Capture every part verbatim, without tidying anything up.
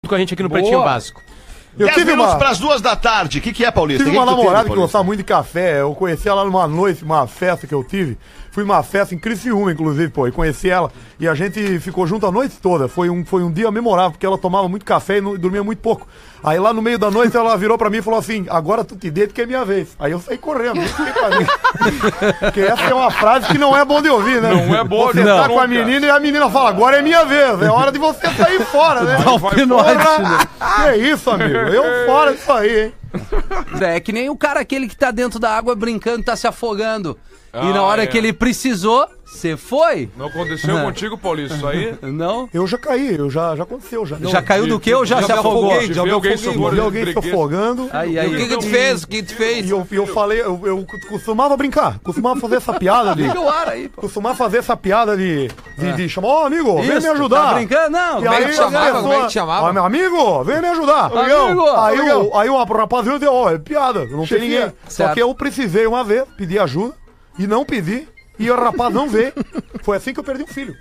com a gente aqui no Boa. Pretinho Básico. Eu dez tive minutos uma... pras duas da tarde. O que, que é, Paulista? Tive Que uma que tu namorada teve, que gostava muito de café. Eu conheci ela numa noite, uma festa que eu tive. Fui numa festa em Criciúma, inclusive, pô, e conheci ela. E a gente ficou junto a noite toda. Foi um, foi um dia memorável, porque ela tomava muito café e, não, e dormia muito pouco. Aí lá no meio da noite ela virou pra mim e falou assim: agora tu te deita que é minha vez. Aí eu saí correndo. Porque essa é uma frase que não é bom de ouvir, né? Não é boa Você de tá ouvir, com a nunca. menina e a menina fala: agora é minha vez. É hora de você sair fora, né? Dá um pinote, né? Que é isso, amigo? Eu fora disso aí, hein? É que nem o cara aquele que tá dentro da água brincando, tá se afogando. Ah, e na hora é. que ele precisou, você foi? Não aconteceu contigo, Paulista, isso aí? Não? Eu já caí, eu já, já aconteceu já. Já caiu do quê ou já, já se me afogou? afoguei, De já ver me alguém afoguei, socorro Vi de alguém se breguês. afogando. Aí, E o aí. que que tu fez? O que que tu E fez? eu, e eu falei, eu, eu costumava brincar, costumava fazer essa piada de. Liga o ar aí, pô. Costumava fazer essa piada de. De, de chamar, ó, amigo, vem Isso, me ajudar. Tá brincando? Não, E Como é que aí, te chamava? a pessoa, Como é que te chamava? "Ó, meu amigo, vem me ajudar. Amigo, aí, amigão. o, aí o rapazinho deu, ó, é piada, não tem ninguém. Só Certo. que eu precisei uma vez pedir ajuda e não pedi. E o rapaz não veio. Foi assim que eu perdi um filho.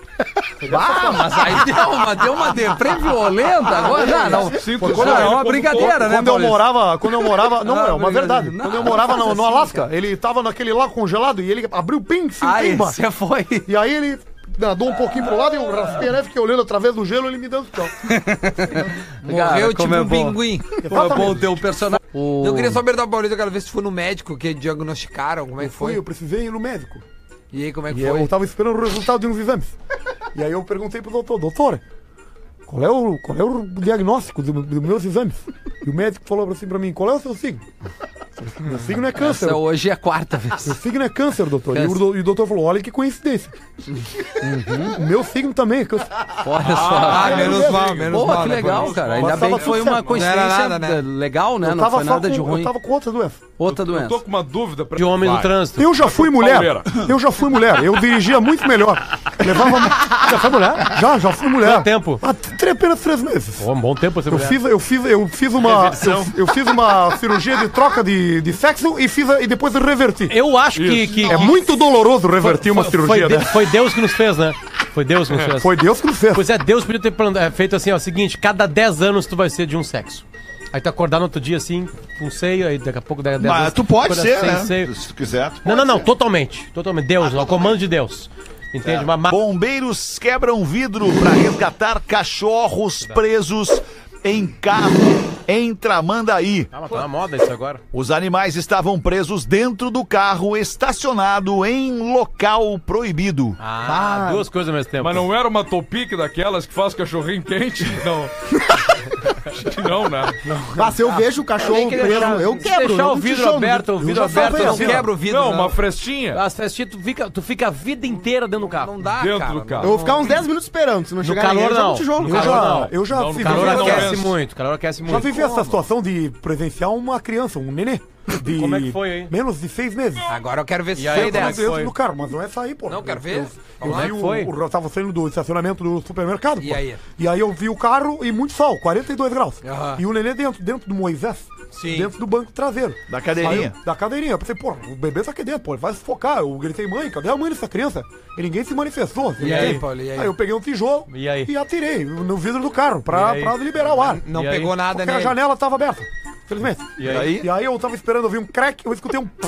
Ah, mas aí deu uma, deu uma deprê violenta agora. Não, não. Sinto Não, é uma brincadeira, né, Quando eu Paulista? morava, quando eu morava, não, Ah, é uma verdade. não, Quando eu não morava faz no, no assim, Alasca, cara. ele tava naquele lago congelado e ele abriu bem em cima, bem Aí, embaixo. você foi. E aí ele nadou um pouquinho pro lado e eu raspei, né? Fiquei olhando através do gelo e ele me deu no chão. Morreu tipo como é um bom. pinguim. Como é bom ter um personagem. O... Eu queria saber da Paulista aquela vez que tu foi no médico, que diagnosticaram, como é Eu que fui, foi? eu precisei ir no médico. E aí, como é que E eu foi? tava esperando o resultado de uns exames. E aí eu perguntei pro doutor, doutor, qual é o, qual é o diagnóstico do- dos meus exames? E o médico falou assim pra mim, qual é o seu signo? Meu signo é câncer. Essa hoje é a quarta vez. Meu signo é câncer, doutor. E o, Câncer. do- e o doutor falou, olha que coincidência. O meu signo também é câncer. Olha só. Ah, é menos mesmo. mal, menos Pô, mal. que né, legal, Paulista? cara. Mas Ainda bem tava que foi tudo uma certo. coincidência Não era nada, né? legal, né? Eu Não tava foi só nada com, de ruim. eu tava com outra doença. Outra Eu doença. tô com uma dúvida pra De homem no Vai. trânsito. Eu já fui mulher. Pauleira. Eu já fui mulher. Eu dirigia muito melhor. Levava. Já foi mulher? Já, já fui mulher. Quanto tempo? Há tre- apenas três meses. Pô, um bom tempo você Eu fiz, eu fiz, eu fiz uma. Eu, eu fiz uma cirurgia de troca de, de sexo e fiz a- e depois eu reverti. Eu acho que, Isso. que É muito doloroso revertir uma foi, cirurgia de- dessa. foi Deus que nos fez, né? Foi Deus que nos fez. Foi Deus que nos fez. Pois é, Deus podia ter plan- é, feito assim, ó, o seguinte, cada dez anos tu vai ser de um sexo. Aí tu acordar no outro dia assim, com seio, aí daqui a pouco dez Mas anos, tu pode acordar ser, sem né? seio. Se tu quiser. tu Não, não, pode não, ser. totalmente. Totalmente. Deus, ao comando de Deus. Entende? Mas- mas- Bombeiros quebram vidro para resgatar cachorros presos em carro em Tramandaí. Ah, mas tá na moda isso agora. Os animais estavam presos dentro do carro estacionado em local proibido. Ah, duas coisas ao mesmo tempo. Mas não era uma topique daquelas que faz cachorrinho quente? Não. Acho que não, né? Ah, se eu vejo o cachorro preso, eu Se quebro. deixar eu o não te vidro chamo. aberto, o vidro já aberto, falei não assim, quebra. Quebra o vidro, Não, não. uma frestinha As festinhas, tu fica, tu fica a vida inteira dentro do carro. Não dá, dentro cara. do carro. Eu vou ficar uns dez minutos esperando. Se não chegar calor, ninguém, eu jogo não. um tijolo. No Eu calor, já, não. eu já Não, no vivi- Calor Não aquece pensa. muito, calor aquece já muito. vivi essa situação de presenciar uma criança, um nenê. De Como é que foi, hein? menos de seis meses. Agora eu quero ver se E aí, foi como é dessa. que Dentro foi? do carro, mas não é sair, pô. Não, quero ver. Eu, eu Vamos lá. vi Como o, é que foi? o- eu tava saindo do estacionamento do supermercado. E pô. aí? E aí eu vi o carro e muito sol, quarenta e dois graus. Aham. E o nenê dentro, dentro do Moisés. Sim. Dentro do banco traseiro. Da cadeirinha. Aí eu- da cadeirinha. Eu pensei, pô, o bebê tá aqui dentro, pô, ele vai sufocar. Eu gritei, mãe, cadê a mãe dessa criança? E ninguém se manifestou. E aí, Paulo, e aí? Aí eu peguei um tijolo E aí? atirei no vidro do carro pra, E aí? pra liberar o ar. Não E aí? pegou nada, Porque né? a janela tava aberta. Felizmente. E aí? E aí eu tava esperando ouvir um crack, eu escutei um.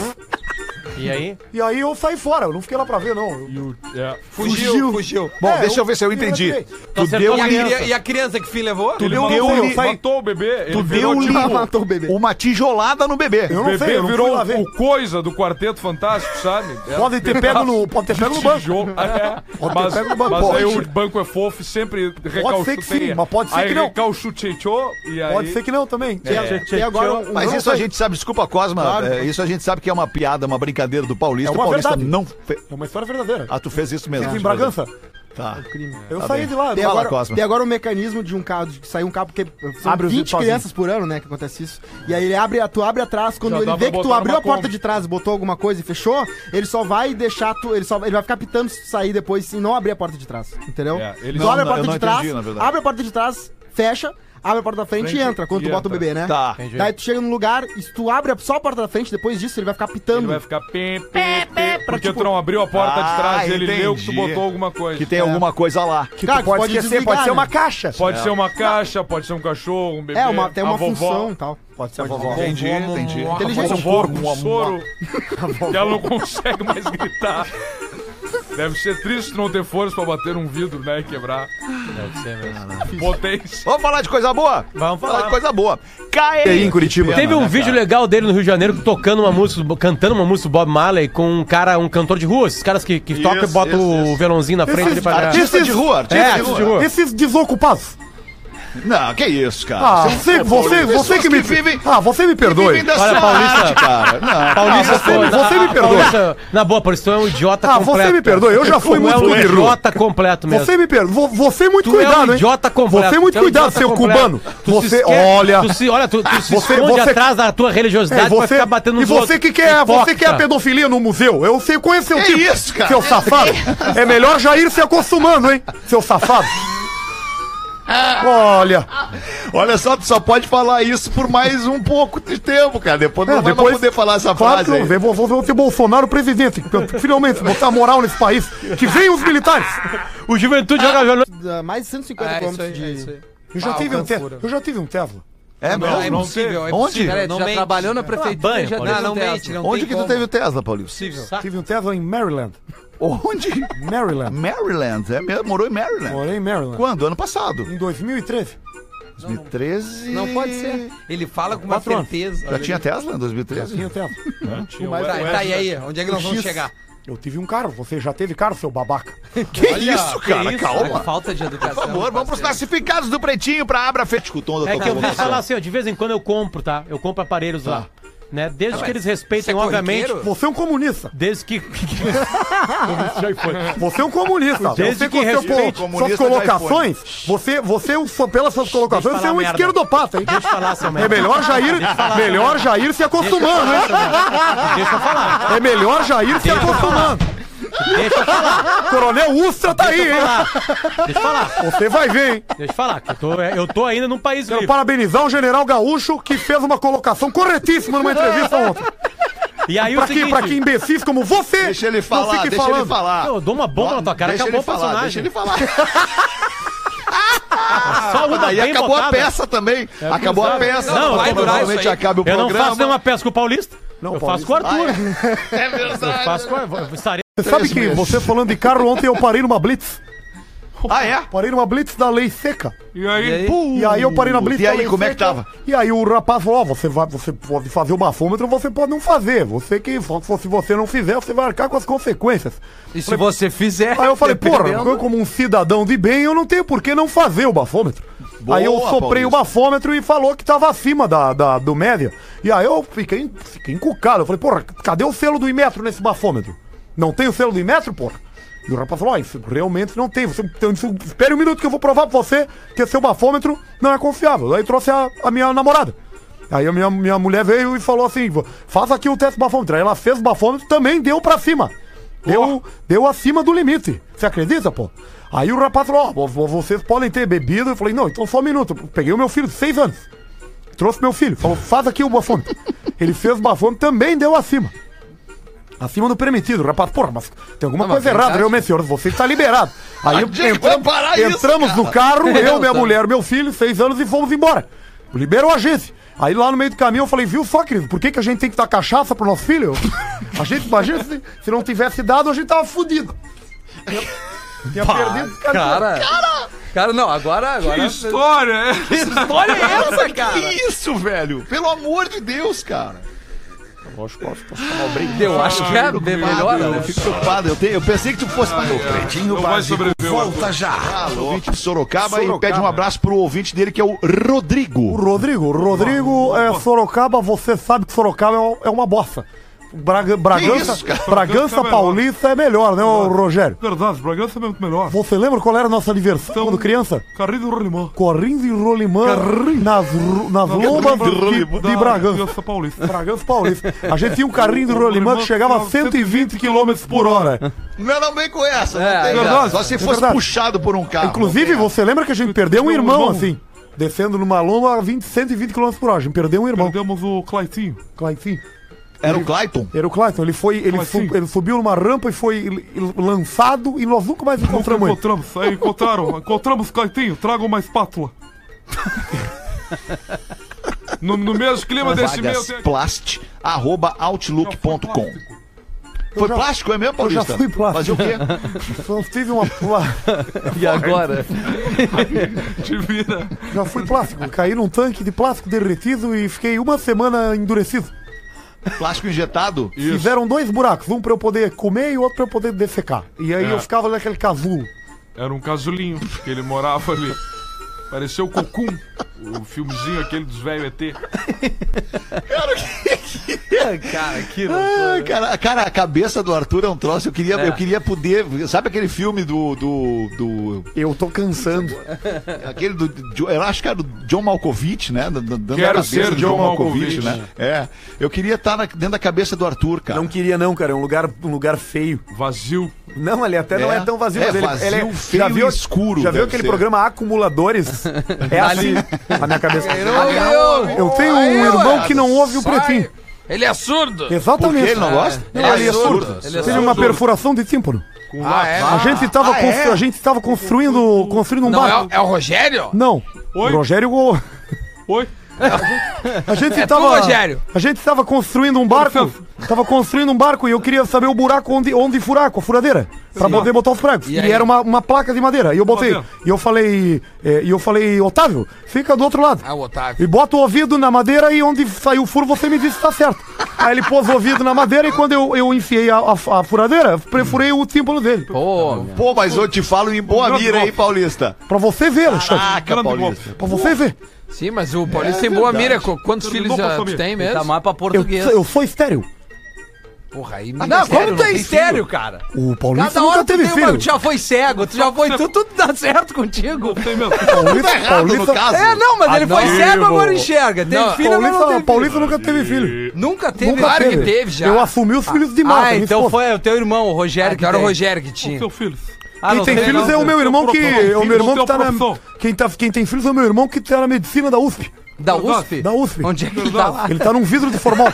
E aí? E aí eu saí fora, eu não fiquei lá pra ver, não. Eu- É. Fugiu, fugiu. Bom, É, deixa eu ver se eu eu entendi. atirei. Tu acertou deu E a, criança. cri- e a criança que o filho levou? Tu Ele deu matou, ele- ele matou o bebê. Tu Ele virou, deu tipo, matou o bebê. uma tijolada no bebê. Eu o não sei, bebê eu não fui virou lá ver. o coisa do Quarteto Fantástico, sabe? É Pode um ter pego no, pode ter pego no banco. tijolo. É. Pode ter Mas, pego no banco. mas aí Pode. o banco é fofo e sempre ser que sim, mas pode ser aí que não. recalchuchechou e aí... Pode ser que não também. Tem, tem agora um, um Mas não isso a sei. gente sabe, desculpa, Cosma, Claro. é, isso a gente sabe que é uma piada, uma brincadeira do Paulista. É o uma Paulista verdade. não fez. É uma história verdadeira. Ah, tu fez isso mesmo. Fiz em Bragança. Tá. Eu Tá saí bem. de lá. Tem Fala, agora, Cosma. tem agora um mecanismo de um carro, de sair um carro, porque são Abre os vinte sozinho. crianças por ano, né, que acontece isso. E aí ele abre, tu abre atrás, quando Já ele dá vê pra que tu botar abriu numa a porta Kombi. de trás, botou alguma coisa e fechou, ele só vai deixar tu, ele, só, ele vai ficar pitando se tu sair depois e não abrir a porta de trás, entendeu? É, ele- tu Não, abre a não, porta eu não de trás, entendi, na verdade. abre a porta de trás, fecha, abre a porta da frente, Frente e entra, quando e tu bota o entra. bebê, né? Tá. Entendi. Daí tu chega num lugar, e se tu abre só a porta da frente, depois disso ele vai ficar pitando. Ele vai ficar pim, pim, pim, pra, Porque tipo, tu não abriu a porta de trás Ah, e ele leu que tu entendi. botou alguma coisa. Que tem alguma coisa lá. Que Cara, tu pode, pode esquecer, desligar, pode ser né? uma caixa. Pode ser uma caixa, pode ser um cachorro, um bebê. É, uma, tem a uma vovó. função e tal. Pode ser a vovó. Entendi, entendi. A Inteligente. vovó com soro. Que ela não consegue mais gritar. Deve ser triste não ter força pra bater um vidro, né? E quebrar. Deve ser mesmo. Potência. Vamos falar de coisa boa? Vamos Falar falar. de coisa boa. E aí, em Caê. Curitiba? Teve um né, vídeo cara? legal dele no Rio de Janeiro tocando uma música, cantando uma música do Bob Marley com um cara, um cantor de rua, esses caras que, que tocam e Isso, botam isso, o isso. violãozinho na frente Esses pra ganhar. Artista de rua, artista É, de artista de rua. rua. Esses desocupados. Não, que isso, cara. Ah, São você, você, você que me... vivem, Ah, você me perdoe. vivem da Olha, sua Paulista. arte, cara. Não, Paulista, Ah, você- pô, você na- me perdoa. Paulista, na boa, Paulista, tu é um idiota Ah, completo. você me perdoe, eu já fui Tu é muito um birru. idiota completo mesmo. Você me perdoa. Você muito Tu é um cuidado, hein? idiota completo. Você muito Tu é um cuidado, idiota seu completo. cubano. Tu se Você, esquece- olha... Tu se, olha, tu, tu se Você- esconde você- atrás da tua religiosidade É, pra você, ficar batendo e nos você outros. que quer, você Hipócrita. quer a pedofilia no museu? Eu sei, conheço o Que tipo. isso, cara? Seu safado. É melhor já ir se acostumando, hein? Seu safado. Olha. Olha só, tu só pode falar isso por mais um pouco de tempo, cara. Depois É, não vai depois- mais poder falar essa Claro frase que eu aí. vou, vou, vou ter Bolsonaro presidente. Finalmente, botar moral nesse país. Que venham os militares. O Juventude joga violão. Ah, mais de cento e cinquenta É, isso quilômetros aí, é de... isso aí. Eu já, Ah, tive um te... Cancura. eu já tive um Tesla. É Não, é mesmo? impossível, é Onde? impossível. Peraí, tu Não já mente. trabalhou na prefeitura banho, e já Paulista. teve Não, um não Tesla. mente, não Onde tem que tu como. teve o Tesla, Paulista? Impossível. Tive um Tesla em Maryland. Onde? Maryland. Maryland. É mesmo, morou em Maryland. Morei em Maryland. Quando? Ano passado. Em dois mil e treze. dois mil e treze. Não pode ser. Ele fala com uma Quatro anos. certeza. Já tinha Tesla em dois mil e Já treze? tinha Tesla. Mas tá, tá, e aí? Onde é que nós vamos X. chegar? Eu tive um carro. Você já teve carro, seu babaca? Que isso, cara? Calma. Falta de educação. Por favor, vamos pros classificados do Pretinho pra Abra Fete com o tom da É tua que eu vou colocação. falar assim, ó, de vez em quando eu compro, tá? Eu compro aparelhos lá. Né? Desde que eles respeitem, você é obviamente. corriqueiro? Você é um comunista. Desde que. Você é um comunista. Desde você que com seu- respeite. suas Comunista de colocações, você, você, pelas suas colocações, você é falar um merda. esquerdopata, hein? Deixa eu falar, seu É merda. melhor já ir, melhor já ir se acostumando, hein? Deixa eu falar. É melhor já ir se acostumando. Deixa eu falar. Coronel Ustra tá aí, Deixa eu hein? falar. Deixa eu falar. Você vai ver, hein? Deixa eu falar. Que eu, tô, eu tô ainda num país Quero livre. parabenizar o general Gaúcho, que fez uma colocação corretíssima numa entrevista ontem. E aí Pra o que, seguinte. pra que imbecis como você Deixa ele não falar, fique deixa falando. ele falar. Eu dou uma bomba na tua cara, Deixa acabou ele o falar, personagem. deixa ele falar. Só uma Aí bem acabou a botada. peça também. Acabou a peça. Não, vai eu tô- durar isso Provavelmente aí. acabe o Eu não programa. faço nenhuma peça com o Paulista. Não, eu faço com o Paulista. Arthur. É Eu verdade. faço com o eu estarei. Você sabe que você falando de carro, ontem eu parei numa blitz. Ah, é? Parei numa blitz da lei seca. E aí? E aí eu parei na blitz E da aí, lei como é que seca. tava? E aí o rapaz falou, ó, você, vai, você pode fazer o bafômetro, você pode não fazer. Você que, se você não fizer, você vai arcar com as consequências. E se você fizer. Aí eu falei, porra, dependendo- eu como um cidadão de bem, eu não tenho por que não fazer o bafômetro. Boa, aí eu soprei Paulista. o bafômetro e falou que tava acima da, da- do média. E aí eu fiquei, fiquei encucado. Eu falei, porra, cadê o selo do Imetro nesse bafômetro? Não tem o selo do Imetro, porra? E o rapaz falou, ó, isso realmente não tem. Você, então, isso- espere um minuto que eu vou provar pra você que seu bafômetro não é confiável. Aí trouxe a, a minha namorada. Aí a minha, minha mulher veio e falou assim, faz aqui o teste do bafômetro. Aí ela fez o bafômetro, também deu pra cima. Deu, deu acima do limite. Você acredita, pô? Aí o rapaz falou, ó, vo- vocês podem ter bebido. Eu falei, não, então só um minuto. Eu peguei o meu filho de seis anos. Trouxe meu filho. Falou, faz aqui o bafômetro. Ele fez o bafômetro, também deu acima. Acima do permitido. O rapaz, porra, mas tem alguma Não, mas coisa errada, verdade. meu, meu senhor. Você está liberado. Aí Onde é que vai parar isso, entramos cara? no carro, eu, minha tá. mulher, meu filho, seis anos, e fomos embora. Liberou a agência. Aí lá no meio do caminho eu falei, viu só, querido, por que, que a gente tem que dar cachaça pro nosso filho? A gente, imagina se, se não tivesse dado, a gente tava fudido. Tinha, tinha perdido. Cara, cara, não, agora. agora Que história é? Que história é essa, cara? Que isso, velho? Pelo amor de Deus, cara. Eu acho que é bem melhor, Eu né? fico preocupado. Eu, te- eu pensei que tu fosse para o Pretinho Não vai Básico. sobreviver, Volta já. O ouvinte de Sorocaba, e Sorocaba. pede um abraço pro ouvinte dele, que é o O Rodrigo. Rodrigo, o Rodrigo é Sorocaba, você sabe que Sorocaba é, é uma bosta. Braga, Bragança, isso, cara? Bragança Bragança é Paulista é melhor, né, ô Rogério? Verdade, Bragança é muito melhor. Você lembra qual era a nossa diversão quando criança? Carrinho do Rolimã. Corrins e Rolimã nas, ru- nas lombas de, de Bragança. Bragança Paulista. Bragança Paulista. A gente tinha um carrinho do Rolimã que chegava a cento e vinte quilômetros por hora. Não, não vem com essa. Não É, tem é graça. Só se fosse verdade. puxado por um carro. Inclusive, você lembra que a gente perdeu um Meu irmão, irmão. assim, descendo numa lomba a vinte, cento e vinte quilômetros por hora. A gente perdeu um irmão. Perdemos o Claitinho. Claitinho. Era o Clayton? Era o Clayton. Ele foi. Ele, Como assim? su- ele subiu numa rampa e foi il- il- lançado e nós nunca mais encontramos ele. Encontramos, aí encontraram, encontramos Cleitinho, traga uma espátula. No, no mesmo clima desse meio... tem- Plast, arroba outlook ponto com. Foi já- plástico, é mesmo, eu já Paulista? fui plástico. Fazer o quê? Só tive uma, uma- E agora? Te vira. Já fui plástico. Caí num tanque de plástico derretido e fiquei uma semana endurecido. Plástico injetado? Fizeram dois buracos, um pra eu poder comer e outro pra eu poder defecar. E aí É. eu ficava naquele casulo. Era um casulinho, que ele morava ali. Pareceu o Cocum, o filmezinho aquele dos velhos E T. Cara, que Ah, cara, cara, a cabeça do Arthur é um troço. Eu queria, eu queria poder. Sabe aquele filme do. do, do Eu tô cansando. aquele do. do- Eu acho que era do John Malkovich, né? Dando dando Quero a cabeça ser do John Malkovich. né? É. Eu queria estar na- dentro da cabeça do Arthur, cara. Não queria não, cara. É um lugar, um lugar feio. Vazio. Não, ele até não É. é tão vazio. É mas ele, vazio, ele é feio já viu, e escuro, Já viu deve aquele ser. programa Acumuladores? É assim. A minha cabeça. Aí, Eu tenho um irmão que não ouve o pretinho. Ele é surdo. Por Exatamente. que ele não gosta? Não, ele é surdo. Ele é Teve surdo. uma perfuração de tímpano. Com Ah, lápis. é? A gente estava Ah, é? a gente estava construindo, construindo um Não, é, barco. o- é o Rogério? Não. Oi? O Rogério. Oi? A gente É tu, tava. Rogério? A gente estava construindo um barco. Tava construindo um barco e eu queria saber o buraco onde, onde furar, com a furadeira. Pra poder botar os pregos. E E, aí? era uma, uma placa de madeira. E eu botei. Madeira. E eu falei. é, E eu falei, Otávio, fica do outro lado. Ah, o Otávio. E bota o ouvido na madeira e onde saiu o furo você me disse se tá certo. Aí ele pôs o ouvido na madeira e quando eu, eu enfiei a, a, a furadeira, perfurei o tímpano dele. Pô, Pô, mas eu te falo em boa grande mira aí, golpe. Paulista. Pra você ver, Alexandre. Caraca, grande Paulista. Pra você ver. Sim, mas o Paulista tem boa mira. Qu- Quantos Terminou filhos pra já tu família. tem tá mesmo? mais pra Eu, português. eu sou estéreo. Porra, aí... Não, sério, como tu é tem estéreo, cara? O Paulista Cada hora nunca tu teve tem filho. uma... Tu já foi cego, tu já foi... Tu, tudo dá certo contigo. Tem mesmo. Paulista, Errado no Paulista, caso. É, não, mas ele foi não, cego, eu- agora enxerga. Teve Não, filho, mas não Paulista, teve Paulista filho. nunca teve filho. Nunca teve. Nunca Claro que teve já. Eu assumi os filhos de Marta. Ah, minha então esposa. foi o teu irmão, o Ah, Rogério, que era o tem. Rogério que tinha. Seu filho. Ah, Quem não tem tem, filhos não. é o meu irmão que. É o meu irmão que tá na. Profissão. Quem, tá, quem tem filhos é o meu irmão que tá na medicina da U S P. Da U S P? Da U S P. Onde é que ele tá lá? Ele tá num vidro de formol.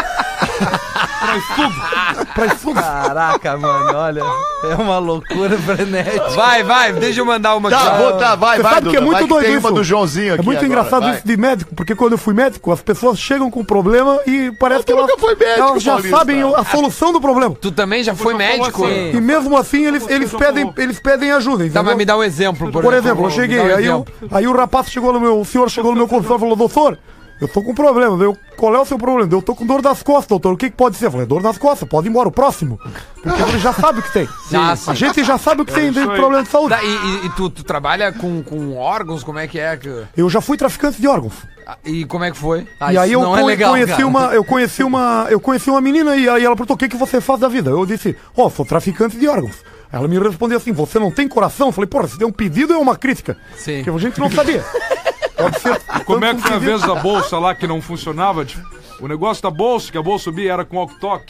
Pra estudo. Pra estudo. Caraca, mano, olha. É uma loucura frenética. Vai, vai, deixa eu mandar uma Tá, aqui. vou, tá, vai, Você vai, sabe que é Duda, muito vai doido tem isso. uma do Joãozinho aqui É muito agora, engraçado vai. isso de médico, porque quando eu fui médico, as pessoas chegam com problema e parece que elas, nunca foi médico, elas já Paulista. sabem a solução do problema. Tu também já foi já falou médico? assim. E mesmo assim eles, Você eles, já pedem, falou. eles pedem ajuda. Tá, entendeu? mas me dá um exemplo, por, Por exemplo, eu Me cheguei, dá um aí, o, exemplo. aí o rapaz chegou no meu, o senhor chegou no meu consultório e falou, doutor, eu tô com problema. Eu, qual é o seu problema? Eu tô com dor das costas, doutor. O que, que pode ser? Eu falei, dor nas costas, pode ir embora, o próximo. Porque ele já sabe o que tem. Ah, sim. A gente já sabe o que tem isso de aí. problema de saúde. Tá, e e- e tu, tu trabalha com, com órgãos? Como é que é? que- Eu já fui traficante de órgãos. Ah, E como é que foi? Ah, e aí isso eu não co- é legal, conheci cara. uma, eu conheci uma, eu conheci uma menina e aí ela perguntou o que que você faz da vida. Eu disse, ó, sou traficante de órgãos. Ela me respondeu assim, você não tem coração? Eu falei, porra, se deu um pedido é uma crítica. Sim. Porque a gente não sabia. Pode ser. Como é que tanto foi a um vez pedido- da bolsa lá que não funcionava? Tipo, o negócio da bolsa, que a bolsa subia, era com walk-talk.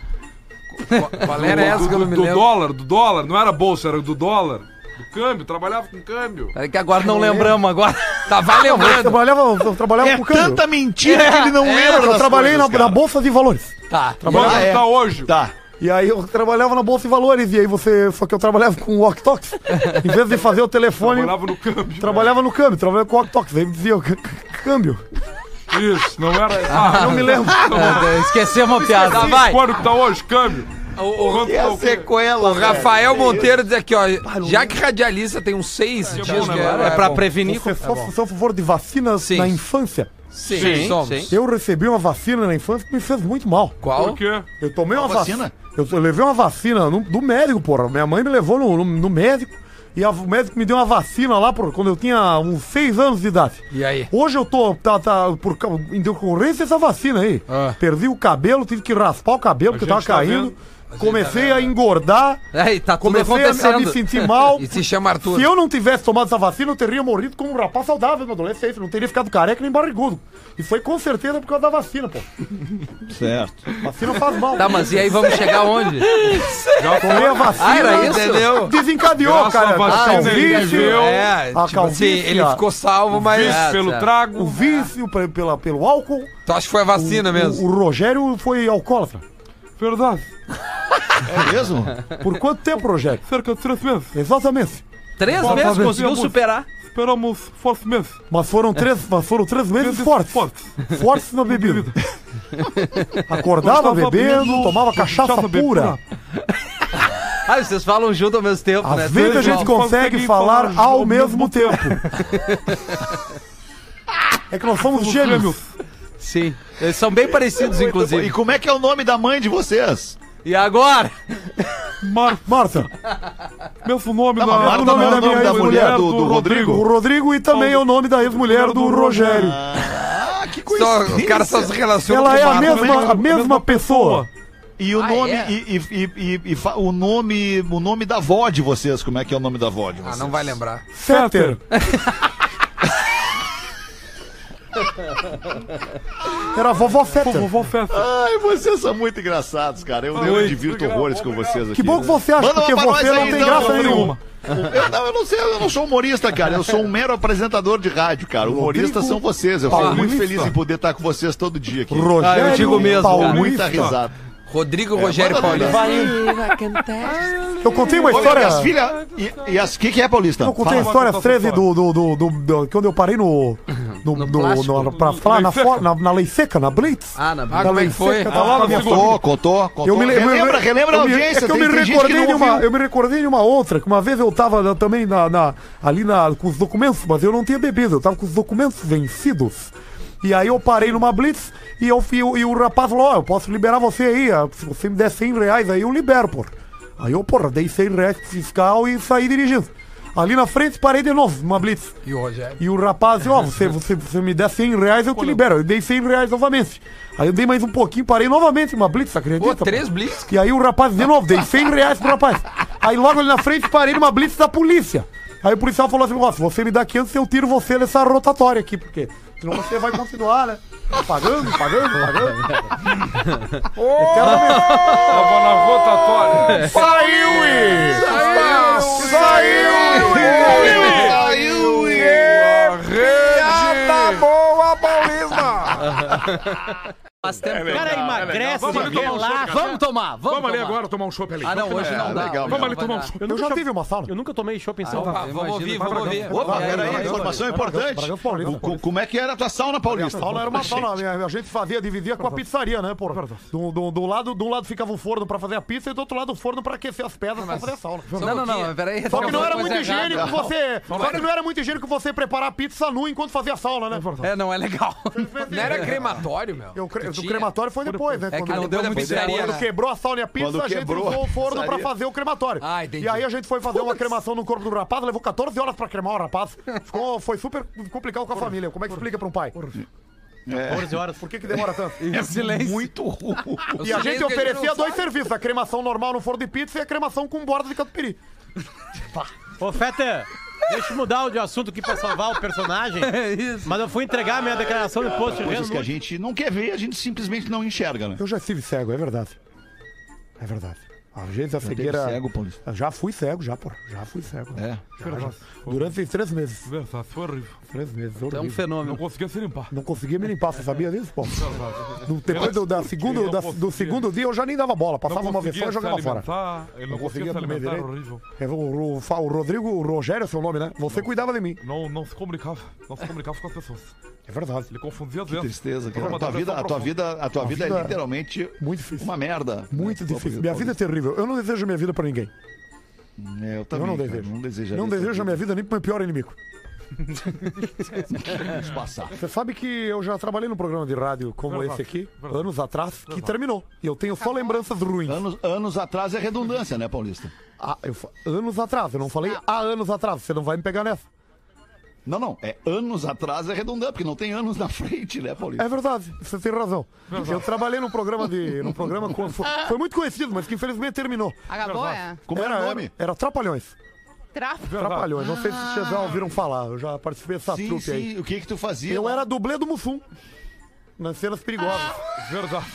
Qual era essa do, que eu não me do lembro? dólar, do dólar. Não era bolsa, era do dólar. Do câmbio, trabalhava com câmbio. É que agora não lembramos, agora. Tá, vai Eu lembrando. trabalhava, eu trabalhava É com câmbio. tanta mentira que ele não lembra Eu das trabalhei coisas, na, cara. na Bolsa de Valores. Tá. Trabalhava Ah, é. tá hoje. Tá. E aí eu trabalhava na Bolsa de Valores. E aí você. Só que eu trabalhava com walk-talks. Em vez de fazer o telefone, Trabalhava no câmbio. trabalhava no câmbio, trabalhava com walk-talks. Aí me dizia, "C- c- câmbio. Isso, não era. Ah, Não me lembro. É, esquecemos uma piada. Tá, vai. Quando que tá hoje? Câmbio. O, o- Quanto E tá a o quê? sequela, o Rafael Monteiro diz aqui, ó. Já que radialista tem uns seis dias bom, que né? É pra bom. prevenir. Você só, só a favor de vacinas Sim. na infância. Sim, Sim, somos. sim. Eu recebi uma vacina na infância que me fez muito mal. Qual? Por quê? Eu tomei uma Qual vacina. vacina? Eu, eu levei uma vacina no- do médico, porra. Minha mãe me levou no, no- no médico e a- o médico me deu uma vacina lá por, quando eu tinha uns seis anos de idade. E aí? Hoje eu tô, tá, tá, por cau- em decorrência dessa vacina aí. Ah. Perdi o cabelo, tive que raspar o cabelo porque A tava gente tá caindo. vendo. comecei a engordar, É, e tá tudo comecei a, a acontecendo. me sentir mal. E se chama Arthur. Se eu não tivesse tomado essa vacina, eu teria morrido como um rapaz saudável na adolescência. Não teria ficado careca nem barrigudo. E foi com certeza por causa da vacina, pô. Certo. Vacina faz mal. Tá, mas e aí vamos chegar onde? Já Tomei a vacina. Ah, era isso? Entendeu? Desencadeou, Graças cara. à vacina, a ele calvície, viveu. É, a tipo assim, calvície, ele a- ficou salvo, mas. Vício É, pelo certo. trago. o vício pe- pela, pelo álcool. Tu acha que foi a vacina o, mesmo? O, o Rogério foi alcoólatra. Verdade. É mesmo? Por quanto tempo, Rogério? Cerca de três meses. Exatamente. Três Bom, meses talvez conseguiu tenhamos- superar. Esperamos forte meses. Mas foram três, mas foram três meses fortes. Fortes. Fortes na bebida. Acordava Eu tava bebendo, bebendo tomava cachaça cachaça pura. Ah, vocês falam junto ao mesmo tempo, né? Às vezes a Tudo gente igual. consegue consegue falar falar ao ao mesmo mesmo tempo. É que nós somos gêmeos. Sim. Eles são bem parecidos, E inclusive. como é que é o nome da mãe de vocês? E agora? Mar... Marta, Mesmo nome Não, da... mas Marta o nome não é da o nome minha da mulher ex-mulher, do, do Rodrigo. o Rodrigo e também é o nome da ex-mulher do Rogério. Ah, que Só, coisa. os caras só se relacionam Ela é a Marta. mesma, a mesma pessoa. E o Ah, nome, é? e, e- e- e- e fa- o nome, o nome da avó de vocês, como é que é o nome da avó de Ah, vocês? não vai lembrar. Fetter. Era a vovó Fetter. Vovó Festa. Ai, vocês são muito engraçados, cara. Eu, eu me divirto obrigado, horrores com obrigado. vocês aqui. Que bom que você acha, Manda uma porque pra nós você aí, não tem então, graça Rodrigo. nenhuma. Eu não, eu não sei, eu não sou humorista, cara. Eu sou um mero apresentador de rádio, cara. Humoristas Rodrigo são vocês. Eu fico Paulista. muito feliz em poder estar com vocês todo dia aqui. Rogério Ah, eu digo mesmo, cara. Paulista. Muita risada. Rodrigo Rogério manda Paulista. Eu contei uma Olha, história. e as filhas. E, e as. O que, que é, Paulista? Eu contei a Fala. história Fala, treze fala. do, do, do, do, do- quando eu parei no. No, no, plástico? no- pra falar na, Lei fo- seca? na, na lei seca, na Blitz. Ah, na Ah, como é que foi? Tá lá na minha segura. foto. Contou, contou, contou. Eu me, le- relembra, eu- relembra a eu me- audiência. É que eu tem- me tem gente recordei que de não uma, ouviu. eu me recordei de uma outra, que uma vez eu tava na- também na, na- ali na, com os documentos, mas eu não tinha bebido, eu tava com os documentos vencidos. E aí eu parei numa blitz e, eu, fui- e o rapaz falou, ó, eu posso liberar você aí, ah, se você me der cem reais aí eu libero, porra. Aí eu, porra, dei cem reais pro fiscal e saí dirigindo. Ali na frente parei de novo, numa blitz. E o Rogério? E o rapaz, ó, você, você, você me der cem reais, eu te libero. Eu dei cem reais novamente. Aí eu dei mais um pouquinho, parei novamente uma blitz, acredita? Pô, três pô? blitz? E aí o rapaz, de novo, dei cem reais pro rapaz. Aí logo ali na frente, parei numa blitz da polícia. Aí o policial falou assim, ó, se você me dá quinhentos, eu tiro você dessa rotatória aqui, porque senão você vai continuar, né? Pagando, pagando, pagando. Eternamente. Tava na rotatória. Saiu, e... Saiu, e... Saiu, e... Piada boa, Paulista! Faz tempo. O cara emagrece, Vamos ali tomar um relaxa. chopp, Vamos tomar, vamos, Vamos ali tomar. agora tomar um chopp ali. Ah, não, hoje não dá. legal, hoje vamos não ali vai tomar um dar. chopp. Eu já tive uma sauna. Eu nunca tomei chopp em São Ah, Paulo. vamos ouvir, vamos ouvir. Opa, E aí, peraí, vai, informação vai, importante. Bragança Paulista. Co- Como é que era a tua sauna, A Paulista? sauna era uma sauna, a minha- a gente fazia, dividia com a pizzaria, né, porra? Do, do, do lado, de um lado ficava o forno pra fazer a pizza e do outro lado o forno pra aquecer as pedras pra fazer a sauna. Não, não, não, mas peraí. Só que não era Coisa muito errada. higiênico você. Só que não era muito higiênico você preparar a pizza nu enquanto fazia a sauna, né? É, não é legal. Não era crematório, meu? Eu, cre- Tu do tinha? crematório foi depois, né? É que Quando- não deu depois da muito pizzaria, certo. Quando né? quebrou a sauna e a pizza, Quando a gente quebrou usou o forno pra pizzaria. fazer o crematório. Ah, entendi. E aí a gente foi fazer uma cremação no corpo do rapaz, levou catorze horas pra cremar o rapaz. Ficou, foi super complicado com a família. Como é que explica pra um pai? quatorze horas. Por que que demora tanto? É muito ruim. E a gente silêncio que a gente oferecia não dois sabe. serviços, a cremação normal no forno de pizza e a cremação com borda de catupiry. Ô, Feta, deixa eu mudar de assunto aqui pra salvar o personagem. É isso. Mas eu fui entregar a minha declaração de imposto de Coisas que a renda. gente não quer ver, a gente simplesmente não enxerga, né? Eu já estive cego, é verdade. É verdade. A gente, a cegueira... cego, Paulista? Eu já fui cego, já, porra. Já fui cego. É. Já, já. Durante três meses. Verdade, foi horrível. Três meses. É um horrível. Não fenômeno. conseguia se limpar. Não conseguia me limpar, você sabia disso, pô? No- Depois do, da segundo, da- do segundo dia eu já nem dava bola. Passava uma vez só e jogava fora. alimentar, ele não, Não conseguia conseguia se comer alimentar, direito. horrível. É, O, o, fa- o Rodrigo, o Rogério é seu nome, né? Você cuidava de mim. Não, não se comunicava. Não se comunicava com as pessoas. É verdade. Ele confundia as Que vezes. tristeza, Foi cara. uma A tua vida, depressão a tua vida, a tua A vida é vida- literalmente Muito difícil. uma merda. Muito né? difícil. Minha vida é terrível. Eu não desejo minha vida pra ninguém. É, eu Eu também, não cara, desejo. Não desejaria Não essa desejo a minha vida nem pro meu pior inimigo. Vamos passar. Você sabe que eu já trabalhei num programa de rádio como Verdade, esse aqui, verdade. anos atrás, que terminou. E eu tenho só lembranças ruins. Anos, anos atrás é redundância, né, Paulista? Ah, eu fa- anos atrás, eu não falei há anos atrás. Você não vai me pegar nessa. Não, não, é anos atrás é redundante, porque não tem anos na frente, né, Paulinho? É verdade, você tem razão. Eu trabalhei num programa de. num programa com, foi, foi muito conhecido, mas que infelizmente terminou. Acabou, é? Como era o nome? Era Trapalhões. Tráfico. Trapalhões, não sei se vocês já ouviram falar, eu já participei dessa Sim, trupe aí. sim, o que que tu fazia? Eu lá? era dublê do Mussum, nas cenas perigosas. Verdade.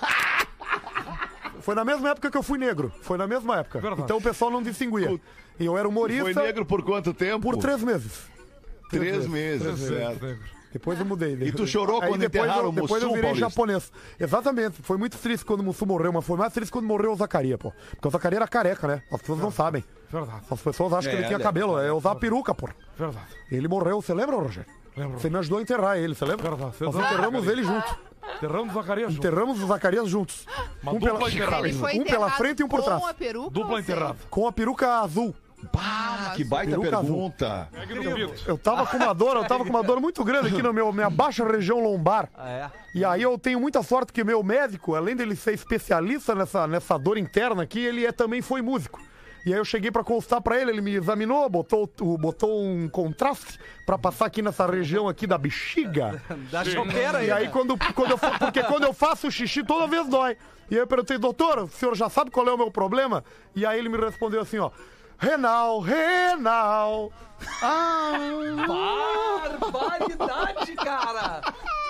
Foi na mesma época que eu fui negro, foi na mesma época. Verdade. Então o pessoal não distinguia. E eu era humorista Foi negro por quanto tempo? por três meses. Três meses, certo. Depois eu mudei. E tu chorou Aí quando depois enterraram eu, o Depois eu Mussum, virei Paulista? japonês. Exatamente. Foi muito triste quando o Mussum morreu, mas foi mais triste quando morreu o Zacarias, pô. Porque o Zacarias era careca, né? As pessoas não sabem. Verdade. As pessoas acham que É, ele tinha é, cabelo. É usar peruca, pô. Verdade. Ele morreu, você lembra, Rogério? Lembro. Você me ajudou a enterrar ele, você lembra? Verdade. Nós Verdade. enterramos ele junto. Terramos Zacarias. junto. Enterramos o Zacarias juntos. Uma Um dupla pela, enterrada. Ele foi um pela enterrado frente e um por trás. Com a peruca Dupla ou sem? enterrada. Com a peruca azul. Pá, que baita Peruca pergunta. Pegue no pito. Eu tava com uma dor, eu tava com uma dor muito grande aqui na minha baixa região lombar. Ah, é? E aí eu tenho muita sorte que meu médico, além dele ser especialista nessa, nessa dor interna aqui, ele é, também foi músico. E aí eu cheguei pra consultar pra ele, ele me examinou, botou, o- botou um contraste pra passar aqui nessa região aqui da bexiga. Da choqueira aí. E aí quando, quando eu fa- porque quando eu faço o xixi toda vez dói. E aí eu perguntei, doutor, o senhor já sabe qual é o meu problema? E aí ele me respondeu assim, ó, renal, renal. Barbaridade, cara!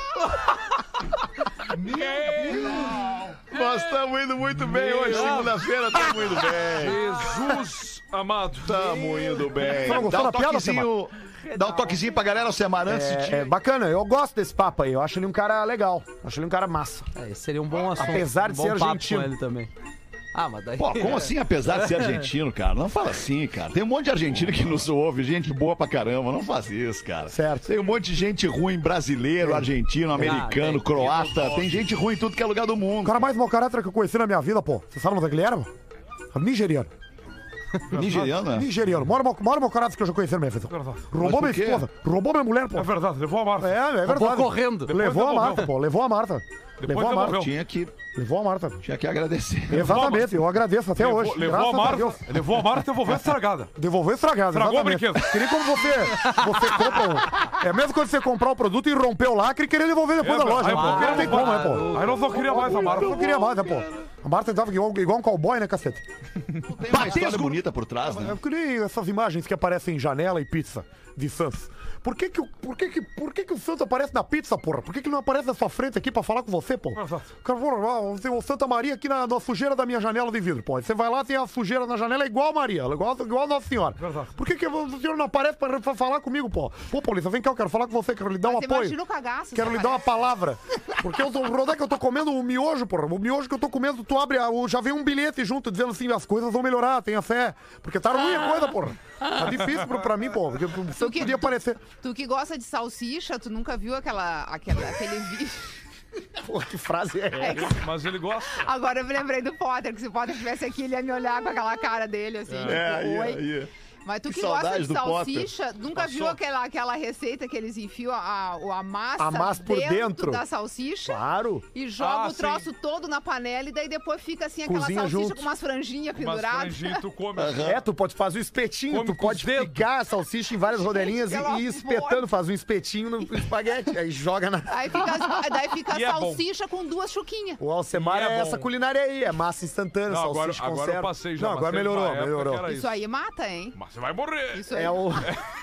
Nós estamos indo muito bem hoje, segunda-feira, estamos indo bem. Jesus amado. Estamos indo bem. Você não gostou Dá um da piada, toquezinho, dá um toquezinho pra galera, Alcemar, antes de... É, é bacana, eu gosto desse papo aí, eu acho ele um cara legal, acho ele um cara massa. É, esse seria um bom assunto. Apesar de um bom ser papo argentino. com ele também. Ah, mas daí... Pô, como assim, apesar de ser argentino, cara? Não fala assim, cara. Tem um monte de argentino que nos ouve, gente boa pra caramba. Não faz isso, cara. Certo. Tem um monte de gente ruim, brasileiro, argentino, americano, tem. croata. Tem gente ruim em tudo que é lugar do O mundo. cara mais mau caráter que eu conheci na minha vida, pô. Você sabe onde é que ele era, mano? Nigeriano. Nigeriano, né? Nigeriano. Mora maior mau caráter que eu já conheci na minha vida. Verdade. Roubou minha por quê? esposa. Roubou minha mulher, pô. É verdade, levou a Marta. É, é verdade. Vou correndo. Levou a devolveu. Marta, pô. Levou a Marta. Levou a devolveu. Marta. Tinha que, Levou a Marta. tinha que agradecer. Exatamente, eu agradeço até Levou, hoje. levou a Graças Marta, Deus. levou a Marta e devolveu estragada. Devolveu estragado, Estragou o exatamente. brinquedo. Que nem como você, você compra um... É mesmo quando você comprar o produto e romper o lacre e querer devolver depois É, da loja. aí, pô. pô, Não tem como, né, pô? Aí nós não queria mais a Marta. Eu não queria mais, né, pô? A Marta tava igual, igual um cowboy, né, cacete? Tem uma história bonita por trás, né? É que nem essas imagens que aparecem em janela e pizza de Santos. Por que que, o- por que, que, por que, que o Santos aparece na pizza, porra? Por que, que ele não aparece na sua frente aqui pra falar com você, pô? Exato. Cara, porra, tem o Santa Maria aqui na, na sujeira da minha janela de vidro, pô. Aí você vai lá, tem a sujeira na janela igual a Maria, igual, igual a Nossa Senhora. Exato. Por que, que o senhor não aparece pra, pra falar comigo, pô? Pô, Paulista, vem cá, eu quero falar com você, quero lhe dar um Mas apoio. imagina o cagaço. Quero se lhe dar uma aparece. palavra. Porque eu tô, o Rodé que eu tô comendo um miojo, porra. O miojo que eu tô comendo, tu abre, a- o- já vem um bilhete junto dizendo assim, as coisas vão melhorar, tenha fé. Porque tá ruim a coisa, porra. Tá difícil pra, pra mim, pô. Porque o Santos que- podia aparecer. Tu que gosta de salsicha, tu nunca viu aquela, aquela, aquele vídeo. Porra, que frase é essa? Mas ele gosta. Agora eu me lembrei do Potter, que se o Potter estivesse aqui, ele ia me olhar com aquela cara dele, assim. tipo, oi. aí. Mas tu Que que gosta saudade de do Potter. salsicha, nunca viu aquela, aquela receita que eles enfiam a, a, a massa, A massa por dentro. da salsicha Claro. e joga Ah, o troço todo na panela e daí depois fica assim aquela Cozinha salsicha junto. com umas franjinhas Mas penduradas. franjinho tu come. É, tu pode fazer o espetinho, Come tu com pode os dedos. picar a salsicha em várias rodelinhas e, pelo e ir espetando, amor. faz um espetinho no espaguete, aí joga na... Aí fica, as- daí fica E a é bom. salsicha com duas chuquinhas. O Alcemar E é, é essa bom. culinária aí, é massa instantânea, Não, agora, salsicha, agora conserva. eu passei já. Não, agora mas teve melhorou, uma época melhorou. que era Isso aí mata, hein? Mas você vai morrer. Isso aí. É o...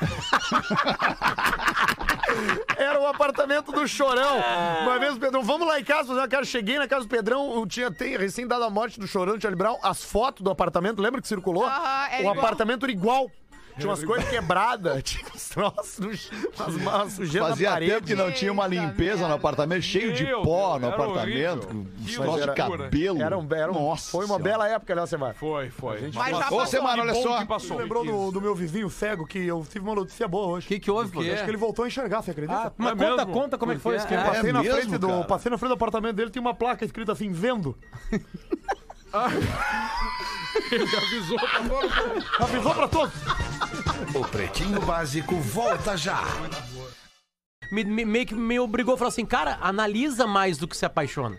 Era o apartamento do Chorão. Uma vez o Pedrão, vamos lá em casa fazer uma cara. Cheguei na casa do Pedrão, eu tinha tem, recém dado a morte do Chorão, do Charlie Brown, as fotos do apartamento, lembra que circulou? Aham, era o igual. apartamento era igual. Tinha umas coisas quebradas, tinha uns troços, no ch- umas, umas sujeiras Fazia na parede. tempo que não tinha uma Eita limpeza no merda. apartamento, cheio de Meu pó Deus, no era apartamento, horrível. uns Que troços de loucura. cabelo. Era um, era um, Nossa foi uma Senhora. bela época, né, Alcemar? Foi, foi. Mas já Ô, passou. Semana, olha Que bom só. que passou. Você lembrou do, do meu vizinho cego que eu tive uma notícia boa hoje. O que que houve, pô? Acho que ele voltou a enxergar, você acredita? Ah, mas É conta, mesmo? conta como é que foi o Porque- esquema. É Passei, na mesmo, frente do, cara? passei na frente do apartamento dele, tinha uma placa escrita assim, vendo. Ele avisou pra todo mundo. Avisou pra todos. O Pretinho Básico volta já. Me, me- meio que me obrigou a falar assim, cara, analisa mais do que se apaixona.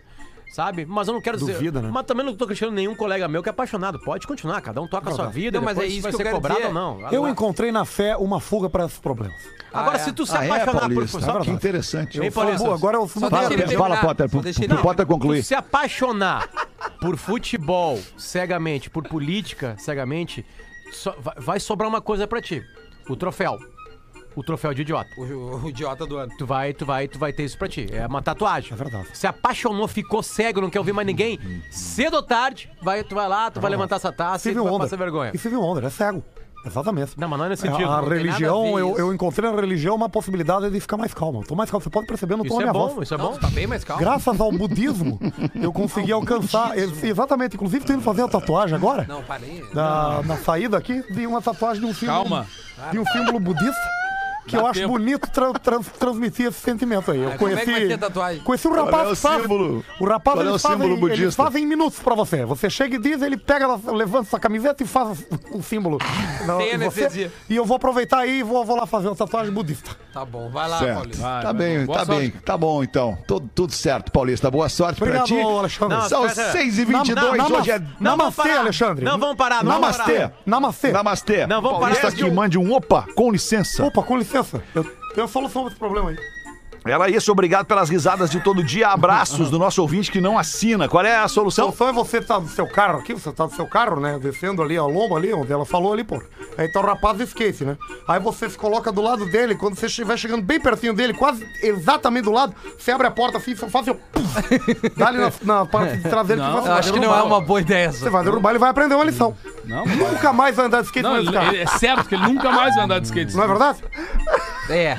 sabe? Mas eu não quero dizer... Duvida, né? Mas também não tô criticando nenhum colega meu que é apaixonado. Pode continuar, cada um toca a sua vida, Não, mas depois é isso vai que eu ser quero cobrado dizer. ou não. Eu encontrei na fé uma fuga para esses problemas. Agora, Ah, é? se tu se Ah, é, apaixonar por... Paulista? só- Que interessante. Hein, Paulista? Pô, agora eu Só fui deixa Fala, ele Potter, fala, terminar. Potter, Só pro, deixa ele- pro Não, Potter Tu concluir. se apaixonar por futebol cegamente, por política cegamente, só- vai, vai sobrar uma coisa pra ti. O troféu. O troféu de idiota. O, o idiota do ano. Tu vai, tu vai, tu vai ter isso pra ti. É uma tatuagem. É verdade. Se apaixonou, ficou cego, não quer ouvir mais ninguém. Cedo ou tarde, vai, tu vai lá, tu vai levantar essa taça e Stevie tu vai Wonder. passar vergonha. E Stevie Wonder, é cego. Exatamente. Não, mas não é nesse É, sentido. a Não tem religião, nada a ver eu, isso. eu encontrei na religião uma possibilidade de ficar mais calmo. Eu tô mais calmo. Você pode perceber no tom Isso da é minha bom, voz. isso é Não, bom. tu tá bem mais calmo. Graças ao budismo, eu consegui alcançar. ex- Exatamente. Inclusive, tô indo fazer a tatuagem agora. Não, parei. Na, na saída aqui, vi uma tatuagem de um símbolo. Calma. De um símbolo budista. Que Dá eu acho tempo. bonito tra trans- transmitir esse sentimento aí. Eu Ah, como é que vai conheci. ser a tatuagem? Conheci um Qual rapaz é o que faz. símbolo? O rapaz Qual é eles o símbolo fazem, eles budista? fazem em minutos pra você. Você chega e diz, ele pega, levanta sua camiseta e faz o símbolo. na- Sem em você. anestesia. E eu vou aproveitar aí e vou, vou lá fazer uma tatuagem budista. Tá bom, vai lá, Certo. Paulista. Vai, Tá vai, bem, boa tá sorte. bem. Tá bom, então. Tudo, tudo certo, Paulista. Boa sorte Obrigado, pra ti. Alexandre. Não, São espera. seis e vinte e dois, Nama- hoje é... Não, vamos Namastê, parar. Alexandre. Não, vamos parar, não vamos Namastê. parar. Namastê. Namastê. Não, vamos Paulista parar. que mande um opa, com licença. Opa, com licença. Eu tenho a solução desse problema aí. Era isso, obrigado pelas risadas de todo dia. Abraços do nosso ouvinte que não assina. Qual é a A solução? solução é você estar no seu carro aqui, você tá no seu carro, né? Descendo ali a lomba ali, onde ela falou ali, pô. Aí tá o rapaz do skate, né? Aí você se coloca do lado dele, quando você estiver chegando bem pertinho dele, quase exatamente do lado, você abre a porta assim, só faz assim, ó, puf, dá ali na, na parte de trás dele que Não, você Eu acho que não é uma boa ideia essa. Você vai derrubar, ele vai aprender uma lição. Não, não vai. Nunca mais vai andar de skate Não, com esse ele- carro. ele- é certo que ele nunca mais vai andar de skate. Não é verdade? É.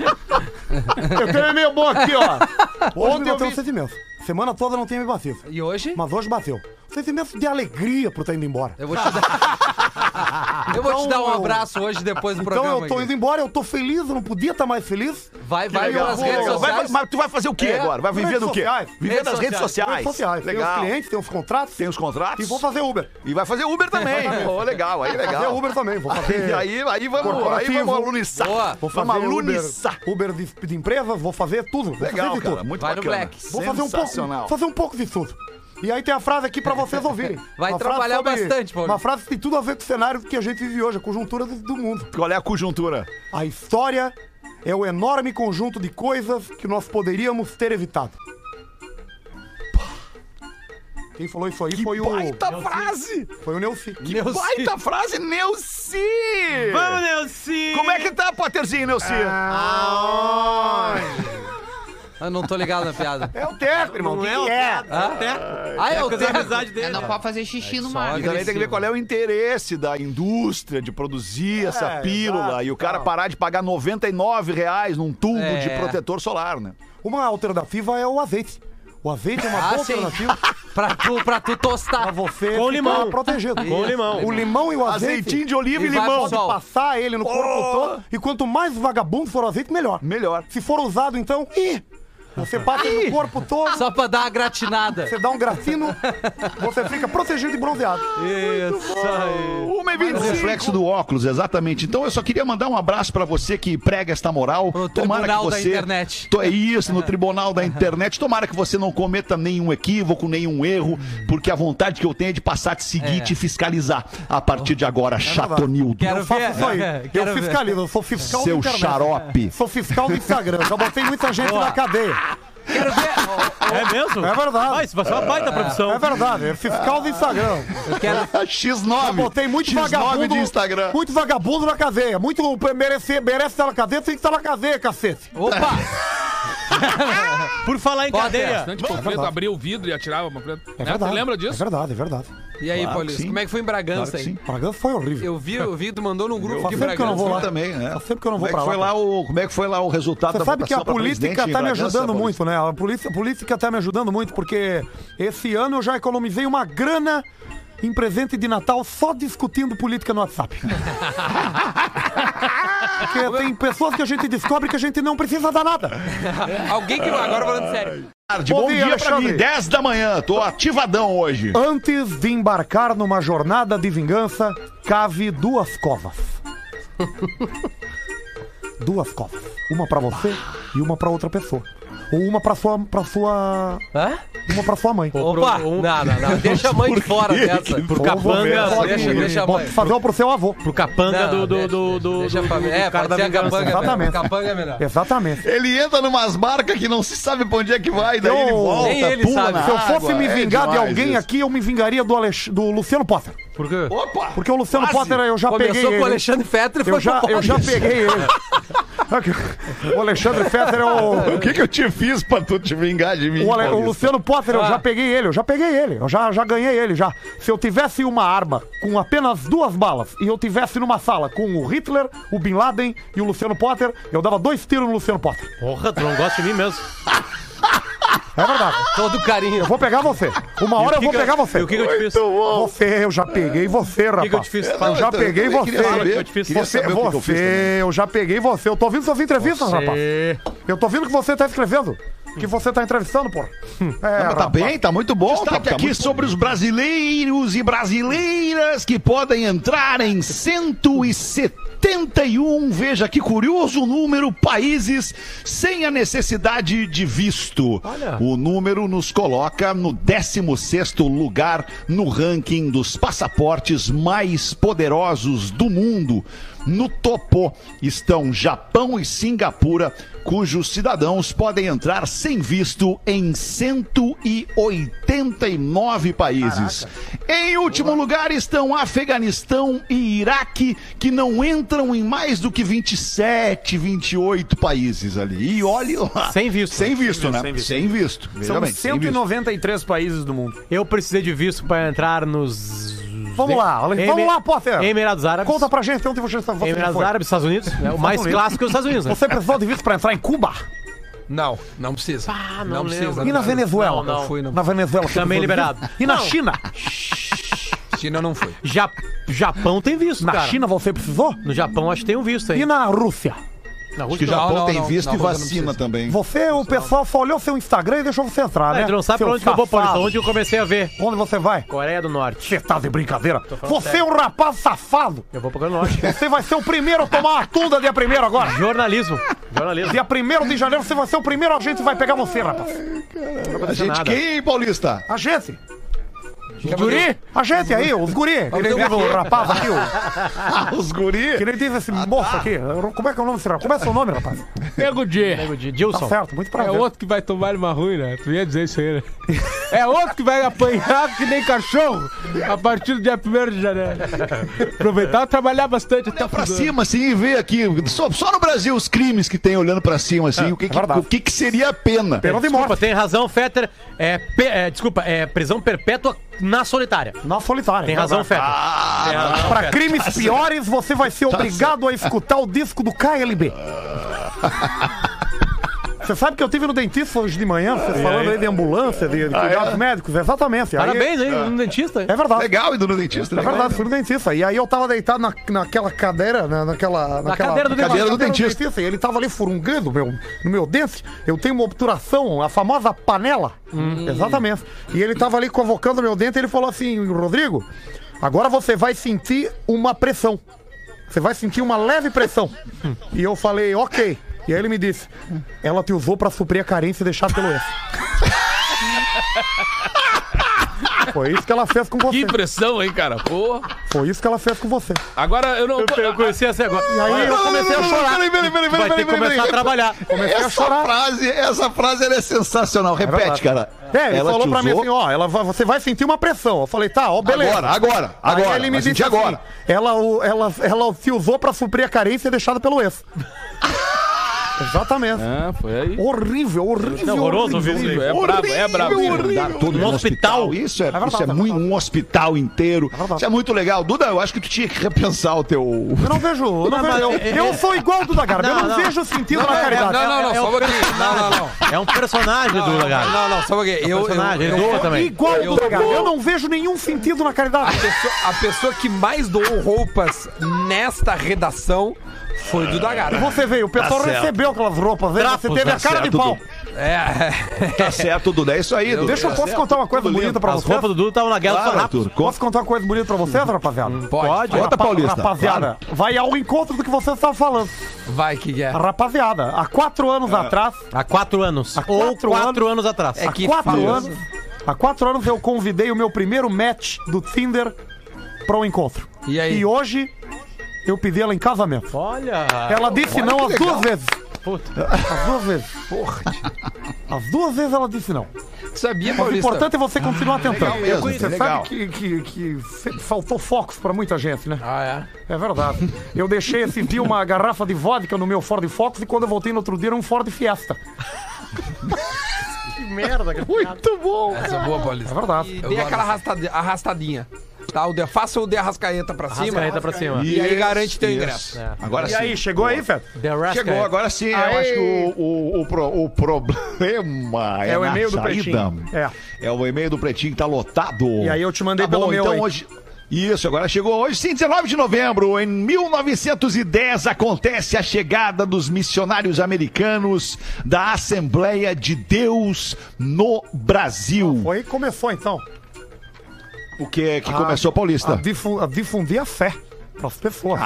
Eu tenho um e-mail bom aqui, ó. Hoje Ontem me eu bateu um vi- sentimento. Semana toda não tinha me batido. E hoje? Mas hoje bateu. Sentimento de alegria por estar indo embora. Eu vou te dar. Eu vou te dar um Então, abraço hoje depois do Então programa. eu tô aqui. indo embora, eu tô feliz, eu não podia estar mais feliz. Vai, vai legal. nas Vou- redes vai- sociais. Vai- mas tu vai fazer o quê É, agora? Vai viver redes do quê? sociais. Viver Redes das redes sociais. sociais. Redes sociais. Tem os Legal. clientes, tem os contratos. Tem os contratos. E vou fazer Uber. E vai fazer Uber também. Pô, legal, aí Fazer legal. Uber também. Vou E fazer. aí, aí vamos, aí Corporativo. vamos aluniçar. Boa. Vou fazer Vamos Uber, aluniçar. Uber de, de empresas, vou fazer tudo. Vou Legal, fazer de cara, tudo. muito Vai no bacana. Black. Vou fazer um pouco, Sensacional. fazer um pouco de tudo. E aí tem a frase aqui pra vocês ouvirem. Vai Uma frase trabalhar sobre- bastante, Paulo. Uma frase que tem tudo a ver com o cenário que a gente vive hoje, a conjuntura do, do mundo. Qual é a conjuntura? A história é o enorme conjunto de coisas que nós poderíamos ter evitado. Quem falou isso aí foi o. Baita frase! Foi o Neuci. Que baita frase, Neuci! Vamos, Nelson! Como é que tá, Potterzinho, Neuci? Eu não tô ligado na piada. É o teto, irmão. Não que é que o é? Ah, eu Coisa da tenho. amizade dele. Não pode fazer xixi no só mar. E também tem que ver qual é o interesse da indústria de produzir essa É, pílula exato, e o cara tal. parar de pagar noventa e nove reais num tubo É. de protetor solar, né? Uma alternativa é o azeite. O azeite é uma Ah, boa sim. alternativa Pra tu, pra tu pra tostar. você Com ficar limão. protegido. Com limão. O limão e o azeite. Azeitinho de oliva e, E vai limão. pro sol. Passar ele no corpo Oh! todo. E quanto mais vagabundo for o azeite, melhor. Melhor. Se for usado, então, ih, você passa ele no corpo todo, Só pra dar a gratinada. você dá um gratino, você fica protegido e bronzeado. Isso aí. Uma e vinte e cinco. Reflexo do óculos, exatamente. Então eu só queria mandar um abraço pra você que prega esta moral. No Tomara tribunal que da você... internet. To- É isso, no tribunal da internet. Tomara que você não cometa nenhum equívoco, nenhum erro, porque a vontade que eu tenho é de passar a te seguir e É. te fiscalizar a partir de agora, Chatonildo. Quero Eu faço ver. isso aí. Quero Eu ver. fiscalizo, eu sou fiscal Seu da internet. xarope. Sou fiscal do Instagram. Já botei muita gente na cadeia. Quero ver. É mesmo? É verdade. Ah, isso vai ser uma baita profissão. É verdade, é fiscal do Instagram. Eu quero. X nove. Botei muito X nove vagabundo. de Instagram. Muito vagabundo na cadeia. Muito merece, merece estar na cadeia, tem que estar na cadeia, cacete. Opa! Por falar em Pode, cadeia. Bastante panfleto, verdade. abria o vidro e atirava o panfleto. É Né? verdade. Você lembra É disso? verdade, é verdade. E aí, Claro que Paulista, sim. como é que foi em Bragança Claro que aí? sim. Bragança foi horrível. Eu vi, eu vi, tu mandou num grupo Faz que tempo que eu não vou lá. Também, né? Faz tempo que eu não vou como é que pra foi lá, lá o Como é que foi lá o resultado Você da sabe que a votação pra política presidente em tá me Bragança, ajudando Paulista? muito, né? A polícia, a política tá me ajudando muito, porque esse ano eu já economizei uma grana em presente de Natal só discutindo política no WhatsApp. Porque tem pessoas que a gente descobre que a gente não precisa dar nada. Alguém que. Agora falando sério. Tarde, Bom bom dia, dia pra Alexandre. mim, dez da manhã, tô ativadão hoje. Antes de embarcar numa jornada de vingança, cave duas covas. Duas covas. Uma pra você e uma pra outra pessoa. Ou uma pra sua... Pra sua... Hã? Uma pra sua mãe. Opa! Não, não, não. Deixa a mãe de fora dessa. Pro Ou você capanga, pode deixa- deixa a mãe. fazer uma pro seu avô. pro capanga Não, do, do, deixa, do, do, deixa do- pra mim. do É, cara pode da ser a vingança. capanga mesmo. Exatamente. Capanga é melhor. Exatamente. Ele entra numas marcas que não se sabe pra onde é que vai, daí Eu- ele volta, Nem ele pula sabe. na Se eu fosse água. me É vingar de demais alguém isso. aqui, eu me vingaria do, Alex... do Luciano Potter. Por quê? Opa! Porque o Luciano Quase. Potter, eu já peguei Começou ele. com o Alexandre Fetter e foi Eu já, pro eu já Potter. peguei ele. O Alexandre Fetter é o... O que que eu te fiz pra tu te vingar de mim? O, Ale- o Paulista? Luciano Potter, eu Ah. já peguei ele, eu já peguei ele, eu já, já ganhei ele, já. Se eu tivesse uma arma com apenas duas balas e eu tivesse numa sala com o Hitler, o Bin Laden e o Luciano Potter, eu dava dois tiros no Luciano Potter. Porra, tu não gosta de mim mesmo. É verdade. Todo carinho. Eu vou pegar você. Uma hora eu que vou que pegar você. E o que, que eu te fiz? Você, eu já peguei você, rapaz. O que, que eu te fiz? Eu Fala. já eu peguei também você. queria saber, Eu te fiz. queria Você, saber o que que eu fiz também. você, eu já peguei você. Eu tô ouvindo suas entrevistas, rapaz. Você- Eu tô ouvindo que você tá escrevendo. Que você tá entrevistando, porra. É, Mas tá rapaz. bem, tá muito bom. Destaque tá, tá aqui muito sobre os brasileiros e brasileiras que podem entrar em cento e setenta e um, veja que curioso número, países sem a necessidade de visto. Olha. O número nos coloca no décimo sexto lugar no ranking dos passaportes mais poderosos do mundo. No topo estão Japão e Singapura, cujos cidadãos podem entrar sem visto em cento e oitenta e nove países. Em último lugar estão Afeganistão e Iraque, que não entram em mais do que vinte e sete, vinte e oito países ali. E olhe lá. Sem visto. Sem visto, né? sem visto. Sem visto. Veja São bem, sem cento e visto. noventa e três países do mundo. Eu precisei de visto pra entrar nos... Vamos lá, olha- vamos lá, Potter. Emirados Árabes. Conta pra gente onde você está. você Emirados foi. Árabes, Estados Unidos. É o mais Unidos. clássico é os Estados Unidos, né? Você precisou de visto pra entrar em Cuba? Não, não precisa. Ah, não precisa. lembro. E na Venezuela? Não, não. Eu fui, não. Na Venezuela. você Também precisou de liberado. visto? E na Não. China? China não foi. Ja- Japão tem visto, Na cara. China você precisou? No Japão acho que tem um visto aí. E na Rússia? Na Acho que o Rússia, não. Japão não, tem não, visto não, e não, não vacina precisa. também. Você, o pessoal só olhou seu Instagram e deixou você entrar, Ah, né? tu não sabe Seu pra onde que eu vou, Paulista. safado. Onde eu comecei a ver. Onde você vai? Coreia do Norte. Você tá de brincadeira? falando Você é um rapaz safado. Eu vou pra Coreia do Norte. Você vai ser o primeiro a tomar uma tunda dia primeiro agora. Jornalismo. Jornalismo. Dia primeiro de janeiro você vai ser o primeiro, a gente vai pegar você, rapaz. A gente nada. quem, hein, Paulista? A gente. Os guri? A gente aí, os guri. Que nem diz o rapaz aqui, o... Ah, os guri. Que nem diz esse moço aqui. Como é que é o nome desse rapaz? Como é seu nome, rapaz? Nego G. Nego de Tá Dilson. certo, muito É prazer. outro que vai tomar uma ruim, né? Tu ia dizer isso aí, né? É outro que vai apanhar que nem cachorro a partir do dia primeiro de janeiro. Aproveitar e trabalhar bastante até o Pra fim do ano. cima, assim, e ver aqui. Só, só no Brasil os crimes que tem olhando pra cima, assim. o que, que, verdade. o que, que seria a pena? Pena de Desculpa, morte. tem razão, Fetter. É, pe- é, desculpa, é prisão perpétua na solitária. Na solitária. Tem razão, Fetter. Ah, Tem razão, Pra Fetter. crimes piores, você vai ser obrigado a escutar o disco do K L B. Você sabe que eu tive no dentista hoje de manhã, você falando aí de ambulância, de, de cuidados médicos, exatamente. Aí- Parabéns, hein, no dentista. É verdade. legal indo no dentista. É legal. verdade, fui no dentista. E aí eu tava deitado na, naquela cadeira, na, naquela, naquela. cadeira do naquela dentista. cadeira do dentista. E ele tava ali furungando meu, no meu dente. Eu tenho uma obturação, a famosa panela. Exatamente. E ele tava ali convocando meu dente e ele falou assim: Rodrigo, agora você vai sentir uma pressão. Você vai sentir uma leve pressão. E eu falei, ok. E aí ele me disse, ela te usou pra suprir a carência e deixar pelo ex. Foi isso que ela fez com Que você. impressão, hein, cara? Pô. Foi isso que ela fez com você. Agora eu não. Eu conheci essa agora. E aí eu comecei a chorar. Peraí, peraí, peraí, Tu vai ter que começar a trabalhar. Comecei a Essa chorar. frase, essa frase ela é sensacional. Repete, verdade. cara. É, ele Ela falou te pra mim usou? assim, ó, ela, vai- você vai sentir uma pressão. Eu falei, tá, ó, beleza. Agora, agora, Aí agora. ele me vai sentir disse assim, agora. ela, o- ela, ela se usou pra suprir a carência deixada pelo ex. Exatamente. Ah, foi aí. Horrível, horrível. Não, horroroso ouvir isso aí. É brabo, é brabo. Dar tudo Um no hospital. Isso é, verdade, isso é é muito um hospital inteiro. verdade. Isso é muito legal. Duda, eu acho que tu tinha que repensar o teu. Eu não vejo, eu não Não, vejo. mas Eu, é- eu sou igual do Dagarbi, eu Não, não, não. vejo sentido na É, caridade. não, não, não, É só um um pouquinho. Não, não, não. É um personagem do Lagarto. Não, não, só um pouquinho. É um Eu, eu, personagem, eu, ele doa também. Igual Eu- do Dagarbi, eu não vejo nenhum sentido na caridade. pessoa- a pessoa que mais doou roupas nesta redação foi do Dagarbi. Você veio, o pessoal Tá certo. recebeu aquelas roupas, aí você Trapos, teve tá a cara de certo, pau. É. Tá certo, Duda. É isso aí, Duda. Deixa eu Tá posso certo. contar uma coisa Tudo bonita lindo. pra As vocês? roupas do Dudu estavam na guerra do Claro, Farrapos. Arthur. Conta. Posso contar uma coisa bonita pra vocês, rapaziada? Pode. Conta, Paulista. Rapaziada, vai ao encontro do que vocês estavam falando. Vai, que é. Rapaziada, há quatro anos atrás, Há quatro anos. Há Ou quatro quatro anos, atrás. É há que quatro famoso. anos, há quatro anos eu convidei o meu primeiro match do Tinder pra um encontro. E aí? E hoje eu pedi ela em casamento. Olha. Ela disse não as duas vezes. Puta. As duas vezes. Porra. As duas vezes ela disse não. Sabia, O Paulista? importante é você continuar tentando. legal mesmo, Você legal. sabe que, que, que fe- faltou focos pra muita gente, né? Ah, é? É verdade. Eu deixei esse dia uma garrafa de vodka no meu Ford Focus e quando eu voltei no outro dia era um Ford Fiesta. Que merda, cara. Muito bom. Essa é boa, Paulista. É verdade. E Eu dê gosto. aquela arrastadi- arrastadinha. Tá, o de, faça o de arrascaeta pra cima. Arrascaeta pra cima. E aí garante teu Isso. ingresso. É. Agora E sim. aí, chegou aí, Fed? The Rascal. Chegou, agora sim. Eu Aê. acho que o, o, o, pro- o problema é, É o na e-mail do saída. Pretinho. É. É o e-mail do Pretinho que tá lotado. E aí eu te mandei tá pelo bom, meu então aí. hoje... Isso, agora chegou hoje, sim, dezenove de novembro, em mil novecentos e dez, acontece a chegada dos missionários americanos da Assembleia de Deus no Brasil. Foi aí que começou, então. O que que A- começou, Paulista? A, difu- a difundir a fé pras pessoas.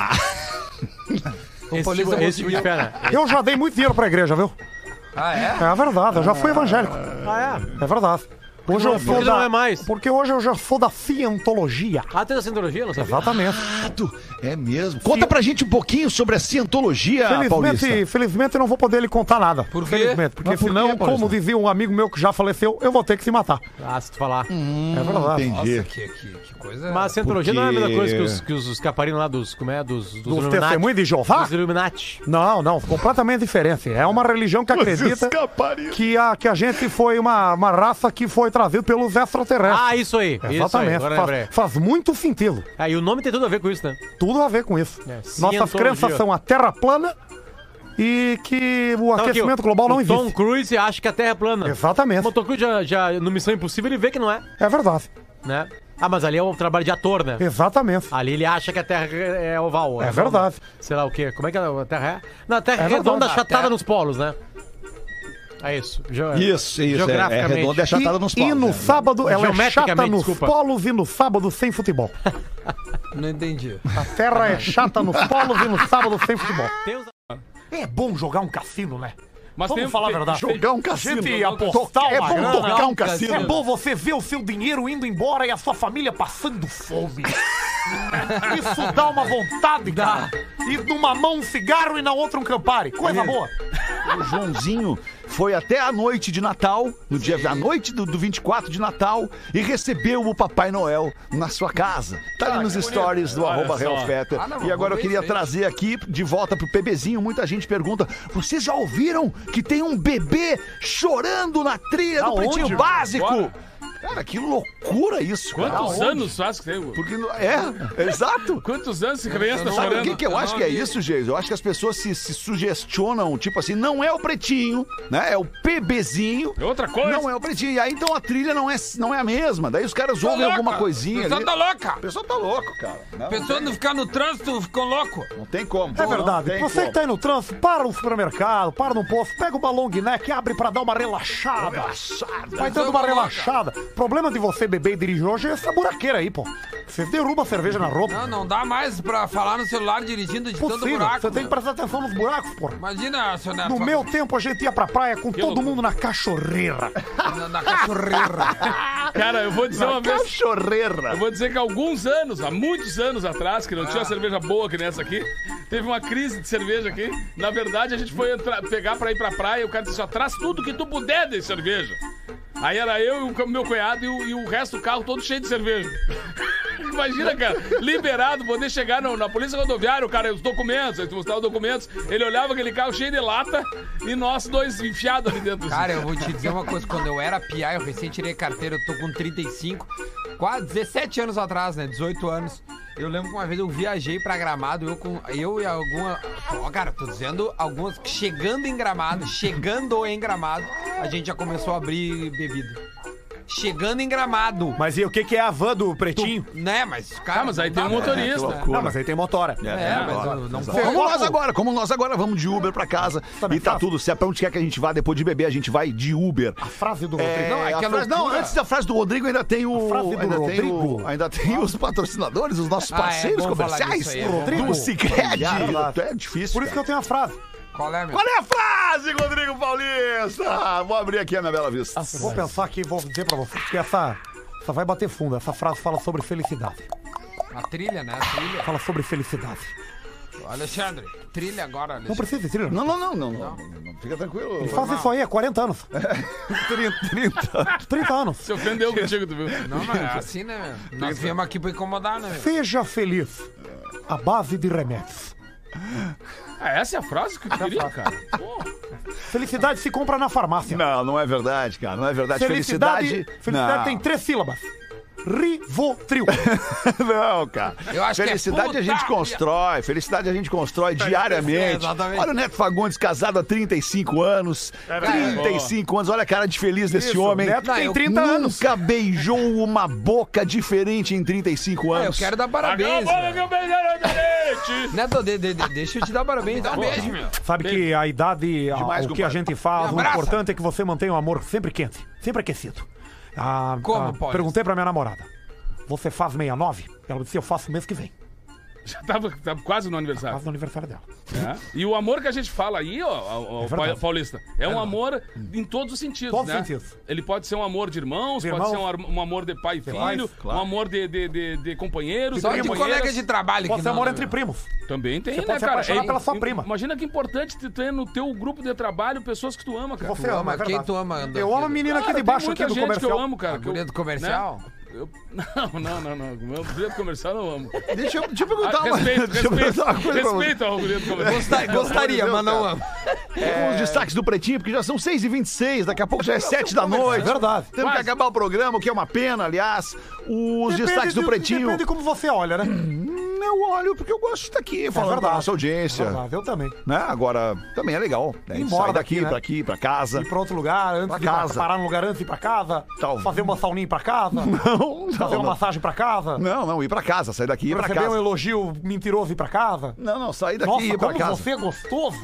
Esse, Paulista tipo, esse tipo de fé, né? Eu já dei muito dinheiro pra igreja, viu? Ah, é? É verdade, eu já fui evangélico. Ah, é? É verdade. Hoje eu Por sou que da... não é mais? Porque hoje eu já sou da cientologia. Ah, tem a cientologia? Não sabia. Exatamente. É mesmo. Conta pra gente um pouquinho sobre a cientologia, Paulista. Felizmente, felizmente eu não vou poder lhe contar nada. Por quê? Felizmente, porque Mas por senão, quê, Paulista? como dizia um amigo meu que já faleceu, eu vou ter que se matar. Ah, se tu falar. É verdade. Entendi. Nossa, que, que, que coisa... Mas a cientologia Porque- não é a mesma coisa que os, que os, os caparinos lá dos... Como é? Dos, dos, Dos Illuminati. testemunhos de Jeová? Dos Illuminati. Não, não, completamente diferente. É uma religião que acredita que a, que a gente foi uma, uma raça que foi trazida pelos extraterrestres. Ah, isso aí. Isso aí, Exatamente. agora lembrei. faz, faz muito sentido. Ah, e o nome tem tudo a ver com isso, né? Tudo a ver com isso. É, Nossas cientologia. crenças são a Terra plana e que o Então, aqui, aquecimento o- global não o Tom existe. Cruise acha que a Terra é plana. Exatamente. O Tom Cruise já, já, no Missão Impossível, ele vê que não é, É verdade. né? Ah, mas ali é um trabalho de ator, né? Exatamente. Ali ele acha que a Terra é oval. É verdade. Sei lá o quê. Como é que a Terra é? Não, a Terra é, É verdade. redonda, A achatada Terra- nos polos, né? É isso. Ge- Isso, isso. É, é Geograficamente. redonda e achatada nos E, paus. e no né? sábado ela é chata Geometricamente, nos desculpa. polos e no sábado sem futebol. Não entendi. A Terra é chata nos polos e no sábado sem futebol. Tem os- É bom jogar um cassino, né? Mas Vamos tem- falar tem- a verdade. Jogar um cassino. Gente, Jogar um apostar cassino. É uma bom grana. tocar um cassino. É bom você ver o seu dinheiro indo embora e a sua família passando fome. Isso dá uma vontade, cara. E numa mão um cigarro e na outra um Campari. Coisa boa. O Joãozinho foi até a noite de Natal, no dia da noite do, do vinte e quatro de Natal, e recebeu o Papai Noel na sua casa. Tá ali nos stories do arroba Real Fetter. Ah, não, E agora eu vou ver queria isso aí. trazer aqui de volta pro bebezinho. Muita gente pergunta: vocês já ouviram que tem um bebê chorando na trilha do Aonde? Pretinho Básico? Agora? Cara, que loucura isso, cara. Quantos Aonde? anos faz que tem? Porque não- é, exato. Quantos anos esse criança tá Sabe chorando? o que, que eu acho que é isso, Geis? Eu acho que as pessoas se, se sugestionam, tipo assim, não é o pretinho, né? É o bebezinho. É outra coisa. Não é o pretinho. E aí então a trilha não é, não é a mesma. Daí os caras Tá ouvem louca. alguma coisinha A pessoa ali. tá louca. A pessoa tá louco, cara. Não, A pessoa não ficar no trânsito, ficou louco. não tem como. É verdade. Não tem Você como. que tá aí no trânsito, para no supermercado, para no posto, pega uma long neck, abre pra dar uma relaxada. Relaxada. Vai dando uma relaxada. Problema de você beber e dirigir hoje é essa buraqueira aí, pô. Você derruba a cerveja na roupa. Não, não dá mais pra falar no celular dirigindo de tanto Possível. buraco. Você tem que meu. prestar atenção nos buracos, pô. Imagina, seu Neto. No meu tempo a gente ia pra praia com todo loucura. mundo na cachorreira. Na, na cachorreira. Cara, eu vou dizer uma vez. Cachorreira. Eu vou dizer que há alguns anos, há muitos anos atrás, que não Ah. tinha cerveja boa que nessa aqui, teve uma crise de cerveja aqui. Na verdade, a gente foi entrar, pegar pra ir pra praia e o cara disse: ó, traz tudo que tu puder de cerveja. Aí era eu e o meu cunhado e o, e o resto do carro todo cheio de cerveja. Imagina, cara, liberado, poder chegar no- na polícia rodoviária, o cara, os documentos, aí tu mostrava os documentos, ele olhava aquele carro cheio de lata e nós dois enfiados ali dentro. Cara, eu vou te dizer uma coisa. Quando eu era piá, eu recém tirei carteira, eu tô com trinta e cinco, quase dezessete anos atrás, né? dezoito anos. Eu lembro que uma vez eu viajei pra Gramado, eu, com, eu e alguma... Ó, cara, tô dizendo algumas... Chegando em Gramado, chegando em Gramado, a gente já começou a abrir bebida. chegando em Gramado. Mas e o que, que é a van do Pretinho? Tu, né, mas, cara... Ah, mas aí tem um motorista. É, não, mas aí tem motora. É, é mas eu não Como nós agora, como nós agora vamos de Uber pra casa e tá tudo certo. Pra onde quer que a gente vá, depois de beber, a gente vai de Uber. A frase do É, Rodrigo. não, é a que frase- não, antes da frase do Rodrigo ainda tem o. A frase do ainda, tem Rodrigo. o ainda tem os patrocinadores, os nossos Ah, é parceiros bom falar comerciais. disso aí, é bom. do Sicredi. Ah, É difícil. Por isso que eu tenho a frase. Qual é, meu? Qual é a frase, Rodrigo Paulista? Vou abrir aqui a minha bela vista. Eu vou pensar aqui e vou dizer pra você que essa, essa vai bater fundo. Essa frase fala sobre felicidade. A trilha, né? A trilha. Fala sobre felicidade. Alexandre, trilha agora, Não Alexandre. precisa de trilha. Não, não, não, não, não, não. Fica tranquilo. Ele faz isso aí há quarenta anos. trinta, trinta. trinta anos. Se ofendeu contigo, tu viu? Não, mas é assim, né, meu? Nós viemos aqui pra incomodar, né, meu? Seja feliz. A base de remédios. Ah, essa é a frase que eu queria, cara. Pô. Felicidade se compra na farmácia. Não, não é verdade, cara. Não é verdade. Felicidade, Felicidade. felicidade não. tem três sílabas. Rivotril. Não, cara. Eu acho que é Felicidade a gente putaria. constrói, felicidade a gente constrói diariamente. exatamente. Olha o Neto Fagundes, casado há trinta e cinco anos. trinta e cinco anos, olha a cara de feliz desse Isso, homem. Neto tem eu trinta anos. Nunca beijou uma boca diferente em trinta e cinco Ah, eu anos. quero dar parabéns, meu. Neto, de, de, de, deixa eu te dar parabéns. Dá um beijo, meu. Sabe que a idade, a- Demais, o que a compadre. gente faz, Me o abraça. importante é que você mantenha o amor sempre quente, sempre aquecido. Ah, Como, ah, Paulista? perguntei pra minha namorada. Você faz sessenta e nove? Ela disse, eu faço mês que vem. Já tava, tava quase no aniversário. Quase no aniversário dela. É. E o amor que a gente fala aí, ó, ó, ó, É verdade. Paulista, é um amor em todos os sentidos, Todos né? os sentidos. Ele pode ser um amor de irmãos, De pode irmãos. ser um, ar- um amor de pai e filho, pais, claro. um amor de, de, de, de companheiros, Só de de companheiras. colega de trabalho que Pode ser não, amor né, entre meu? primos. Também tem, Você né, pode se cara? apaixonar pela sua prima. Imagina que importante tu ter no teu grupo de trabalho pessoas que tu ama, cara. Você Tu ama, ama, é quem verdade. tu ama, André? Eu amo a menina aqui Cara, de baixo, tem aqui muita do gente comercial. que eu amo, cara. A que eu- guria do comercial? né? Eu- Não, não, não, não. Meu guria do comercial eu não amo. Deixa eu, deixa eu Ah, perguntar uma respeito, deixa eu respeito. perguntar uma coisa pra você. Respeito ao guria do comercial. Gosta- Gostaria, mas não amo. É... Os destaques do Pretinho, porque já são seis e vinte e seis, daqui a pouco já é sete da noite. É verdade. Temos que Quase. acabar o programa, o que é uma pena, aliás. Os Depende destaques do de- Pretinho. Depende de como você olha, né? Hum, Eu olho porque eu gosto de estar aqui, falando verdade. da nossa audiência. É verdade, eu também. Né? Agora, também é legal. Né? Ir embora Sair daqui, daqui, né? pra aqui, pra casa. Ir pra outro lugar, antes Pra de ir pra- casa. parar num lugar antes de ir pra casa. Tal. Fazer uma sauninha pra casa. Não, Fazer não, uma não. massagem pra casa. Não, não, ir pra casa, sair daqui e ir pra Receber um casa. elogio mentiroso e ir pra casa. Não, não, sair daqui e Nossa, ir pra como casa. você é gostoso.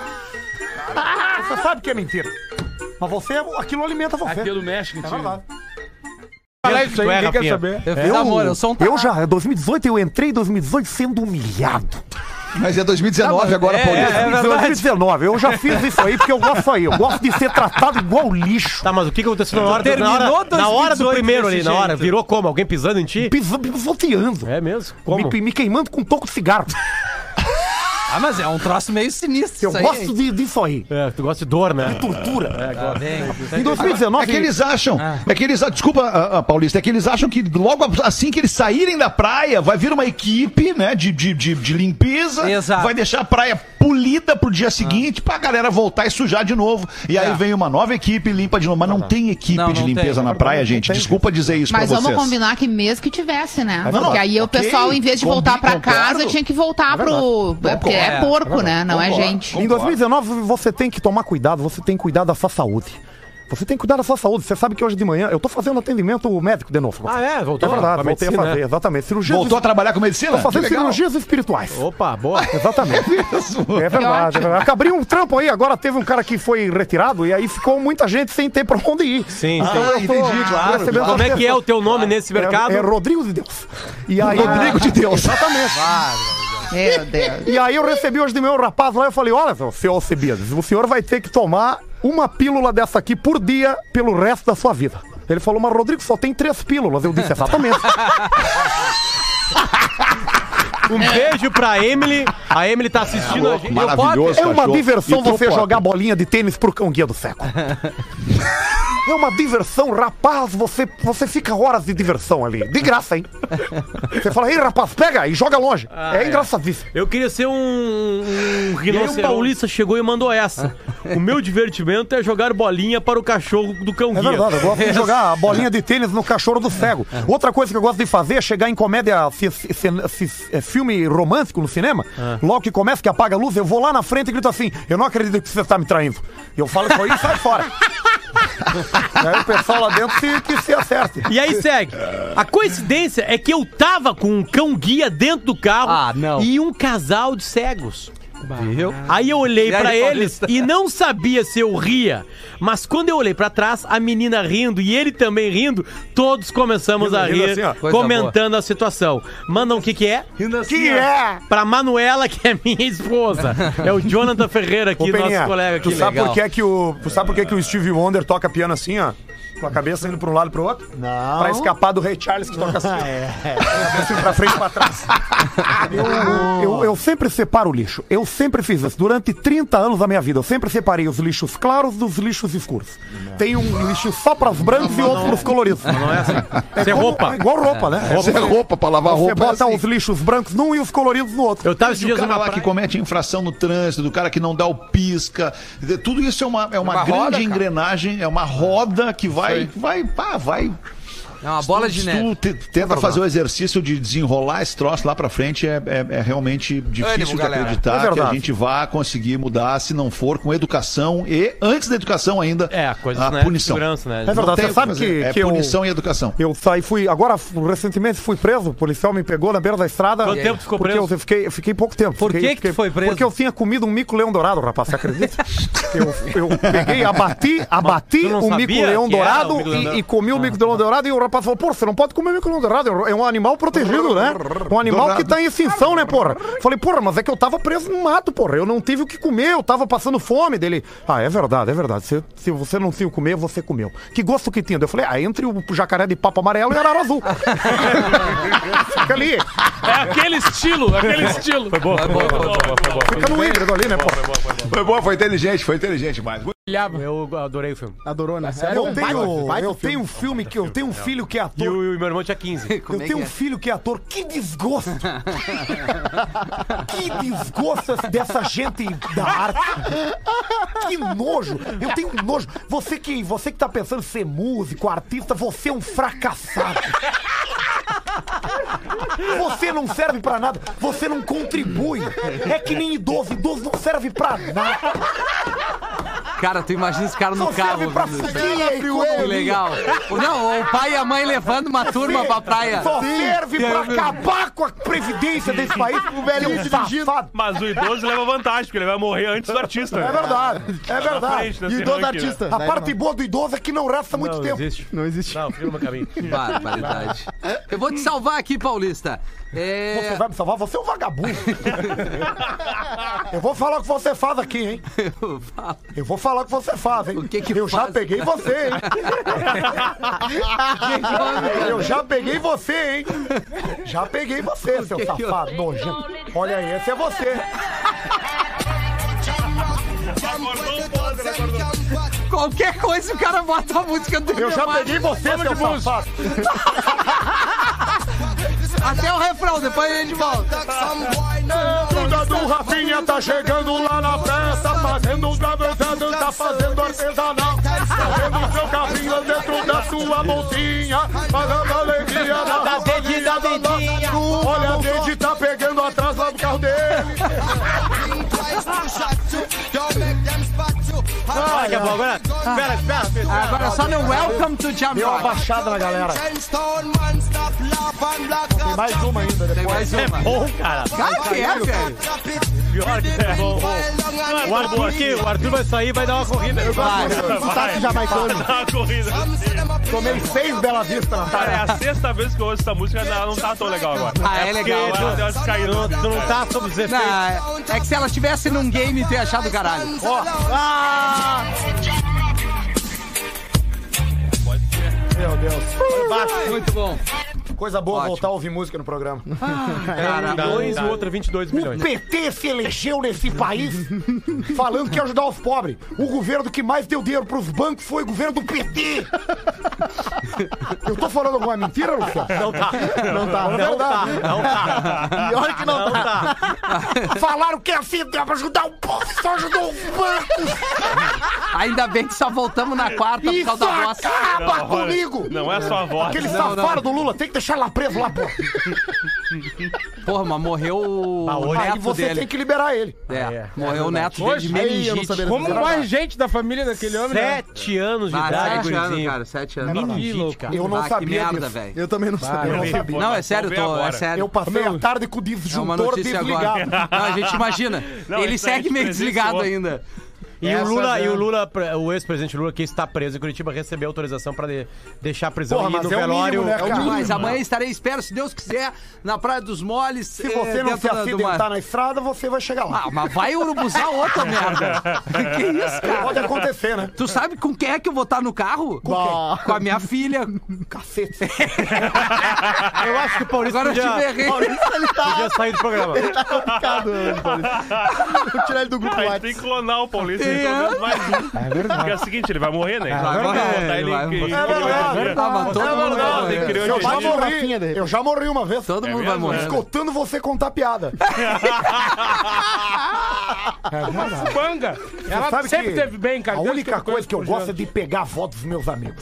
Você sabe que é mentira. Mas você, aquilo alimenta você. Aquilo mexe É contigo. verdade. Fala isso aí, Tu é, quem quer Rafinha? saber? Eu fiz amor, eu sou um Eu já, em dois mil e dezoito, eu entrei em dois mil e dezoito sendo humilhado. Mas é dois mil e dezenove agora, é, Paulista. é dois mil e dezenove, eu já fiz isso aí porque eu gosto aí. Eu gosto de ser tratado igual lixo. Tá, mas o que que aconteceu na hora, do- na Terminou hora, na hora do dois mil e dezoito primeiro ali, desse na hora? jeito. Virou como? Alguém pisando em ti? Pisa- Pisoteando. É mesmo? Como? Me, me queimando com um toco de cigarro. Ah, mas é um troço meio sinistro Eu isso aí. gosto de, disso aí. É, tu gosta de dor, né? Tortura. Tá bem. Em dois mil e dezenove, É que eles acham, é que eles, desculpa, ah, ah, Paulista, é que eles acham que logo assim que eles saírem da praia, vai vir uma equipe, né, de, de, de, de limpeza, Exato. vai deixar a praia polida pro dia seguinte pra galera voltar e sujar de novo. E aí É. vem uma nova equipe e limpa de novo. Mas não tem equipe Não, de não limpeza tem. na praia, gente. tem. Desculpa dizer isso Mas pra vamos vocês. combinar que mesmo que tivesse, né? não, Porque aí ok, o pessoal, em vez de combi- voltar pra concordo. casa, tinha que voltar pro. É porque é É, porco, né? Não é Concordo. gente. Em dois mil e dezenove, você tem que tomar cuidado, você tem que cuidar da sua saúde. Você tem que cuidar da sua saúde. Você sabe que hoje de manhã eu tô fazendo atendimento médico de novo. Ah, é? Voltou? É verdade, Pra voltei a medicina, fazer, né? exatamente. Cirurgia Voltou a trabalhar com medicina? Tô fazendo Que legal. cirurgias espirituais. Opa, boa. Exatamente. É verdade, é verdade. Abri um trampo aí, agora teve um cara que foi retirado e aí ficou muita gente sem ter pra onde ir. Sim, Então sim. eu tô entendi, claro. recebendo Como é que é o teu nome nesse mercado? É, é Rodrigo de Deus. E aí, Rodrigo de Deus. Exatamente. Meu Deus. E aí eu recebi hoje de manhã um rapaz lá e eu falei, olha, seu Alcebiades, o senhor vai ter que tomar uma pílula dessa aqui por dia pelo resto da sua vida. Ele falou, mas Rodrigo, só tem três pílulas. Eu disse, exatamente. Um beijo pra Emily. A Emily tá assistindo a gente. Maravilhoso, É uma cachorro. diversão E tu, você Potter? jogar bolinha de tênis pro cão guia do século. É uma diversão, rapaz, você, você fica horas de diversão ali. De graça, hein? Você fala, ei, rapaz, pega e joga longe. Ah, é, é. engraçadíssimo. Eu queria ser um, um rinoceronte. E aí o Paulista chegou e mandou essa. O meu divertimento é jogar bolinha para o cachorro do cão É guia. verdade, eu gosto de jogar a bolinha de tênis no cachorro do cego. Outra coisa que eu gosto de fazer é chegar em comédia, fi- fi- fi- é, filme romântico no cinema. Logo que começa, que apaga a luz, eu vou lá na frente e grito assim, eu não acredito que você está me traindo. E eu falo isso aí e sai fora. E aí o pessoal lá dentro se, que se acerte. E aí segue. A coincidência é que eu tava com um cão-guia dentro do carro Ah, não. e um casal de cegos. Viu? Aí eu olhei E aí, pra eles Paulista? e não sabia se eu ria. Mas quando eu olhei pra trás, a menina rindo e ele também rindo, todos começamos a rindo rir, assim, ó. Coisa comentando a situação. Mandam o que que é? Que é? Pra Manuela, que é minha esposa. É o Jonathan Ferreira aqui, Ô, Peninha, nosso colega aqui. tu sabe Legal. por que é que o, tu sabe por que é que o Stevie Wonder toca piano assim, ó? Com a cabeça indo pra um lado e pro outro? Não. Pra escapar do Ray Charles que toca assim. É. Assim pra frente e pra trás. Eu, eu, eu sempre separo o lixo. Eu sempre fiz isso. Durante trinta anos da minha vida, eu sempre separei os lixos claros dos lixos escuros. Tem um lixo só pras brancos e outro pros coloridos. Não é assim. É Isso é como- roupa. é igual roupa, né? Essa é roupa pra lavar Você roupa. é bota assim. os lixos brancos num e os coloridos no outro. Eu tava esses O dias cara numa lá que praia. comete infração no trânsito, do cara que não dá o pisca. Tudo isso é uma, é uma, Uma grande roda, cara. engrenagem, é uma roda que vai, vai, pá, vai. É uma bola de Se neve. tu te- tenta fazer o exercício de desenrolar esse troço lá pra frente, é, é- é realmente difícil Ânimo, de galera. acreditar É que a verdade. gente vá conseguir mudar se não for com educação e, antes da educação ainda, É, a coisa, a né? punição. Segurança, né? É Não verdade, tem você o sabe fazer. que, é que eu, punição e educação. eu saí, fui, agora recentemente fui preso, o policial me pegou na beira da estrada. Quanto tempo ficou porque preso? Eu fiquei, eu fiquei pouco tempo. Por Fiquei- que que tu fiquei- foi preso? Porque eu tinha comido um mico-leão dourado, rapaz, você acredita? eu, eu peguei, abati, abati tu não o sabia mico-leão que era dourado o mico-leão e, dourado? e comi o mico-leão dourado e o rapaz falou, pô, você não pode comer mico-leão dourado, é um animal protegido, né? Um animal que tá em extinção, né, porra? Falei, porra, mas é que eu tava preso no mato, porra, eu não tive o que comer, eu tava passando fome dele. Ah, é verdade, é verdade, se, se você não tinha o que comer, você comeu. Que gosto que tinha? Eu falei, ah, entre o jacaré de papo amarelo e arara azul. Fica ali, É aquele estilo, aquele estilo. Foi bom, foi bom, foi bom. fica no híbrido ali, né, porra? Foi bom, foi inteligente, foi inteligente, mas. Eu adorei o filme. Adorou, né? Eu um tenho, baita- baita eu filme. tenho um filme que eu tenho um filho que é E ator. o, e o meu irmão tinha quinze. Como Eu é tenho que um é? filho que é ator. Que desgosto! Que desgosto dessa gente da arte! Que nojo! Eu tenho um nojo. Você que, você que tá pensando em ser músico, artista, você é um fracassado. Você não serve pra nada. Você não contribui. É que nem idoso. Idoso não serve pra nada. Cara, tu imagina esse cara no Só serve carro. pra ouvindo isso. fuder a Que economia. legal. Não, o pai e a mãe levando uma turma pra praia. Só serve pra acabar com a previdência desse país. O velhinho safado. Mas o idoso leva vantagem, porque ele vai morrer antes do artista. É verdade, é verdade. frente, né? E o idoso artista. A parte boa do idoso é que não resta muito Não tempo. existe. Não existe. Não, filma caminho. Barbaridade. Eu vou te salvar aqui, Paulista. É... Você vai me salvar? Você é um vagabundo. Eu vou falar o que você faz aqui, hein? Eu falo. Eu vou falar o que você faz, hein? O que que eu já faz? peguei você, hein? Eu já peguei você, hein? Já peguei você, seu que que safado nojento. Olha aí, esse é você. Qualquer coisa o cara bota a música do Eu já Neymar. peguei você, seu safado. Até o refrão, depois a gente volta. Tudo do Rafinha tá chegando lá na festa, fazendo um travessado, tá fazendo artesanal. Fazendo seu carrinho dentro da sua bolsinha, fazendo a alegria da dedinha da dedinha. Olha, a Dede tá pegando atrás lá do carro dele. Olha que é bom, agora. Espera, espera, espera. Agora só no Welcome to Jam Deu uma Rock. baixada na galera. Tem mais uma ainda Tem depois. mais uma. Bom, cara. Cara, que é, velho? Pior que é bom. O Arthur aqui, o Arthur vai sair e vai dar uma corrida. Vai. Sotaque jamaicano. Dá uma corrida. Tomei seis Bela Vista na Cara, é cara. a sexta vez que eu ouço essa música, ela não tá tão legal agora. Ah, é legal. Porque deu- deu uma descaída. Tu não tá sob os efeitos. Não, é que se ela estivesse num game, tu ia achar do caralho. Meu Deus. Muito bom. Coisa boa Ótimo. voltar a ouvir música no programa. Cara, Dois, o outro vinte e dois O milhões. P T se elegeu nesse país falando que ia ajudar os pobres. O governo que mais deu dinheiro pros bancos foi o governo do P T. Eu tô falando alguma mentira, Luciano? Não tá. Não tá. Não tá. Não tá. Pior que não, tá. Falaram que assim dá pra ajudar o povo, só ajudou os bancos. ainda bem que só voltamos na quarta por Isso causa da voz. acaba Não, olha, comigo. Não é só a voz. Aquele Não, safado não. do Lula tem que deixar lá preso lá, pô. Porra, mas morreu o Ah, hoje- Aí neto você dele. tem que liberar ele. É, É, morreu o neto dele de Hoje? Aí eu não meningite. sabia. Como Era mais gente da família daquele homem, né? Sete anos de Ah, idade, sete anos, gurizinho. cara, sete anos. Meningite, cara. Eu não Ah, que sabia merda, disso. velho. Eu também não sabia. Eu não Pô, sabia. Não, é nós sério, vamos ver tô, é agora. sério. Eu passei Meu, a tarde com o É uma disjuntor notícia desligado. agora. Não, a gente imagina. Não, Ele isso aí a segue gente meio presenciou. desligado ainda. E o Essa Lula, é- e o Lula, o ex-presidente Lula, que está preso em Curitiba, recebeu autorização pra de- deixar a prisão Porra, e ir mas no é o velório. mínimo, né, cara? Mas amanhã estarei, espero, se Deus quiser, na Praia dos Moles. Se você não se acidentar na estrada, você vai chegar lá. Ah, mas vai urubuzar outra merda. Que isso, cara? Pode acontecer, né? Tu sabe com quem é que eu vou estar no carro? Com quem? Com a minha filha. Cacete. Eu acho que o Paulista Agora eu te podia, berrei. podia sair do programa. Complicado, Vou tirar ele do grupo Aí WhatsApp. tem que clonar o Paulista, É. pelo menos mais um. É verdade. Porque é o seguinte, ele vai morrer, né? Vai Então, morrer, botar ele vai em- morrer. em- É verdade. Ah, mas todo É mundo vai verdade. morrer. Tem que criar Eu já hoje em dia. morri. Eu já morri uma vez. Todo É mundo vai mesmo? morrer. Escutando você contar piada. Panga. Ela sabe sempre que teve bem, cara. A Deus única que coisa que eu por gosto é gente. de pegar a avó dos meus amigos.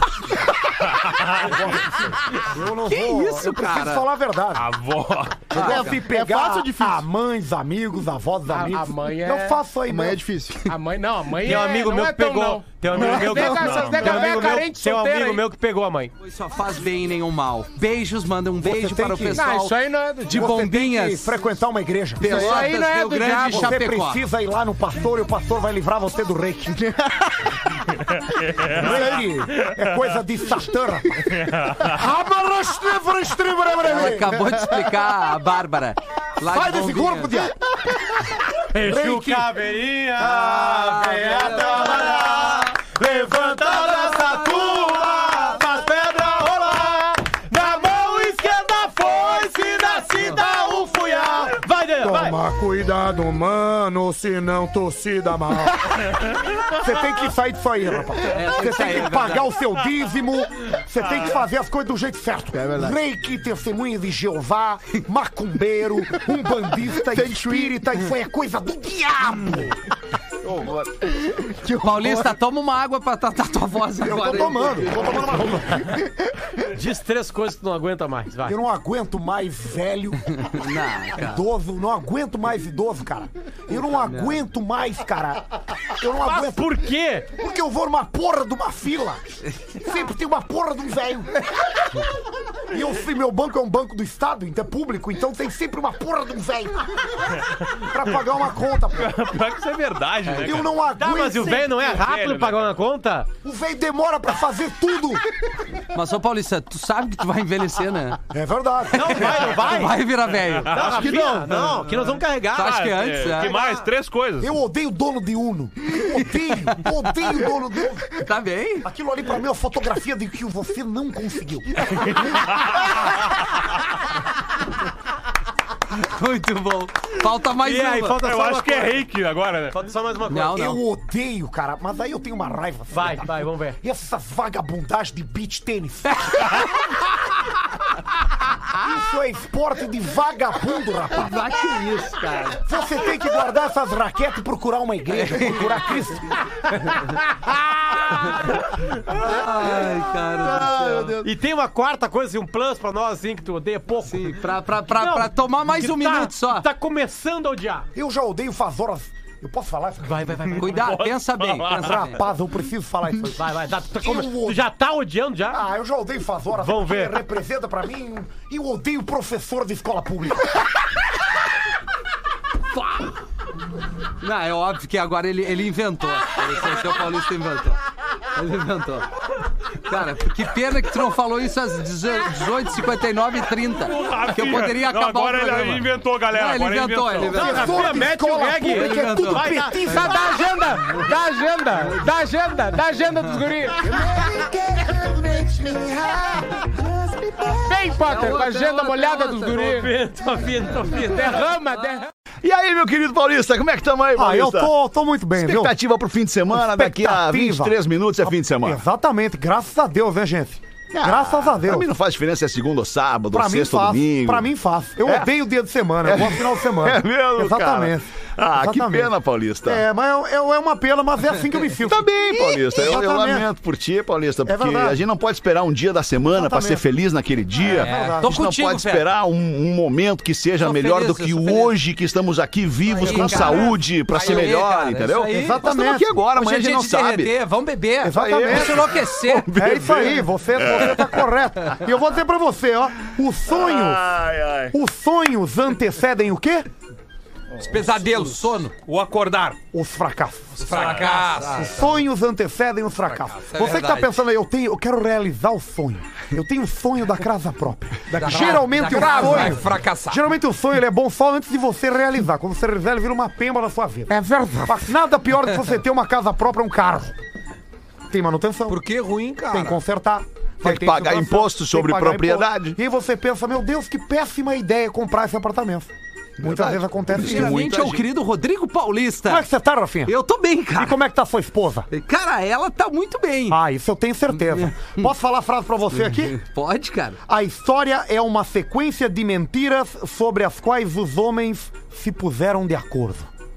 Eu não Que vou. isso, eu preciso cara? falar a verdade. Avó. Eu gosto de pegar fácil ou difícil? a mães, amigos, avós, A- amigos. a mãe é- Eu faço aí, Amanhã é mesmo. difícil. A mãe, não, a mãe Tem um é- amigo não meu é que tão pegou. não. Tem um amigo meu que Nega, essas Tem um nega amigo velha meu- carente tem um solteira amigo aí. meu que pegou a mãe. Só faz bem e nenhum mal. Beijos, manda um beijo tem para o que- pessoal. Não, isso aí não é do de Você tem que bombinhas. frequentar uma igreja. Pelotas, Isso aí não é Rio do Grande diabo. e Você Chapecó. precisa ir lá no pastor e o pastor vai livrar você do reiki. Reiki é coisa de satã, rapaz. Ela acabou de explicar a Bárbara. Lá Sai de desse Bombinhas. corpo, diabo. Exu que- caveirinha, Ah, venha venha trabalhar, levanta a braça tua, faz pedra rolar, na mão esquerda foice, na cinta o funhal. Vai, Daniel, vai. Toma cuidado, mano, senão tu se dá mal. Você tem que sair disso aí, rapaz. Você que sair, tem é que pagar verdade. o seu dízimo. Você tem que fazer as coisas do jeito certo. É verdade. Reiki, testemunha de Jeová, macumbeiro, um bandista, espírita, isso aí é coisa do diabo. Paulista, toma uma água pra tratar tua voz Eu agora. tô aí. tomando, eu tô tomando uma... Diz três coisas que tu não aguenta mais, vai. Eu não aguento mais velho, Não, cara. idoso, não aguento mais idoso, cara. Eu não aguento mais, cara. Eu não aguento. Por quê? Porque eu vou numa porra de uma fila. Sempre tem uma porra de um velho. E eu sei, meu banco é um banco do Estado, então é público, então tem sempre uma porra de um velho. Pra pagar uma conta, pô. Pior que isso é verdade, né? Eu cara? não aguento. Tá, mas e o velho não é rápido velho, né, pagar uma conta? O velho demora pra fazer tudo. Mas, ô Paulista, tu sabe que tu vai envelhecer, né? É verdade. Não vai, não vai. Vai virar velho. Não, acho que não. Não, que nós vamos carregar. Tu acha que Ah, antes? é, é? que mais? Três coisas. Eu odeio dono de Uno. Odeio, odeio dono de Uno. Tá bem? Aquilo ali pra mim é uma fotografia de que você não conseguiu. Muito bom. Falta mais E uma. aí, falta Eu só acho uma que é coisa. reiki agora, né? Falta só mais uma coisa. Não, não. Eu odeio, cara, mas aí eu tenho uma raiva. filha Vai, da vai, vamos ver. E essas vagabundagens de beach tênis. Isso é esporte de vagabundo, rapaz. Vai que isso, cara. Você tem que guardar essas raquetes e procurar uma igreja, procurar Cristo. Ai, cara do céu. E tem uma quarta coisa, assim, um plus pra nós, assim, que tu odeia pouco. Sim, pra, pra, pra, Não, pra tomar mais que um tá- minuto só. Tá começando a odiar. Eu já odeio faz horas. Eu posso falar isso? Vai, vai, vai. vai. Cuidado, pensa bem, pensa bem. Rapaz, eu preciso falar isso aí. Vai, vai. Dá, tu, tá come- Eu tu já tá odiando já? Ah, eu já odeio faz horas. Vamos porque ver. Representa pra mim. E eu odeio professor de escola pública. Não, é óbvio que agora ele, ele inventou. Esse é o seu Paulista inventou. Ele inventou. Cara, que pena que tu não falou isso às dezoito e cinquenta e nove e trinta. Que eu poderia Não, acabar agora o ele programa. inventou, galera. Não, ele agora inventou, ele inventou. Professor de mete o escola reggae, pública ele é tudo inventou. petista. Tá, dá agenda! Dá agenda! Dá agenda! Dá agenda dos guris! Vem, Potter, com a agenda molhada dos guris! Tô ouvindo, tô ouvindo. Derrama, derrama! E aí, meu querido Paulista, como é que tamo aí, Ah, eu Paulista? tô, tô muito bem, viu? Expectativa pro fim de semana, daqui a Expectativa. vinte e três minutos é fim de semana. Exatamente, graças a Deus, né, gente? Ah, Graças a Deus. Pra mim não faz diferença se é segunda ou sábado, Pra ou mim sexta ou faz, domingo. pra mim faz. Eu É? odeio o dia de semana, eu gosto do final de semana. É mesmo, Exatamente. cara? Ah, que Exatamente. pena, Paulista. É, mas é, é uma pena, mas é assim que eu me sinto. Tá bem, Paulista. Eu, eu Exatamente. lamento por ti, Paulista, porque verdade. a gente não pode esperar um dia da semana pra ser Exatamente. feliz naquele dia. verdade. A Tô gente não contigo, pode Fé. esperar um, um momento que seja Sou melhor feliz, do que eu o sou feliz. hoje, que estamos aqui vivos, Aí, com cara. saúde, pra Aí, ser melhor, cara, entendeu? isso aí. Nós estamos Exatamente. aqui agora, amanhã a Hoje é gente dia não de sabe. derreter, vamos beber. Exatamente. Vamos se enlouquecer. É isso aí, você, você tá correto. E eu vou dizer pra você, ó, os sonhos, Ai, ai. os sonhos antecedem o quê? Os pesadelos, sono, O acordar. Os fracassos. os fracassos. Os sonhos antecedem os fracassos. é Você que tá verdade. pensando aí, eu tenho, eu quero realizar o sonho. Eu tenho o sonho da casa própria. Da Geralmente da o casa vai sonho, fracassar. geralmente o sonho ele é bom só antes de você realizar. Quando você realizar, ele vira uma pemba na sua vida. É verdade. Mas nada pior do que você ter uma casa própria, um carro. Tem manutenção. Por que ruim, cara? Tem que consertar. Tem que pagar imposto sobre propriedade. E aí você pensa, meu Deus, que péssima ideia comprar esse apartamento. Muitas vezes acontece isso. Primeiramente é o querido Rodrigo Paulista. Como é que você tá, Rafinha? Eu tô bem, E cara. como é que tá sua esposa? Cara, ela tá muito bem. Ah, isso eu tenho certeza. Posso falar a frase pra você aqui? Pode, cara. A história é uma sequência de mentiras sobre as quais os homens se puseram de acordo.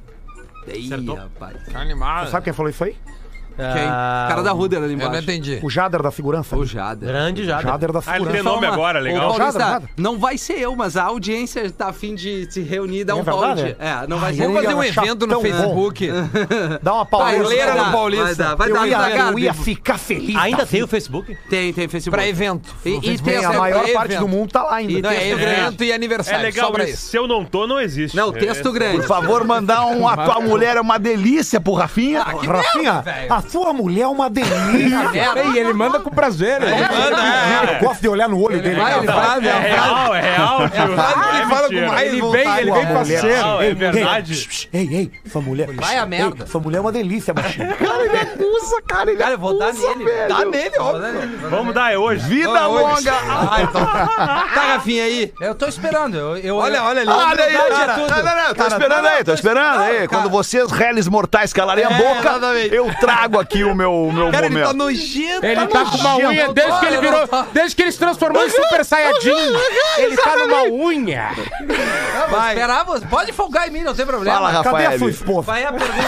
Ih, rapaz. Animado. Sabe quem falou isso aí? Quem? O cara da Ruder ali Eu não embaixo. entendi. O Jader da segurança. O Jader. Grande já. Jader da Ah, ele tem segurança. nome Uma- agora, Ô, legal. Paulista, Jader, Jader. não vai ser eu, mas a audiência tá a fim de se reunir, dar É um verdade, pause. É, não vai Ai, ser. eu Vamos ia fazer um achar evento no tão bom. Facebook. Dá uma Pauleira pauleira no Vai Paulista. dar, vai Eu dar, ia, vai dar, eu ia Bibo. ficar feliz. Ainda da tem vida. o Facebook? Tem, tem Facebook. Pra evento. E, e tem Tem, a essa- maior é parte evento. do mundo tá lá ainda. E Não, é texto grande. evento e aniversário. É legal, só pra mas isso. se eu não tô, não existe. Não, texto grande. Por favor, mandar um a tua mulher é uma delícia pro Rafinha. Rafinha, velho. a sua mulher é uma delícia. Ei, ele manda com prazer. Ele Eu gosto de olhar no olho dele. Vai, ele cara. fala, É real, é real, tio. Ele fala com mais Ele vontade. vem, ele Tua vem mulher. parceiro. Não, é Ei, verdade. Ei, ei, sua mulher. Vai a merda. Ei, sua mulher é uma delícia, baixinho. Cara, ele acusa, cara. Ele Cara, eu vou dar acusa, nele. velho. Dá nele, óbvio. Vamos dar, é hoje. Vida Olha, hoje. longa. Ah, então. Tá, Rafinha, aí. Eu tô esperando. Eu, eu, Olha, olha ali. Olha aí, Humildade é cara. tudo. Não, não, não, tô esperando aí, tô esperando aí. Quando vocês, réis mortais, calarem a É, boca, exatamente. eu trago aqui o meu, o meu Cara, ele momento. tá nojento. Ele tá com uma unha desde que ele virou. Desde que ele se transformou em Super Saiyajin. Ele tá numa unha. eu vou esperar, você pode folgar em mim, não tem problema. Fala, Cadê a Rafael. sua esposa? Vai a pergunta.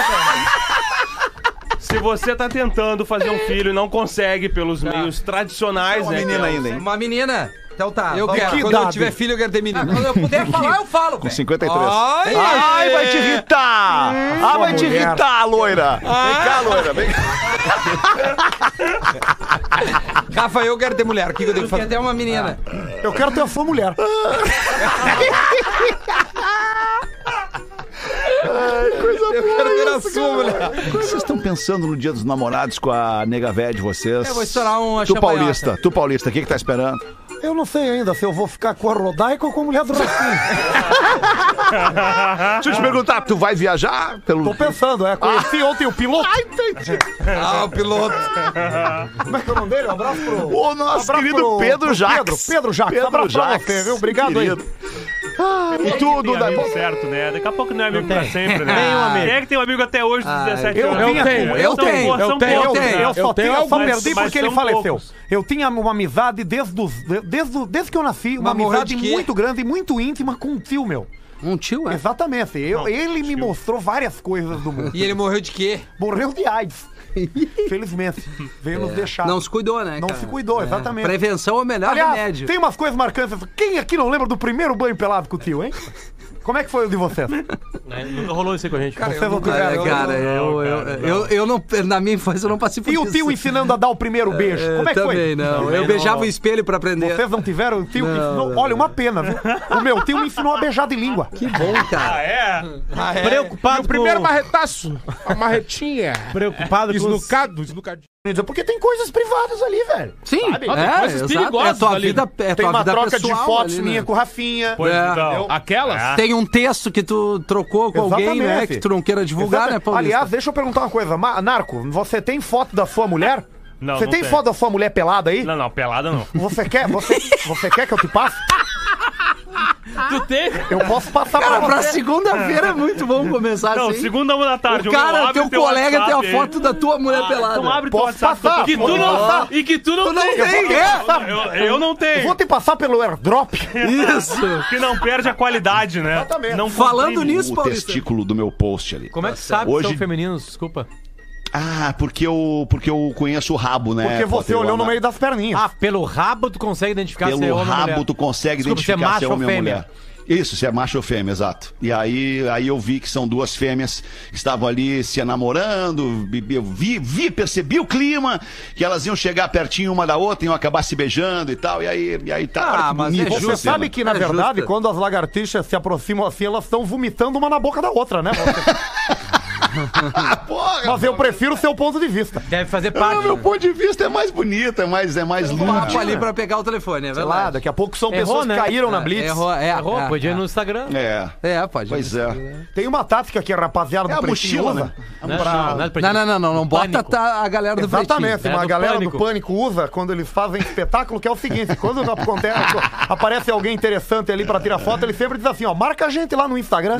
Se você tá tentando fazer um filho e não consegue pelos meios tradicionais, Uma né? menina que é o- ainda, hein? Uma menina. Então tá. Eu vamos quero. lá. Quando eu tiver filho, eu quero ter menino. Quando eu puder falar, eu falo. Com cinquenta e três. Ai, Ai, vai te irritar! Ah, vai te mulher. irritar, loira! Vem cá, loira, vem cá. Rafa, eu quero ter mulher. O que que eu tenho que Quer fazer? ter uma menina. Eu quero ter a sua mulher. Eu quero ter a sua mulher. O que vocês estão pensando no dia dos namorados com a nega véia de vocês? Eu vou estourar uma Tu, champanhota. Paulista, tu, Paulista, o que que tá esperando? Eu não sei ainda se eu vou ficar com a Rodaica ou com a mulher do Rafinha. Deixa eu te perguntar, tu vai viajar pelo... Tô pensando, é. Conheci ontem o piloto. Ah, o piloto. Como é que é o nome dele? Um abraço pro... O nosso abraço querido pro- Pedro pro Jacques. Pedro, Pedro Jacques. Pedro abraço pra Jacques, você, viu? Obrigado aí. querido. Ah, e tudo, Tem da... amigo certo, né? Daqui a pouco não é amigo pra sempre, né? Nenhum amigo. Quem é que tem um amigo até hoje dos dezessete eu anos? tenho, São eu poucos, tenho, são eu tenho, poucos, Eu, né? eu só, Eu tenho tenho, eu só alguns, perdi mas porque ele são faleceu. poucos. Eu tinha uma amizade desde, os, desde, o- desde que eu nasci, uma Mas morreu amizade de quê? muito grande e muito íntima com um tio meu. Um tio, é? Exatamente. Eu, ele me mostrou várias coisas do mundo. E ele morreu de quê? Morreu de AIDS. Felizmente. Veio nos deixar. Não se cuidou, né, Não cara? se cuidou, exatamente. Prevenção é o melhor Aliás, remédio. tem umas coisas marcantes. Quem aqui não lembra do primeiro banho pelado com o tio, hein? Como é que foi o de vocês? Nunca rolou isso aí com a gente. Cara, Vocês eu não nunca- tiveram. É, eu- cara, não, eu, eu, cara, eu, eu não, na minha infância eu não passei por E isso. o tio ensinando a dar o primeiro beijo? Como é que Também foi? não. Também Eu não. beijava o espelho pra aprender. Vocês não tiveram? O tio que Não, ensinou. não, Olha, uma pena, viu? O meu tio me ensinou a beijar de língua. Que bom, cara. Ah, é? Ah, é? Preocupado O primeiro com... marretaço. A marretinha. Preocupado com... os- Esnucado, esnucadinho. Porque tem coisas privadas ali, velho. Sim, Sabe? é, coisas exato. perigosas É tua ali. vida, é Tem tua uma vida troca de pessoal fotos ali, minha né? com o Rafinha. Pois É. então. Aquelas? É. Tem um texto que tu trocou com alguém, né? Exatamente. Que tu não queira divulgar, Exatamente. né, Paulista? Aliás, deixa eu perguntar uma coisa. Ma- Narco, você tem foto da sua mulher? Não, Você não tem tem. foto da sua mulher pelada aí? Não, não, pelada não. Você quer, você, você quer que eu te passe? Tu tem? Eu posso passar Cara, pra pra você. segunda-feira é muito bom começar Não, assim. segunda uma da tarde. O cara, abre teu teu colega tem a WhatsApp foto aí. da tua mulher Ah, pelada. Então abre teu Posso WhatsApp. passar? Que tu Posso não, passar? e que tu não Tu não tem. tem, é? Eu, eu não tenho. Vou te passar pelo airdrop. Isso. Que não perde a qualidade, né? Exatamente. Não Falando comprime. nisso, O Paulista. testículo do meu post ali. Como é que sabe Hoje- que são femininos? Desculpa. Ah, porque eu, porque eu conheço o rabo, né? Porque você Potter? olhou no meio das perninhas. Ah, pelo rabo tu consegue identificar se é Pelo homem ou rabo mulher. tu consegue Desculpa, se é identificar se é macho ou homem ou fêmea. mulher. Isso, se é macho ou fêmea, exato. E aí, aí eu vi que são duas fêmeas que estavam ali se namorando, vi- eu vi, vi, percebi o clima, que elas iam chegar pertinho uma da outra, iam acabar se beijando e tal, e aí, e aí tá. Ah, olha que mas bonito é essa Você justo, cena. sabe que, na É verdade, justo. quando as lagartixas se aproximam assim, elas estão vomitando uma na boca da outra, né? Ah, porra, Mas eu prefiro o seu ponto de vista. Deve fazer Não, parte. meu ponto de vista é mais bonito, é mais, é mais Papo lúdico. ali pra pegar o telefone, é Sei lá, verdade. daqui a pouco são Errou, pessoas né? que caíram na É, Blitz. Errou, é. Errou, é, podia ir é. no Instagram. É, É, pode. pois é. Tem uma tática que a rapaziada É do a Pretinho mochila, usa. né? Não, pra- não, não, é pra- Não, não, não, não, não bota Pânico. tá, a galera do Exatamente, Pretinho. uma É do galera Pânico. do Pânico usa quando eles fazem espetáculo, que é o seguinte, quando acontece, aparece alguém interessante ali pra tirar foto, ele sempre diz assim, ó, marca a gente lá no Instagram.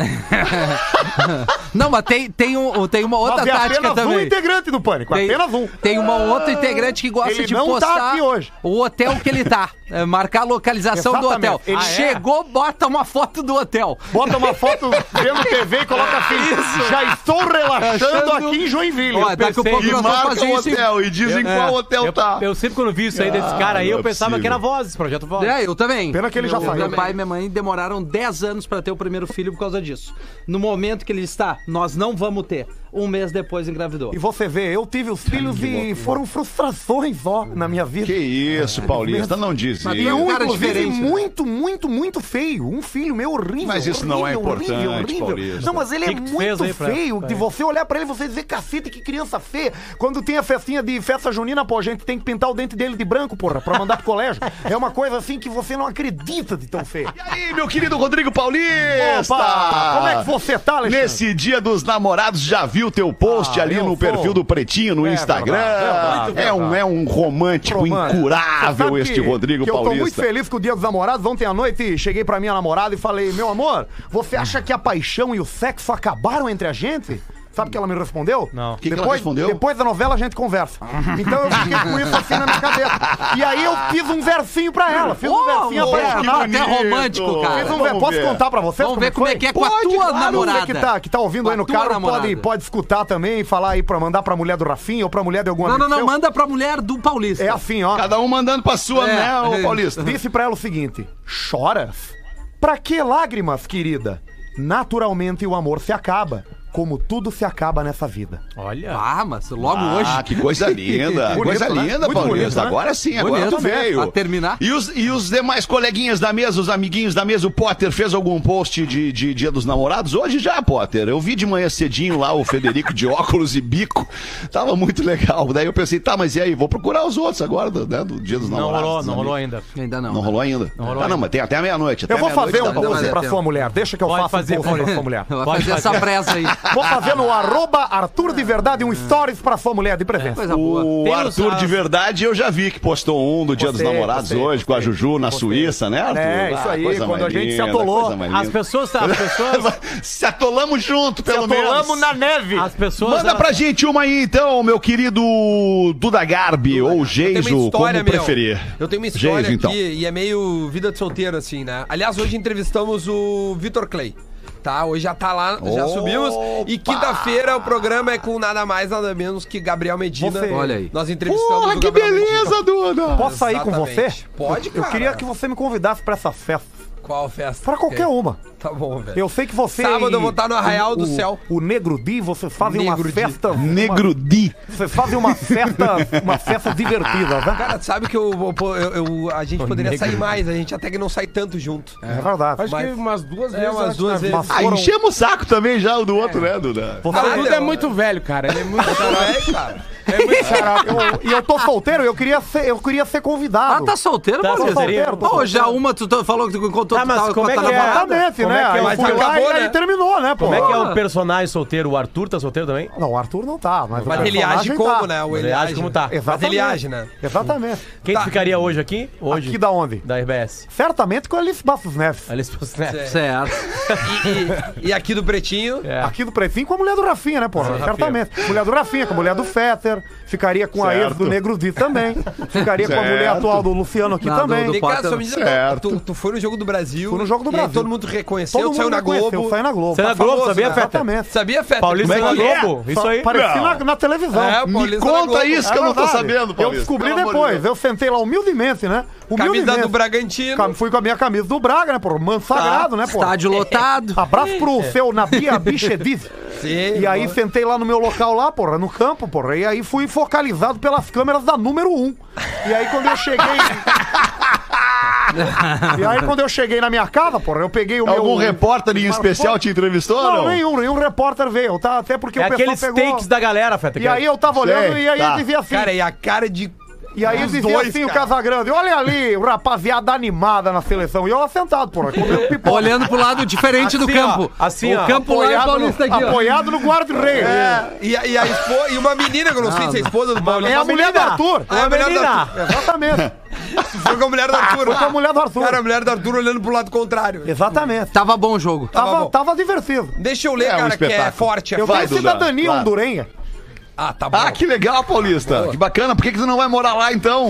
Não, mas tem, tem, um, tem uma outra Mas é tática apenas um também. integrante do Pânico, Tem, apenas um. tem uma outra integrante que gosta Ele de não tá postar aqui hoje. o hotel que ele tá. É, marcar a localização do Exatamente. hotel. Ele- Chegou, bota uma foto do hotel. Bota uma foto vendo T V e coloca assim, já estou relaxando Achando- aqui em Joinville. Ó, daqui a pensei- pouco E nós vamos marca fazer o isso. hotel e dizem É. qual hotel eu, tá. eu sempre quando vi isso aí desse cara aí, não eu é pensava possível. que era Vozes, projeto Vozes. É, eu também. Pena que ele já Meu- saiu. Meu pai e minha mãe demoraram dez anos pra ter o primeiro filho por causa disso. No momento que ele está, nós não vamos ter. Um mês depois engravidou. E você vê, eu tive os filhos e foram frustrações ó na minha vida. Que isso, Paulista, não diz Mas E isso. tem um, cara inclusive, diferente, né? muito, muito, muito feio. Um filho meu horrível. Mas isso não é horrível, horrível, importante, horrível. Paulista. Não, mas ele Que é que tu muito fez aí pra- feio. pra De ele? você olhar pra ele e você dizer, cacete, que criança feia. Quando tem a festinha de festa junina, pô, a gente tem que pintar o dente dele de branco, porra, pra mandar pro colégio. É uma coisa assim que você não acredita de tão feio. E aí, meu querido Rodrigo Paulista? Opa, como é que você tá, Alexandre? Nesse dia dos namorados, já viu teu post Ah, ali eu no sou- perfil do Pretinho no É Instagram? verdade, verdade, é, um, é um romântico Romântico. Você incurável sabe este que- Rodrigo que eu tô muito Paulista. feliz com o dia dos namorados. Ontem à noite cheguei pra minha namorada e falei, meu amor, você acha que a paixão e o sexo acabaram entre a gente? Sabe o que ela me respondeu? Não. O que que ela depois, respondeu? Depois da novela a gente conversa. Então eu fiquei com isso assim na minha cabeça. E aí eu fiz um versinho pra ela. Fiz um Oh, versinho amor, apaixonado. tá até romântico, cara. Fiz um ver- Vamos Posso ver. contar pra vocês? Vamos ver como é que é com a Pode, tua claro. namorada. Você que tá, que tá ouvindo Com aí a no tua carro, namorada. pode, pode escutar também e falar aí pra mandar pra mulher do Rafinha ou pra mulher de algum Não, amigo não, não, seu. manda pra mulher do Paulista. É assim, ó. Cada um mandando pra sua, É. né, ô Paulista? Disse pra ela o seguinte: choras? Pra que lágrimas, querida? Naturalmente o amor se acaba, como tudo se acaba nessa vida. Olha. Ah, mas logo Ah, hoje. que coisa linda. Bonito, coisa né? linda, Muito Paulista. bonito, né? Agora sim, agora Bonito, tu né? veio. Pra terminar. E os, e os demais coleguinhas da mesa, os amiguinhos da mesa, o Potter fez algum post de, de Dia dos Namorados? Hoje já, Potter. Eu vi de manhã cedinho lá o Federico de óculos e bico. Tava muito legal. Daí eu pensei, tá, mas e aí? Vou procurar os outros agora, do, né, do Dia dos Não Namorados. rolou, dos não rolou amigos. ainda. Ainda não. Não rolou ainda? Não rolou ah, não, ainda. mas tem até meia-noite. Até Eu vou meia-noite fazer tá um bom. mas post é pra tempo. sua mulher. Deixa que eu Pode faça fazer, um post pra Paulo. sua mulher. Vai Pode fazer fazer. essa presa aí. Vou fazer no arroba Arthur de Verdade um stories pra sua mulher de presente. Coisa boa. O Tem Arthur os- de Verdade, eu já vi que postou um do Dia Postei, dos Namorados postei, hoje, com a postei, Juju na postei. Suíça, né, Arthur? É, isso aí, coisa quando mais a gente se linda, atolou. coisa mais As linda. pessoas, as pessoas, Se atolamos junto, pelo menos. Atolamos na neve. as pessoas. Manda elas- pra gente uma aí, então, meu querido Duda Garbi, ou Tem uma Geiso, história, como meu. preferir. Eu tenho uma história Geiso, então. aqui e é meio vida de solteiro, assim, né? Aliás, hoje entrevistamos o Vitor Clay. Tá, hoje já tá lá, já Opa! subimos. E quinta-feira o programa é com nada mais, nada menos que Gabriel Medina. Você- Olha aí. Nós entrevistamos Porra, o que Gabriel beleza, Medina. Duda! Posso sair com você? Exatamente. Pode, Eu cara. queria que você me convidasse pra essa festa. Qual festa? Pra qualquer uma. Tá bom, velho. Eu sei que você. Sábado e eu vou estar no Arraial o- do o- Céu. O Negro Di, vocês fazem uma Negro Di. festa. uma- Negro Di. Vocês fazem uma festa. Uma festa divertida, né? Cara, sabe que eu, eu- eu- eu- a gente poderia sair mais, a gente até que não sai tanto junto. É verdade. Acho que umas duas É, vezes. umas eu acho, duas na vida. vezes. Mas Ah, foram- enchemos o saco também já o do outro, né, Duda? Você- Ah, O Duda é muito velho, cara. Ele é muito. Cara, é, cara. É É muito xarope. Eu- E eu tô solteiro, eu queria ser, eu queria ser convidado. Ah, tá solteiro, Tá Maurício? solteiro, tô Pô, já uma tu tu falou que tu encontrou Tá, mas tava como é com a que é? namorada. Exatamente, Como né? é que é? Aí Mas fui lá acabou, e aí né? terminou, né, pô? Como é que é Ah. o personagem solteiro? O Arthur tá solteiro também? Não, o Arthur não tá, mas, Mas o ele age personagem como, tá. né? O Ele age como tá. Mas Exatamente. ele age, né? Exatamente. Quem Tá. tu ficaria hoje aqui? Hoje. Aqui da onde? Da R B S. Certamente com a Alice Bastos Neves. Alice Bastos Neves. Certo. E, e- e aqui do Pretinho, É. Aqui do Pretinho com a mulher do Rafinha, né, porra? Certamente. Mulher do Rafinha, com a mulher do Fetter. Ficaria com a ex do Negro Di também. Ficaria com a mulher atual do Luciano aqui Não, também. do- do vem cá, Potter- só me diz, Certo. tu, tu foi no Jogo do Brasil. Fui no Jogo do e aí Brasil. todo mundo reconheceu, Todo tu saiu mundo na me conheceu, Globo. Saiu na Globo. Você é Tá na Globo, famoso, sabia, né? Fetter? Exatamente. Sabia, Feta? Paulista Como é na que é? Globo. Isso aí. Pareci na, na televisão. É, Me Paulista na conta Globo. isso que eu não tô verdade. sabendo, Eu Paulista. descobri Pelo amor de depois. Deus. Eu sentei lá humildemente, né? Camisa Humildemente. do Bragantino. Cam- Fui com a minha camisa do Braga, né, pô? Manso sagrado, né, pô? Estádio lotado. Abraço pro seu Nabia Bichediz. Sim, E aí boa. sentei lá no meu local lá, porra, no campo, porra. E aí fui focalizado pelas câmeras da número um. E aí quando eu cheguei. E aí quando eu cheguei na minha casa, porra, eu peguei o meu. Algum repórter em especial te entrevistou ou Não, não? nenhum, nenhum repórter veio. Tá? Até porque É o pessoal aqueles pegou. takes da galera, Fetter. E aí eu tava olhando Sei, e aí tá. dizia assim. Cara, e a cara de... E aí Os dizia dois, assim o cara. Casagrande, olha ali, o rapaziada animada na seleção. E eu assentado, porra, comendo pipoca. Olhando pro lado diferente do Assim, campo. ó, assim, o ó. campo lá é o Paulista no, aqui, ó. apoiado no guarda-rei. É, e, a, e, a espo- e uma menina que eu não sei se é a esposa do Paulista. É a mulher do Arthur. Ah, é a mulher do Arthur. Exatamente. Foi com a mulher do Arthur. Foi com a mulher do Arthur. Cara, a mulher do Arthur olhando pro lado contrário. Exatamente. Tava bom o jogo. Tava Tava, bom. tava divertido. Deixa eu ler, É um cara, que é espetáculo. forte. É Eu Vai, forte. tenho Duda, cidadania claro. hondurenha. Ah, tá bom. Ah, que legal, Paulista. Que bacana. Por que, que você não vai morar lá, então?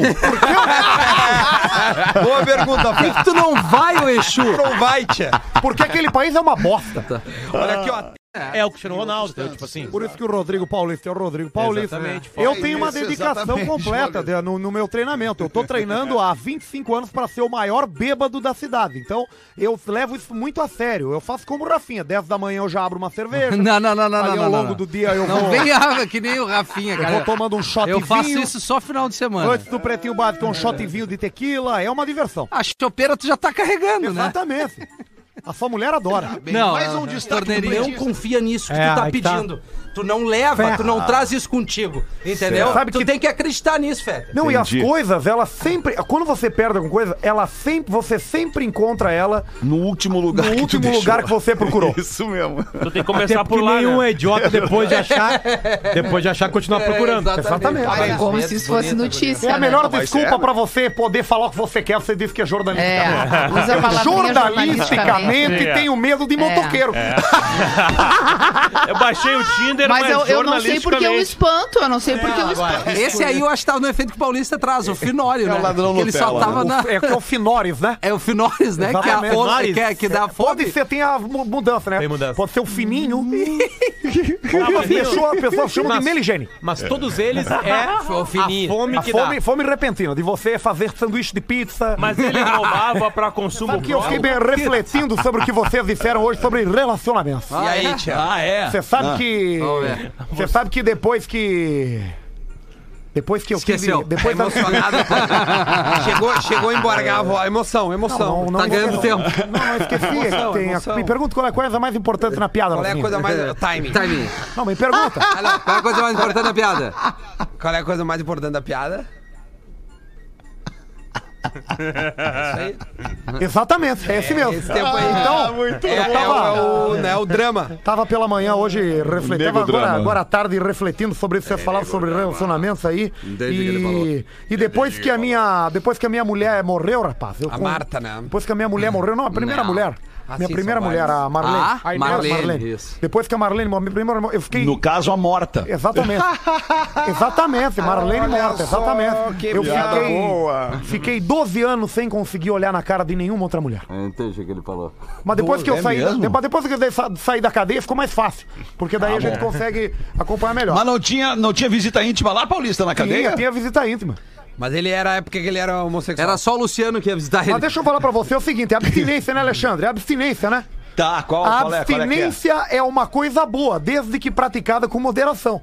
Boa pergunta, Por que Feta. que tu não vai, ô Exu? Não vai, tia. Porque aquele país é uma bosta. Olha aqui, ó. É o Cristiano Ronaldo, então, tipo assim. Por isso que o Rodrigo Paulista é o Rodrigo Paulista. Exatamente. Eu É tenho uma isso, dedicação exatamente, completa Paulista. de- no, no meu treinamento. Eu tô treinando há vinte e cinco anos para ser o maior bêbado da cidade. Então, eu levo isso muito a sério. Eu faço como o Rafinha. dez da manhã eu já abro uma cerveja. Não, não, não, não, Aí, não, ao não, longo não. do dia eu Não vou... vem água que nem o Rafinha, Eu cara. vou tomando um shotzinho. Eu faço isso só final de semana. Antes do Pretinho Básico, um shotzinho de tequila. É uma diversão. A chopeira tu já tá carregando, né? Exatamente. A sua mulher adora. Não, mais um não, destaque do torneirinho. Pretinho. Não confia nisso que É, tu tá aí que tá. pedindo. Tu não leva, tu não traz isso contigo. Entendeu? Sabe tu que- tem que acreditar nisso, Feta. Não, Entendi. e as coisas, elas sempre. Quando você perde alguma coisa, ela sempre, você sempre encontra ela No último lugar no que tu último deixou. lugar que você procurou. Isso mesmo. Tu tem que Até começar por porque lá, nenhum né? é idiota depois de achar, depois de achar, continuar procurando. Exatamente. Olha, como se isso fosse notícia, É a né? melhor Mas desculpa é, pra você poder falar o que você quer. Você disse que é jornalisticamente. É, usa a palavrinha Jornalisticamente É. tenho medo de motoqueiro. Eu baixei o Tinder, mas, Mas eu, eu não sei porque eu jornalisticamente- espanto, eu não sei porque eu espanto. Esse aí eu acho que tava no efeito que o Paulista traz, o Finório, É né? o ladrão que ele só Nutella, tava né? na... É que é o Finores, né? É o Finóris, né? Que, é a Exatamente. fome, Finóris. que, é, que dá fome. Pode ser, tem a mu- mudança, né? Tem mudança. Pode ser o fininho. Ah, Ou mas a pessoa, a pessoa chama de Mas- meligene. Mas todos eles é Foi o fininho. a fome A que fome, dá. fome repentina, de você fazer sanduíche de pizza. Mas ele roubava pra consumo Sabe que eu fiquei próprio. bem refletindo sobre o que vocês disseram hoje sobre relacionamentos. E aí, tia? Ah, é? Você sabe que. Vamos ver. Você sabe que depois que. Depois que eu Esqueceu. tive. Depois da... Emocionado. chegou, chegou a embargar a voz. Emoção, emoção. Não, não, Tá ganhando não, tempo. Não, não esqueci. Emoção, Tem a- emoção. Me pergunta qual é a coisa mais importante na piada. Qual é a Rafinha. coisa mais... Timing. Timing. Não, me pergunta. Qual é a coisa mais importante da piada? Qual é a coisa mais importante da piada? É isso aí. Exatamente, é esse mesmo. Esse tempo aí. Então, É, é, eu tava, o, é o, né, o drama. tava pela manhã hoje refletindo. Nego Tava agora, drama. agora à tarde refletindo sobre isso que vocês falaram sobre relacionamentos aí. Entendi o que ele falou. E, e depois que a minha. Depois que a minha mulher morreu, rapaz. Eu A com- Marta, né? Depois que a minha mulher morreu, não, a primeira Não. mulher. Ah, minha sim, primeira são mulher, várias. a Marlene. Ah, A Marlene, isso. Depois que a Marlene morreu, minha primeira, eu fiquei. No caso, a morta. Exatamente. Exatamente, Marlene morta, exatamente. que Eu piada fiquei, boa. fiquei doze anos sem conseguir olhar na cara de nenhuma outra mulher. Eu entendi o que ele falou. Mas depois que eu é saí, mesmo? depois, depois que eu sa- saí da cadeia, ficou mais fácil. Porque daí Ah, a gente bom. consegue acompanhar melhor. Mas não tinha, não tinha visita íntima lá, Paulista, na cadeia? Tinha, tinha visita íntima. Mas ele era a época que ele era homossexual. Era só o Luciano que ia visitar ele. Mas deixa eu falar pra você o seguinte, é abstinência, né, Alexandre? É abstinência, né? Tá, qual, A qual é? Qual é que é? abstinência é uma coisa boa, desde que praticada com moderação.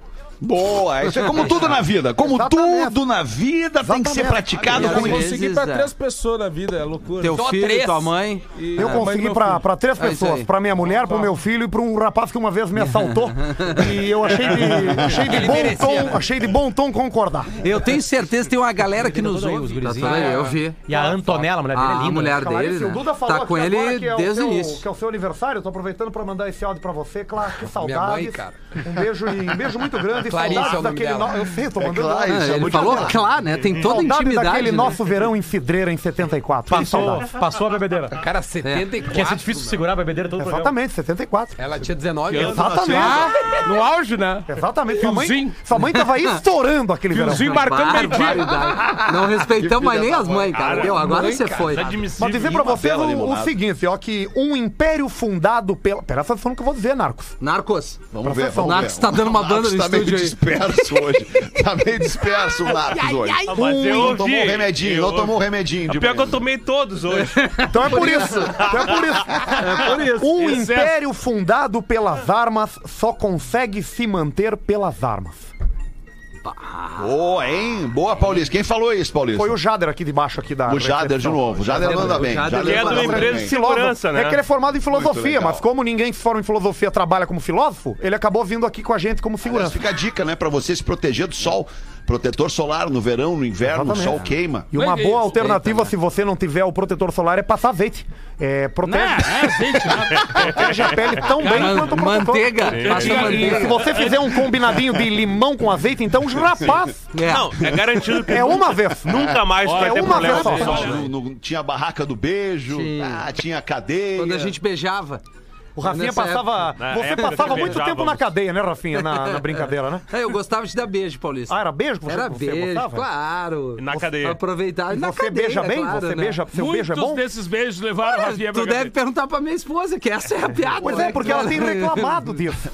Boa, isso é como tudo na vida. Como Exatamente. tudo na vida tem que ser praticado Eu com consegui vezes, pra é. três pessoas na vida, é loucura. Teu Só filho, três. tua mãe. E Eu a mãe do consegui meu pra, filho. pra três É isso pessoas. aí. Pra minha mulher, pro meu filho e pra um rapaz que uma vez me assaltou. E eu achei de, achei de bom tom, achei de bom tom concordar. Eu tenho certeza que tem uma galera que nos ouve. Tá tudo aí, eu vi. E a Antonella, a mulher dele é A linda. mulher Clarice, dele, o né? Duda falou Tá aqui com agora ele que é o desde o seu- início. Que é o seu aniversário. Eu tô aproveitando pra mandar esse áudio pra você. Claro, que saudades. Minha mãe, cara. Um beijo, e- um beijo muito grande. Clarice saudades é o nome daquele dela. no... Eu sei, tô mandando claro, áudio. isso é ele muito falou, legal. claro, né? Tem toda a Saudades intimidade. daquele né? nosso verão em Cidreira em setenta e quatro. Que Passou, saudades. passou a bebedeira. Cara, setenta e quatro. Que ia ser difícil segurar a bebedeira todo o programa. Exatamente, setenta e quatro. Ela tinha dezenove anos. Exatamente. Ah, no auge, né? Exatamente. Sua mãe, Fiozinho. sua mãe tava estourando aquele verão. Fiozinho marcando meio dia. Barbaridade. Não respeitamos mais nem as mães, cara. Deu, agora você foi. Mas dizer pra vocês bela o, o limonada. seguinte, ó, que um império fundado pela... Pera, essa atenção que eu vou dizer, Narcos. Narcos. Vamos ver, vamos Narcos ver. tá dando uma O banda Narcos no tá meio estúdio aí. disperso hoje. Tá meio disperso o Narcos hoje. Mas eu Não ouvi. tomou o remedinho, Eu não tomou o remedinho. de Pior que eu manhã. tomei todos hoje. Então é por isso. Então é por isso. É por isso. Um Excesso. império fundado pelas armas só consegue se manter pelas armas. Boa, hein? Boa, Paulista. Quem falou isso, Paulista? Foi o Jader aqui de baixo aqui da O Jader de recepção. novo. O Jader manda bem. Jader Que é de manda uma bem. empresa de Filósofo. segurança, né? É que ele é formado em filosofia, legal. mas como ninguém que se forma em filosofia trabalha como filósofo, ele acabou vindo aqui com a gente como Aliás, segurança. fica a dica, né? Pra você se proteger do sol. Protetor solar no verão, no inverno, Exatamente. o sol queima. E uma Mas boa isso, alternativa, se você não tiver o protetor solar, é passar azeite. É, protege, Não, é azeite, né? protege a pele tão bem Man- quanto o protetor. manteiga. Passa E se manteiga. você fizer um combinadinho de limão com azeite, então, rapaz, É. Não, é garantido que é uma vez. nunca mais tu vai É ter uma problema vez só. com sol. No- no- tinha a barraca do beijo, Tinha. ah, tinha a cadeia. Quando a gente beijava. O Rafinha Nessa passava. Na Você época passava que muito beijávamos. tempo na cadeia, né, Rafinha? Na, na brincadeira, né? É, eu gostava de dar beijo, Paulista. Ah, era beijo que você, Era você beijo, gostava? claro. Na cadeia. Aproveitar. E Na você cadeia, beija bem? claro, Você né? beija, seu beijo é Muitos bom? desses beijos levaram a Rafinha pra Tu deve cadeia. perguntar pra minha esposa, que essa é a piada. Pois né? é, porque ela tem reclamado disso.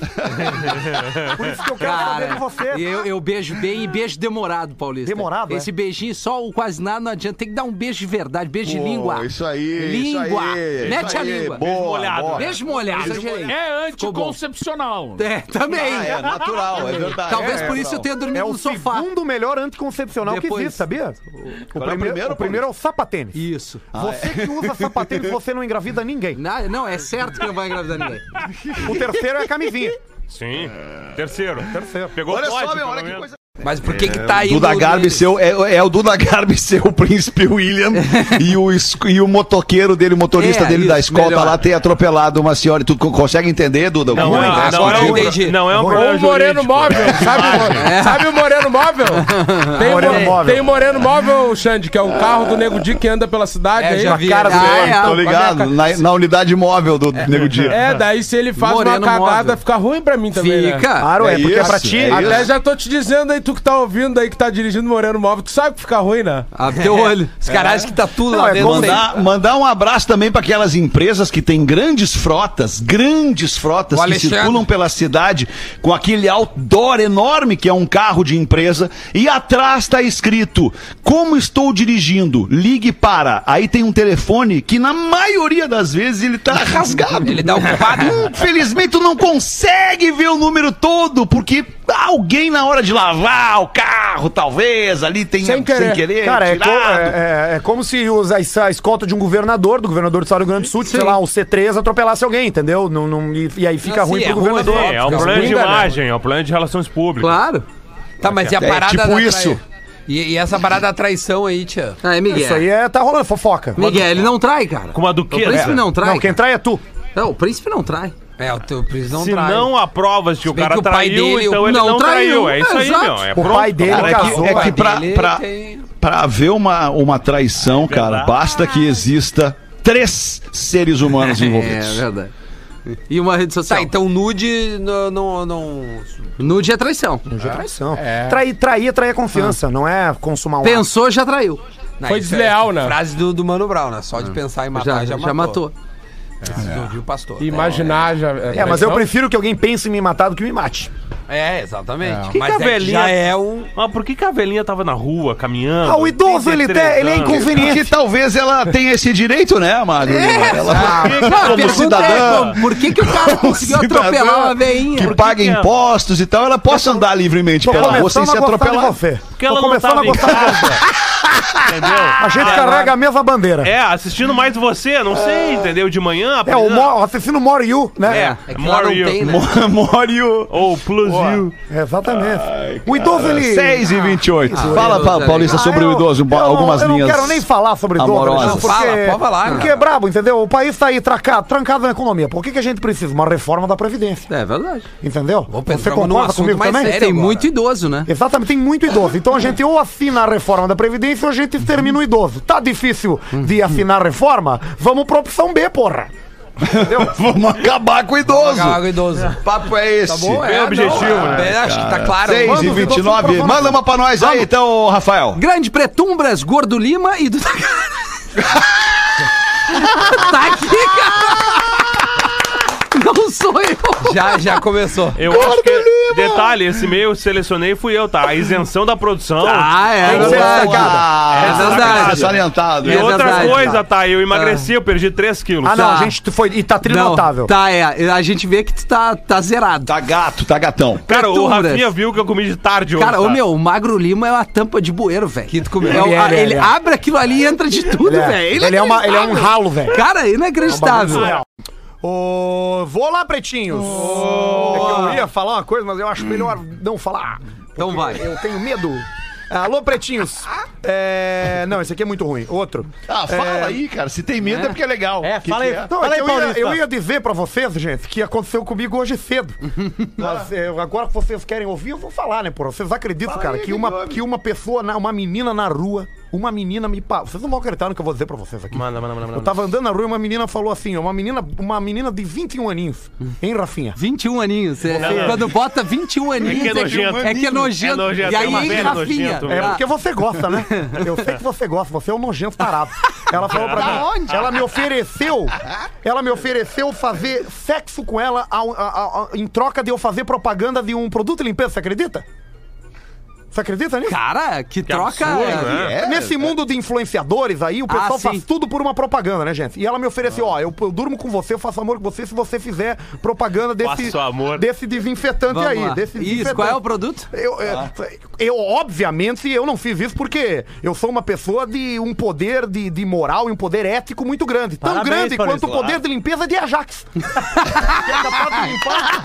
Por isso que eu quero saber de Cara, você. e eu, eu beijo bem e beijo demorado, Paulista. Demorado, Esse é? beijinho só o quase nada não adianta. Tem que dar um beijo de verdade, beijo de Pô, língua. Isso aí. Língua. Isso aí, Mete isso a aí. língua. Boa, molhado. boa. Beijo molhado. exagerei. É Ficou bom. anticoncepcional. É, também. Ah, é natural, é verdade. Talvez É, por isso eu tenha dormido É o no sofá. segundo melhor anticoncepcional que Depois- existe, sabia? O, Qual é o primeiro, primeiro, o primeiro é o sapatênis. Isso. Você que usa sapatênis, você não engravida ninguém. Não, não, é certo que não vai engravidar ninguém. O terceiro é a camisinha. Sim. Terceiro. Terceiro. Pegou Olha pode, só, meu, pelo olha que menos. coisa. Mas por que que tá indo... Duda Garbi neles? seu, é, é o Duda Garbi seu, o príncipe William, e, o, es- e o motoqueiro dele, o motorista É, dele da isso, escolta melhor. lá ter atropelado uma senhora. Tu co- consegue entender, Duda? o que Não, não, acontece não, é um, contigo? entendi. não é um Ou problema Ou o Moreno jurídico. Móvel, sabe, o Mo- sabe o Moreno Móvel? Tem, Moreno o, Móvel. tem o Moreno Móvel, Xande, que é o carro do Nego Di que anda pela cidade. É, aí, já na vi. cara Ah, dele. é. Tô ligado, na, na unidade móvel do Nego Dia. É, daí se ele faz Moreno uma cagada, Móvel. fica ruim pra mim também, né? Fica. Claro, é, É porque é pra isso, ti. é Até isso. já tô te dizendo aí, tu que tá ouvindo aí, que tá dirigindo Moreno Móvel, tu sabe que fica ruim, né? Abre teu olho. Os caras que tá tudo Não, lá é dentro. como tem- Mandar, mandar um abraço também para aquelas empresas que têm grandes frotas, grandes frotas O que Alexandre. circulam pela cidade com aquele outdoor enorme que é um carro de empresa e atrás está escrito: como estou dirigindo, ligue para. Aí tem um telefone que na maioria das vezes ele tá rasgado. Ele dá o quadro. Infelizmente tu não consegue ver o número todo porque alguém na hora de lavar o carro, talvez, ali tem Sem querer. Cara, é, co- tirado. é- é- é como se os- a, a escolta de um governador, do governador do Estado do Rio Grande do Sul, sei lá, o C três atropelasse alguém, entendeu? Não, não- e, e aí fica Ah, sim, ruim é pro ruim, governador. É, é um Fica plano de ruim, né? imagem, é um plano de relações públicas. Claro. Tá, mas e a É, parada tipo da trai- isso. E, e essa parada da traição aí, tia? Ah, é Miguel. Isso aí é, tá rolando, fofoca. Miguel, ele não trai, cara. Com uma O duquesa. príncipe não trai. Não, quem trai é tu. Não, o príncipe não trai. É, o teu príncipe não Se trai. não há provas que o bem cara que o pai traiu, dele- então ele não não traiu. traiu. É isso aí, Exato. meu. É O pronto. pai dele Cara, é casou. que, é que pra, dele pra, tem- pra haver uma, uma traição, cara, basta que exista três seres humanos É, envolvidos. verdade. E uma rede social. Tá, então nude não... não, não... Nude é traição. Nude é traição. Trair, trair é trair a confiança, não é consumar um ato. Pensou, já traiu. Não, Foi isso desleal, é né? Frase do, do Mano Brown, né? Só de pensar em matar, Já, já, já matou. matou. Preciso ouvir o pastor. Imaginar já. É, mas eu prefiro que alguém pense em me matar do que me mate. É, exatamente. Que Mas que a é que velhinha... já é um... Ah, por que, que a velhinha tava na rua, caminhando? Ah, o idoso, ele, tem, ele é inconveniente. Porque talvez ela tenha esse direito, né, Magro? É, ela, ah, porque, não, a como pergunta cidadã, é, como- por que que o cara conseguiu cidadã atropelar uma veinha? que Por que paga que é? impostos e tal, ela possa andar livremente Tô pela rua sem começando ser a gostar de atropelada. você. Porque Tô ela não começando tava a em gostar de casa. você. Entendeu? A gente É, carrega a mesma bandeira. É, assistindo mais você, não sei, entendeu? De manhã... É, o Mo, assistindo More You, né? É, É que lá não More tem, You. né? More you. Ou Plus You. É, exatamente. O idoso, ele... seis e vinte e oito. Ah, Fala, o Pa- idoso é Paulista, Ah, sobre eu- o idoso, eu não- algumas eu linhas. não quero nem falar sobre idoso. amorosas. Alexandre, Fala, porque, pode falar, porque né? é brabo, entendeu? O país tá aí trancado, trancado na economia. Por que, que a gente precisa? Uma reforma da Previdência. É verdade. Entendeu? Vamos Você entrar num concorda assunto comigo mais também? sério. Tem agora. muito idoso, né? Exatamente, tem muito idoso. Então a gente ou assina a reforma da Previdência ou a gente termina o idoso. Tá difícil de assinar a reforma? Vamos pra opção B, porra. Vamos acabar com o idoso. Acabar com o idoso. O papo é esse. Tá bom, é. Bem objetivo, não, né? é, Acho que tá claro. seis Manda e os vinte e idosos nove. pro Manda uma pra nós aí, então, Rafael. Grande Pretumbras, Gordo Lima e do... Tá aqui, cara! Não sou eu! Já, já começou. Eu acho que, detalhe, esse e-mail eu selecionei fui eu, tá? A isenção da produção. Ah, é Tem que ser verdade. destacada. Ah, É essa verdade. tá salientado. E É outra verdade. coisa, tá? Eu emagreci, eu perdi três quilos. Ah, não, Tá. a gente foi. E tá Não, trinotável. tá, é. A gente vê que tu tá, tá zerado. Tá gato, tá gatão. Cara, o Pretumbras. Rafinha viu que eu comi de tarde hoje. Cara, tá? ô meu, o Magro Lima é uma tampa de bueiro, velho. Que tu comeu. É o- Ele é, a- ele é, ele ele é. abre aquilo ali e entra de tudo, Ele é, velho. ele é uma- ele é um ralo, velho. Cara, inacreditável. Ô, vou lá, pretinhos. É que eu ia falar uma coisa, mas eu acho melhor não falar. Então vai. Eu tenho medo. Alô, pretinhos. É... Não, esse aqui é muito ruim. Outro. Ah, fala É, aí, cara. Se tem medo é, porque é legal. É, Que fala que aí. é? Não, é Fala que aí, eu, ia, Paulista. eu ia dizer pra vocês, gente, que aconteceu comigo hoje cedo. Mas é, agora que vocês querem ouvir, eu vou falar, né, porra? Vocês acreditam, Fala cara, aí, que que uma, houve? que uma pessoa, na- uma menina na rua, uma menina me... pa- Vocês não vão acreditar no que eu vou dizer pra vocês aqui. Manda, manda, manda. Eu manda. tava andando na rua e uma menina falou assim, ó, uma menina, uma menina de vinte e um aninhos, hein, Rafinha? vinte e um aninhos. É, quando bota vinte e um aninhos, É que é nojento. é que é nojento. É nojento, E é aí, uma hein, velha Rafinha? nojento, É Ah. porque você gosta, né? Eu sei que você gosta, você é um nojento tarado. Ela falou pra mim, ela me ofereceu, ela me ofereceu fazer sexo com ela ao- a- a- a- em troca de eu fazer propaganda de um produto de limpeza, você acredita? Você acredita nisso? Cara, que, troca. absurdo, né? É, Nesse mundo de influenciadores aí, o pessoal Ah, sim. faz tudo por uma propaganda, né, gente? E ela me ofereceu, ó, eu, eu durmo com você, eu faço amor com você se você fizer propaganda desse, Faço amor. desse desinfetante Vamos aí. lá. Desse Isso, desinfetante. qual é o produto? Eu, é, eu, obviamente, eu não fiz isso porque eu sou uma pessoa de um poder de, de moral e um poder ético muito grande. Tão Parabéns, grande Paulista. quanto o poder de limpeza de Ajax. Que é capaz de limpar.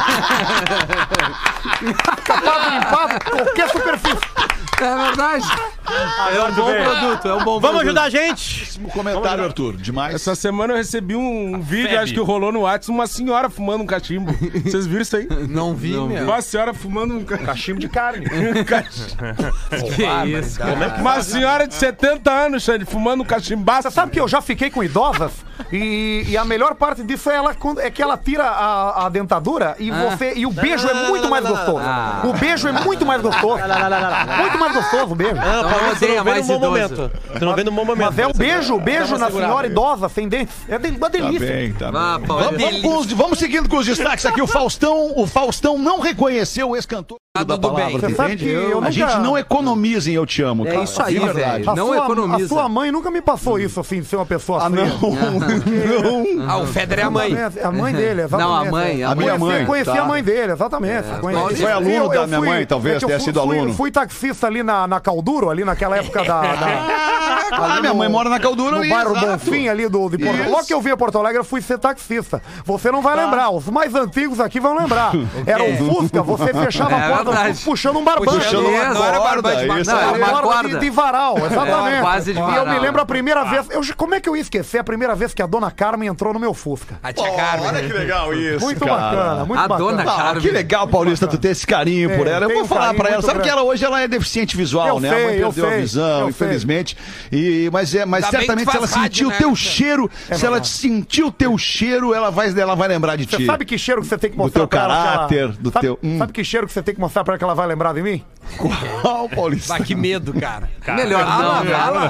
capaz de limpar qualquer superfície. É verdade. É um bom bem. produto, é um bom Vamos produto. ajudar a gente? Um comentário, Arthur. Demais. Essa semana eu recebi um, um vídeo, Febe. acho que rolou no WhatsApp, uma senhora fumando um cachimbo. Vocês viram isso aí? Não vi, meu. Uma senhora fumando um cachimbo. Cachimbo de carne. Que isso, cara. Uma senhora de setenta anos, Xande, fumando um cachimbaço. Você sabe que eu já fiquei com idosas e, e a melhor parte disso é, ela, quando- é que ela tira a, a dentadura e, você, e o beijo é muito mais gostoso. O beijo é muito mais gostoso. Muito mais gostoso o beijo. Não, Então Paulista, odeia tu não vem mais no bom idoso. momento. Tu não vem no bom momento. Mas é o beijo, o beijo Dá uma na segurada senhora aí. idosa, sem dentes. É de- uma Tá delícia. bem, tá bem. Ah, Paulista. Vamos, vamos com os- vamos seguindo com os destaques aqui. O Faustão, o Faustão não reconheceu o ex-cantor da tudo palavra, bem. tu Você sabe entende? que eu A nunca- gente não economiza em Eu Te Amo, É cara. isso aí, De verdade. velho. A Não sua, economiza. A sua mãe nunca me passou isso, assim, de ser uma pessoa Ah, fria. não. Ah, o Feder é a mãe. É a mãe dele, exatamente. Não, a mãe, a A minha Conheci- mãe. Conheci tá. a mãe dele, exatamente. Conheci. Foi aluno Eu- eu da minha fui- mãe, talvez, é que eu tenha fui- sido fui- aluno. Fui taxista ali na, na Calduro, ali naquela época da... da Ah, minha mãe mora na Caldura no ali, bairro exato. Bonfim ali do, de Porto Alegre. Isso. Logo que eu vim a Porto Alegre, eu fui ser taxista. Você não vai lembrar, os mais antigos aqui vão lembrar. Era o Fusca, você fechava É a porta do verdade. Fusca puxando um barbante. Puxando uma Isso, corda, barbante, isso não, aí. é uma Corda corda. de, de varal, exatamente. É, base de E eu varal. me lembro a primeira vez. Eu, como é que eu ia esquecer a primeira vez que a dona Carmen entrou no meu Fusca? A tia Olha Carmen. que legal isso, Muito cara. bacana, muito A bacana. dona Ah, Carmen. que legal, Paulista, tu ter esse carinho por Tem, ela. Eu tem vou um falar carinho pra ela. muito Sabe que grande. ela hoje ela é deficiente visual, Eu né? sei, a mãe eu perdeu a sei, visão, eu infelizmente. E, mas é, mas Ainda bem certamente que se ela faz rádio, sentir o né, teu Alexandre? cheiro, se ela sentir o teu cheiro, ela vai, ela vai lembrar de Você ti. sabe que cheiro que você tem que Do mostrar teu pra ela que ela- caráter, do sabe, teu- hum. Sabe que cheiro que você tem que mostrar pra ela que ela vai lembrar de mim? Qual, Paulista? Bah, que medo, cara. Melhor Fala, não, velho. fala.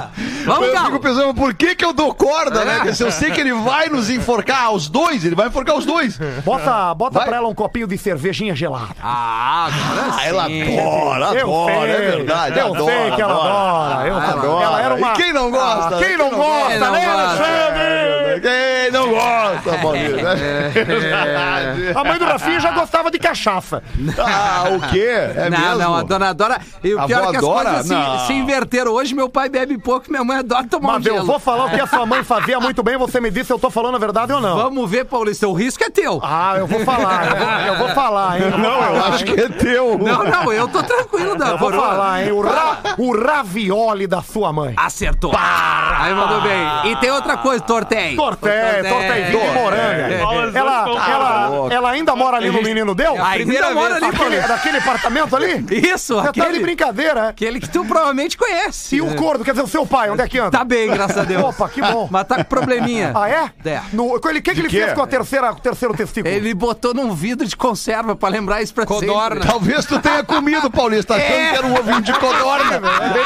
Vamos, Eu Galo. fico pensando, por que que eu dou corda, né? Porque se eu sei que ele vai nos enforcar os dois, ele vai enforcar os dois. Bota, bota Vai. pra ela um copinho de cervejinha gelada. Ah, agora Ah, ela sim. adora, Eu adora, sei, é verdade. eu adora, sei que ela adora. Eu adora. Ela era uma... E quem não gosta? Ah, quem não gosta, Quem não né, gosta? Alexandre? Quem não gosta, Paulista? É verdade. A mãe do Rafinha já gostava de cachaça. Ah, o quê? É não, mesmo? não, a dona adora. E o A pior avó é que as adora? coisas se, Não. se inverteram. Hoje meu pai bebe pouco, minha mãe adora tomar Mas um eu gelo. vou falar o que a sua mãe fazia muito bem, você me disse se eu tô falando a verdade ou não. Vamos ver, Paulista, o risco é teu. Ah, eu vou falar, eu vou, eu vou falar, hein. Não, eu acho que é teu. Não, não, eu tô tranquilo da Eu vou coroa. falar, hein. O, ra, o ravioli da sua mãe. Acertou. Aí mandou bem. E tem outra coisa, tortei. Torté, tortézinho de moranga. Ela, ela, ela ainda mora ali no Menino Deus? A primeira Ainda mora vez, ali, Paulista. naquele, naquele apartamento ali? Isso, Você aquele, tá de brincadeira, é? aquele que tu provavelmente conhece. E o corno, quer dizer, o seu pai, onde é que anda? Tá bem, graças a Deus. Opa, que bom. Mas tá com probleminha. Ah, é? É. No, o que, que, que ele quê? fez com a terceira, o terceiro testículo? Ele botou num vidro de conserva pra lembrar isso pra Codorna. sempre. Talvez tu tenha comido, Paulista, achando É. que era um ovinho de codorna.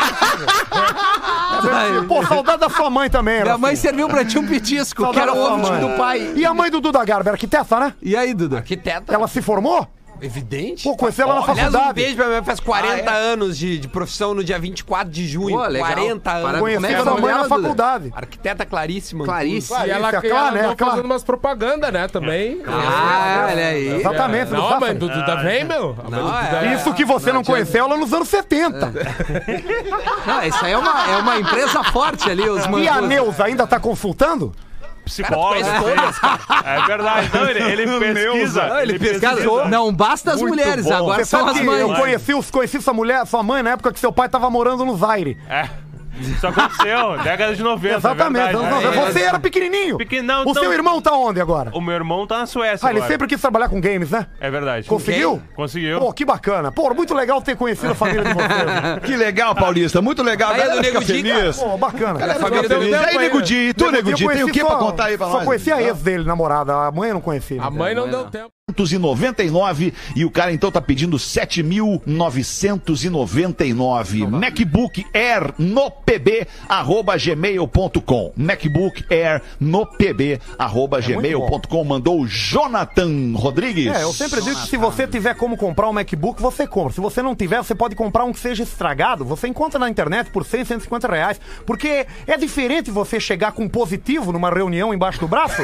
Ai. Pô, saudade da sua mãe também, Minha Rafinha. mãe serviu pra ti um petisco, Saudade que era da o sua ovo mãe. do pai. E a mãe do Duda Garbi, arquiteta, né? E aí, Duda? Arquiteta. Ela se formou? Evidente. Pô, conheci ela na Aliás, faculdade. um beijo pra minha mãe, faz quarenta anos de, de profissão no dia vinte e quatro de junho. Pô, legal. quarenta anos. Parabéns. Conheci Como é que é o sua nome mãe na dela, Duda? faculdade. Arquiteta Claríssima. Claríssima. E ela, Isso, é ela claro, né? andou É claro. fazendo umas propaganda, né, também. Ah, olha aí. Exatamente. Não, não a faça- mãe do Duda vem, meu. A mãe do Não, Duda é. Isso que você não, conheceu ela nos anos setenta. Não, isso aí é uma, é uma empresa forte ali, os E a manos. Neuza ainda tá consultando? Psicólogo. É verdade. Não, ele, ele pesquisa. Não, ele pesquisou. Não basta as Muito mulheres, bom. agora Você são sabe as que mães. eu conheci, os- conheci sua mulher, sua mãe, na época que seu pai tava morando no Zaire. É. Isso aconteceu, década de noventa. Exatamente. é anos verdade. noventa. É. Você era pequenininho. Pequeno, não, O então- seu irmão tá onde agora? O meu irmão tá na Suécia Ah, ele agora. sempre quis trabalhar com games, né? É verdade. Conseguiu? Conseguiu. Pô, que bacana. Pô, muito legal ter conhecido a família de vocês. Que legal, Paulista, muito legal. Aí é do Galera fica Nego Di, feliz. Pô, bacana. Galera família fica do feliz. Nego E aí, Di, Nego Di, e tu, Eu Nego Di, tem o conheci que só- pra contar aí pra Só nós? conheci a ex dele, namorada. A mãe eu não conhecia. A mãe não Mãe deu não. tempo. quinhentos e noventa e nove e o cara então tá pedindo sete mil novecentos e noventa e nove. MacBook Air no pb arroba gmail ponto com. MacBook Air no pb arroba gmail ponto com. Mandou o Jonathan Rodrigues. É, eu sempre digo que se você tiver como comprar um MacBook, você compra. Se você não tiver, você pode comprar um que seja estragado. Você encontra na internet por cem, cento e cinquenta reais. Porque é diferente você chegar com um positivo numa reunião embaixo do braço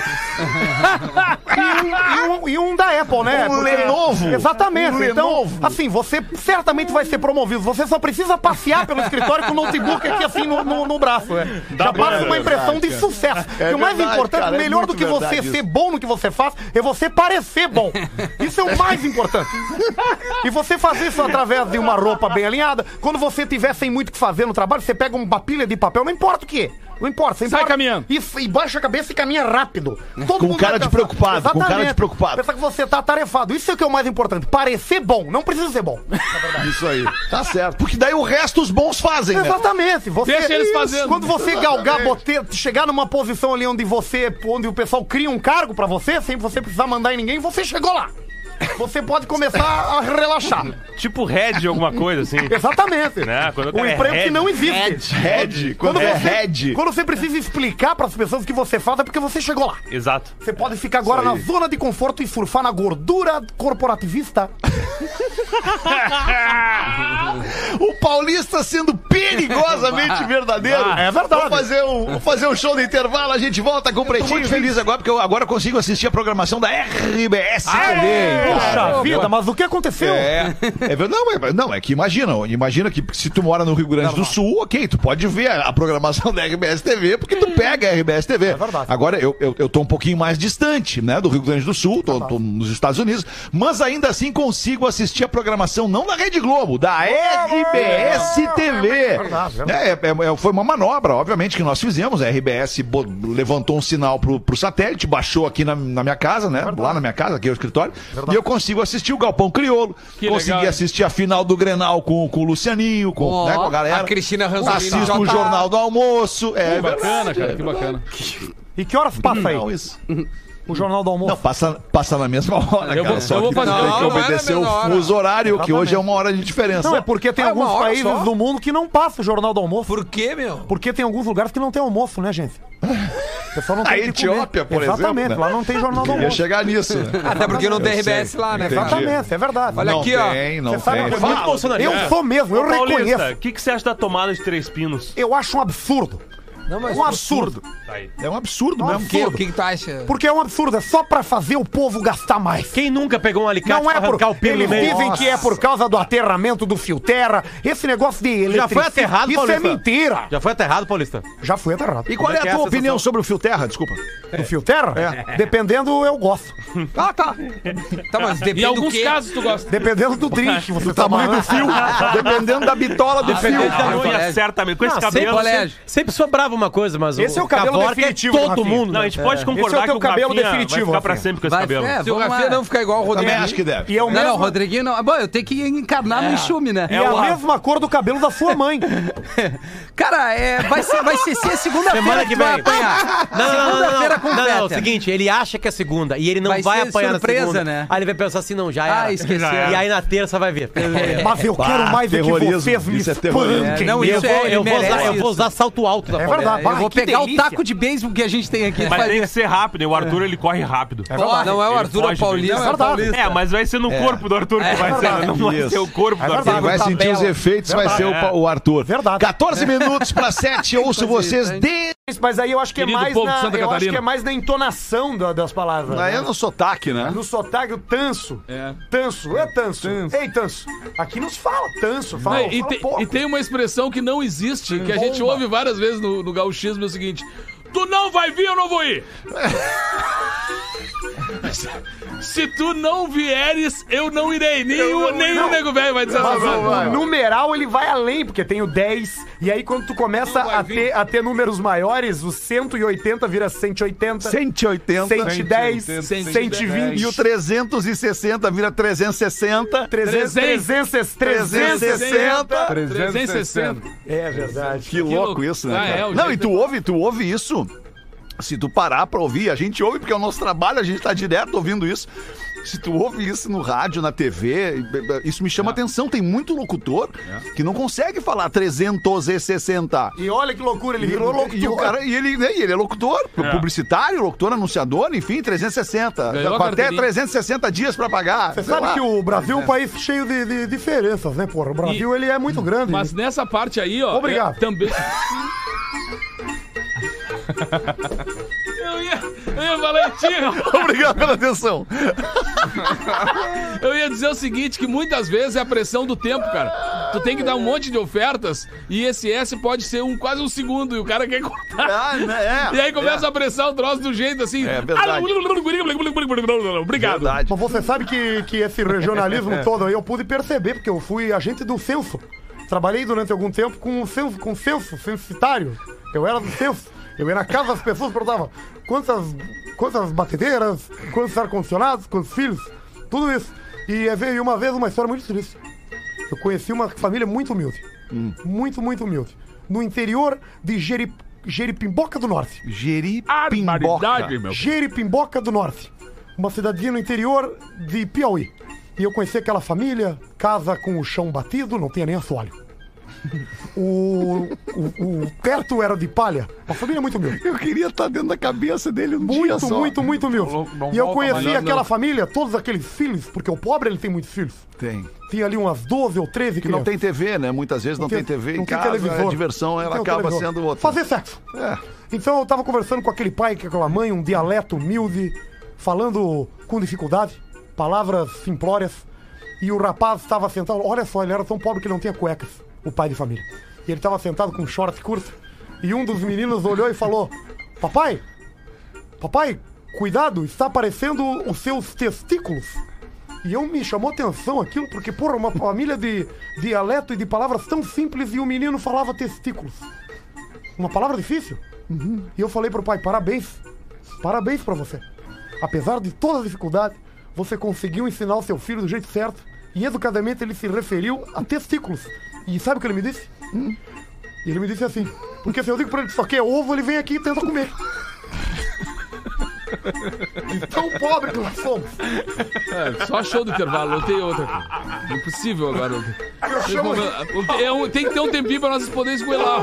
e, um, e, um, e um da Apple, né? Um Lenovo. Exatamente. Um Então, Lenovo. assim, você certamente vai ser promovido. Você só precisa passear pelo escritório com o notebook aqui assim no, no, no braço. Né? Já passa uma impressão de sucesso. É e o mais verdade, importante, cara, é melhor do muito que você verdade ser isso. bom no que você faz, é você parecer bom. Isso é o mais importante. E você fazer isso através de uma roupa bem alinhada. Quando você tiver sem muito o que fazer no trabalho, você pega uma pilha de papel, não importa o que. Não importa, você Sai importa- caminhando. Isso, e baixa a cabeça e caminha rápido. Todo Com mundo cara vai de pensar- preocupado, com cara de Exatamente. preocupado. Pensa que você tá atarefado. Isso é o que é o mais importante. Parecer bom. Não precisa ser bom. Isso aí. Tá certo. Porque daí o resto os bons fazem, né? Exatamente. Você, Deixa eles fazendo. Quando você galgar, botar, chegar numa posição ali onde você, onde o pessoal cria um cargo pra você, sem você precisar mandar em ninguém, você chegou lá. Você pode começar a relaxar. Tipo head, alguma coisa assim. Exatamente. Né? Quando o Um cara é emprego que head. não existe. Head. Quando é você, head. quando você precisa explicar para as pessoas o que você faz, é porque você chegou lá. Exato. Você pode ficar agora na zona de conforto e surfar na gordura corporativista. O Paulista sendo perigosamente verdadeiro. Ah, é verdade. Vamos fazer um, vamos fazer um show de intervalo, a gente volta com o Pretinho Feliz agora, porque eu agora consigo assistir a programação da R B S T V. Poxa vida, mas o que aconteceu? É, é verdade. Não, é, não, é que imagina, imagina que se tu mora no Rio Grande do Sul, ok, tu pode ver a, a programação da R B S T V, porque tu pega a R B S T V. É verdade. Agora, eu, eu, eu tô um pouquinho mais distante, né, do Rio Grande do Sul, tô, tô nos Estados Unidos, mas ainda assim consigo assistir a programação não da Rede Globo, da R B S T V. verdade, é É, é, é, foi uma manobra, obviamente, que nós fizemos. A R B S bo- levantou um sinal pro, pro satélite, baixou aqui na, na minha casa, né? Lá na minha casa, aqui é o escritório. E eu consigo assistir o Galpão Crioulo. Que consegui legal, hein? assistir a final do Grenal com, com o Lucianinho, com, Ó, né, com a galera. A Cristina Ranzolini. Assisto o Jornal do Almoço. É Que bacana, verdade, cara, é que bacana. E que horas passa aí? Não, isso. O Jornal do Almoço. Não, passa, passa na mesma hora, Eu cara. vou- Só eu vou que fazer- tem Não, que não é na obedecer mesma o hora. fuso horário, que Exatamente. hoje é uma hora de diferença. Não, é porque tem Ah, alguns uma hora países só? do mundo que não passa o Jornal do Almoço. Por quê, meu? Porque tem alguns lugares que não tem almoço, né, gente? O pessoal não A tem que Etiópia, comer. por Exatamente, exemplo, né? lá não tem Jornal do Ia Almoço. chegar nisso. né? Até porque não tem Eu R B S sei, lá, né, entendi. cara? Exatamente, é verdade. Olha Não aqui, ó. tem, não Você sabe tem. que é Fala. muito bolsonarista. Eu sou mesmo, eu Paulista, reconheço. o que, que você acha da tomada de Três Pinos? Eu acho um absurdo. Não, mas Um absurdo. É um absurdo Um mesmo. O que, o absurdo. que que tu acha? Porque é um absurdo, é só pra fazer o povo gastar mais. Quem nunca pegou um alicate Não é pra por... arrancar o pelo no Eles meio? dizem que é por causa do aterramento do fio terra. Esse negócio de eletricidade. Já foi aterrado, Isso Paulista? é mentira. Já foi aterrado, Paulista? Já foi aterrado. E qual Como é é que a é tua a opinião sensação? sobre o fio terra? Desculpa. Do fio terra? É. Dependendo, eu gosto. Ah, tá. Tá, mas Em depende do alguns quê? casos tu gosta. Dependendo do drink que você O tá tamanho do fio. Dependendo da bitola do fio. Depende da no unha, colégio. certamente. Com esse Não, cabelo... sempre, colégio. sempre sobrava uma coisa, mas Esse é o cabelo Cavorca definitivo é do todo Rafinha. mundo. Não, a né? gente pode Esse é o concordar teu que o cabelo Rafinha definitivo, vai ficar pra Rafinha. sempre com esse Vai, cabelo. é, Se o vamos Rafinha lá. não ficar igual o Também Rodriguinho... acho que deve. E é o Não, mesmo... não, o Rodriguinho não. Bom, eu tenho que encarnar no enxume, né? E é a mesma cor do cabelo da sua mãe. Cara, é, vai ser, vai ser, ser segunda-feira Semana que que tu vai vem. apanhar. Não, não, não, não, Segunda-feira com o não, não, é o Peter. seguinte, ele acha que é segunda e ele não Vai vai, ser apanhar surpresa, na segunda. né? Aí ele vai pensar assim, não, já era. Ah, esqueceu. E aí na terça vai ver. Mas eu quero mais é que terrorismo. vocês me Isso é terrorismo. espanquem. Não, eu isso vou, é, ele eu, vou usar, merece eu vou isso. usar salto alto da É Paulista. verdade. Eu Vai, vou que pegar delícia. o taco de beisebol que a gente tem aqui. Mas vai tem ver. que ser rápido, e o Arthur ele corre rápido. É verdade. Não é o Ele Arthur, é o foge Paulista. bem. É o Paulista. É, mas vai ser no corpo do Arthur que vai ser, né? Não vai Isso. ser o corpo É do verdade. Arthur. Quem vai sentir os efeitos vai ser o, Pa- o Arthur. Verdade. quatorze minutos para sete. Ouço vocês de... Mas aí eu acho que é Querido mais povo de na, Santa eu acho Catarina. que é mais na entonação da- das palavras. Aí né? é no sotaque, né? No sotaque, o tanso. É. Tanso, é tanso. Ei, tanso. Aqui nos fala tanso. Fala, Não, e, fala te- pouco. e tem uma expressão que não existe, que a gente Bomba. ouve várias vezes no, no gauchismo, é o seguinte: tu não vai vir, eu não vou ir. Se tu não vieres, eu não irei. Nem o, nem o nego velho vai dizer Mas essa o, coisa. o numeral ele vai além, porque tem o dez, e aí quando tu começa Não vai a vir. ter, a ter números maiores, o cento e oitenta vira cento e oitenta, cento e oitenta. cento e dez, cento e cento e vinte, E o trezentos e sessenta vira trezentos e sessenta. trezentos, trezentos, trezentos e sessenta. trezentos e sessenta. É verdade. Que louco isso, né? Ah, é, cara? o Não, jeito e tu ouve, tu ouve isso. Se tu parar pra ouvir, a gente ouve porque é o nosso trabalho, a gente tá direto ouvindo isso. Se tu ouve isso no rádio, na T V, isso me chama atenção. Tem muito locutor que não consegue falar trezentos e sessenta. E olha que loucura, ele virou locutor. E, o cara, e, ele, né, e ele é locutor, publicitário, locutor, anunciador, enfim, trezentos e sessenta. Ganhou a Com até carteirinha. trezentos e sessenta dias pra pagar. Você sei sabe lá. que o Brasil é um país cheio de, de diferenças, né, porra? O Brasil, ele é muito grande. Mas nessa parte aí, ó. Obrigado. é também. Eu ia, eu ia falar em ti, ó. Obrigado pela atenção. Eu ia dizer o seguinte, que muitas vezes é a pressão do tempo, cara. Tu tem que dar um monte de ofertas e esse S pode ser um, quase um segundo e o cara quer cortar. Ah, né, é, e aí começa é. a pressar o troço do jeito assim. É verdade. Obrigado. Verdade. Mas você sabe que, que esse regionalismo todo aí eu pude perceber, porque eu fui agente do censo. Trabalhei durante algum tempo com o censo, com o censo, censitário. Eu era do censo. Eu ia na casa das pessoas e perguntava quantas, quantas batedeiras, quantos ar-condicionados, quantos filhos, tudo isso. E veio uma vez uma história muito triste. Eu conheci uma família muito humilde. Muito, muito humilde. No interior de Jeri, Jeripimboca do Norte. Jeripimboca. Barbaridade, meu. Jeripimboca do Norte. Uma cidadezinha no interior de Piauí. E eu conheci aquela família, casa com o chão batido, não tinha nem assoalho. O, o, o teto era de palha. Uma família muito humilde. Eu queria estar dentro da cabeça dele um dia Muito, só. muito, muito humilde. não E eu volta conheci mais, aquela não. família, todos aqueles filhos, porque o pobre ele tem muitos filhos. Tem. Tinha ali umas doze ou treze Que não crianças. tem T V, né? Muitas vezes não, tem T V em casa, a diversão Não ela tem o acaba televisor. sendo outra. Fazer sexo. É. Então eu tava conversando com aquele pai, com aquela mãe, um dialeto humilde, falando com dificuldade, palavras simplórias. E o rapaz estava sentado, olha só, ele era tão pobre que ele não tinha cuecas, o pai de família. E ele estava sentado com um short curto. E um dos meninos olhou e falou: Papai, papai, cuidado, está aparecendo os seus testículos. E eu me chamou atenção aquilo, porque, porra, uma família de dialeto e de palavras tão simples e o menino falava testículos. Uma palavra difícil. E eu falei pro pai, parabéns, parabéns pra você. Apesar de toda a dificuldade, você conseguiu ensinar o seu filho do jeito certo e educadamente ele se referiu a testículos. E sabe o que ele me disse? E ele me disse assim, porque se eu digo pra ele que só quer ovo, ele vem aqui e tenta comer. E tão pobre que nós somos. É, só show do intervalo, não tem outra. Cara. Impossível agora. Eu chamo... É um, tem que ter um tempinho pra nós podermos esgoelar.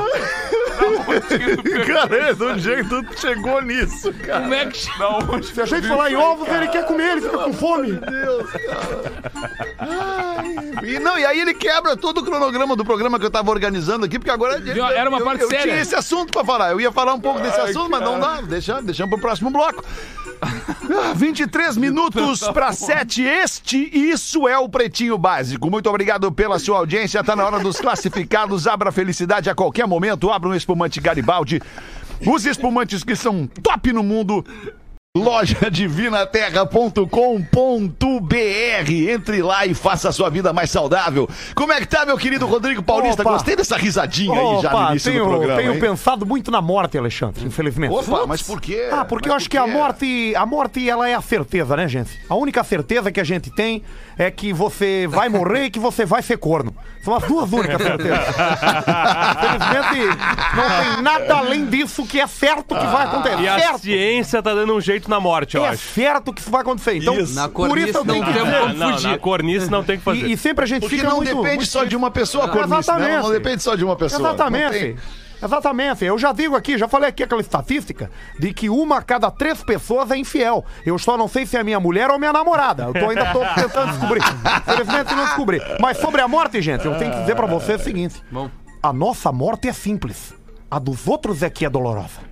Cara, de um jeito tu chegou nisso, cara. Como é que... Não, se a gente falar em ovos, ele quer comer, ele fica com fome. Meu Deus, cara. Ai, e, não, e aí ele quebra todo o cronograma do programa que eu tava organizando aqui, porque agora... Eu, era uma parte eu, eu séria. Eu tinha esse assunto pra falar. Eu ia falar um pouco desse Ai, assunto, cara. Mas não dá. Deixa, deixamos pro próximo bloco. vinte e três minutos para sete. Este, isso é o Pretinho Básico. Muito obrigado pela sua audiência. Tá na hora dos classificados. Abra a felicidade a qualquer momento. Abra um espumante Garibaldi. Os espumantes que são top no mundo. loja divina terra ponto com ponto br. Entre lá e faça a sua vida mais saudável. Como é que tá, meu querido Rodrigo Paulista? Opa. Gostei dessa risadinha Opa, aí já no início tenho, do programa. Tenho hein? pensado muito na morte, Alexandre, infelizmente. Opa, mas por quê? Ah, porque mas eu acho que a morte, a morte, ela é a certeza, né, gente? A única certeza que a gente tem é que você vai morrer e que você vai ser corno. São as duas únicas certezas. Infelizmente, não tem nada além disso que é certo que vai acontecer. E a certo. ciência tá dando um jeito na morte, eu é acho. certo que isso vai acontecer. Então, isso. Na por isso eu tenho que dizer. Não, não, na cornice não tem que fazer. E, e sempre a gente Porque fica não muito, depende muito só de uma pessoa, não, cornice, exatamente. Né? Não depende só de uma pessoa. Exatamente. Exatamente. Eu já digo aqui, já falei aqui aquela estatística de que uma a cada três pessoas é infiel. Eu só não sei se é minha mulher ou minha namorada. Eu tô, ainda tô tentando descobrir. Infelizmente não descobri. Mas sobre a morte, gente, eu tenho que dizer pra vocês o seguinte. Bom. A nossa morte é simples. A dos outros é que é dolorosa.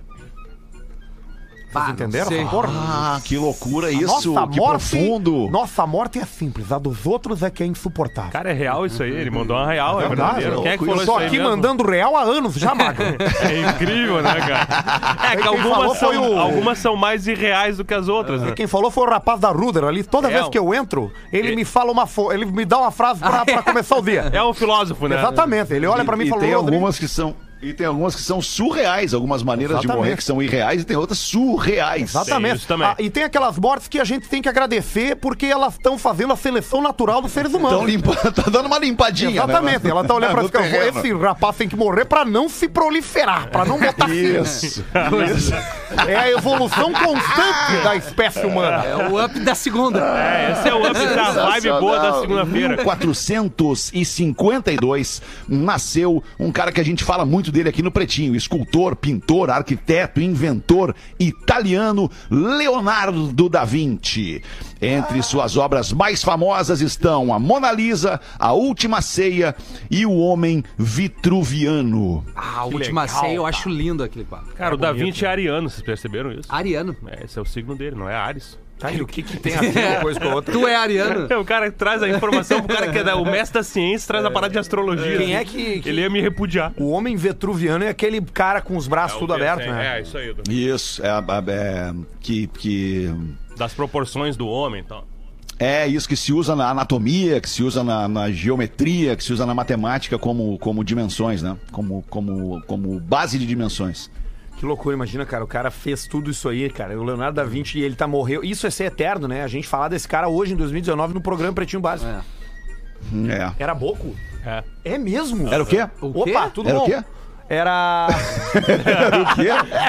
Vocês ah, entenderam? Ah, que loucura a isso, nossa que morte, profundo. Nossa morte é simples, a dos outros é que é insuportável. Cara, é real isso aí, ele mandou uma real, é, é verdadeiro. Quem é que falou Eu tô isso aí aqui mesmo? mandando real há anos, já, Mago. É incrível, né, cara? É que algumas são, o... algumas são mais irreais do que as outras, é, né? Quem falou foi o rapaz da Ruder ali. Toda é, vez que eu entro, ele é. me fala uma fo... ele me dá uma frase pra, pra começar o dia. É um filósofo, né? Exatamente, ele olha pra mim e, e fala... tem algumas que são... E tem algumas que são surreais, algumas maneiras Exatamente. de morrer que são irreais e tem outras surreais. Exatamente. Ah, e tem aquelas mortes que a gente tem que agradecer porque elas estão fazendo a seleção natural dos seres humanos. Estão limpando, tá dando uma limpadinha. Exatamente. Né? Ela tá olhando pra ficar. Esse rapaz tem que morrer pra não se proliferar, pra não botar filho. Isso. É a evolução constante da espécie humana. É o up da segunda. É, esse é o up da vibe boa da segunda-feira. mil quatrocentos e cinquenta e dois nasceu um cara que a gente fala muito dele aqui no Pretinho, escultor, pintor, arquiteto, inventor italiano, Leonardo da Vinci. Entre suas obras mais famosas estão a Mona Lisa, a Última Ceia e o Homem Vitruviano. Ah, a Última legal, Ceia eu acho lindo aquele quadro. Cara, é o Da Vinci é ariano, vocês perceberam isso? Ariano? É, esse é o signo dele, não é Ares. Tá, e o que, que tem a ver uma coisa com a outra? Tu é ariano? É o cara que traz a informação pro cara que é o mestre da ciência, traz a parada de astrologia. Quem é que, que... Ele ia me repudiar. O homem vitruviano é aquele cara com os braços é, tudo abertos, né? É, isso aí. Do... Isso, é, é, é que, que... Das proporções do homem e tal. É isso que se usa na anatomia, que se usa na, na geometria, que se usa na matemática como, como dimensões, né? Como, como, como base de dimensões. Que loucura, imagina, cara, o cara fez tudo isso aí, cara, o Leonardo da Vinci, e ele tá morreu, isso é ser eterno, né, a gente falar desse cara hoje, em dois mil e dezenove, no programa Pretinho Básico. É. é. Era Boco? É. É mesmo? Era o quê? O quê? Opa, tudo Era bom? o quê? Era... Era o quê?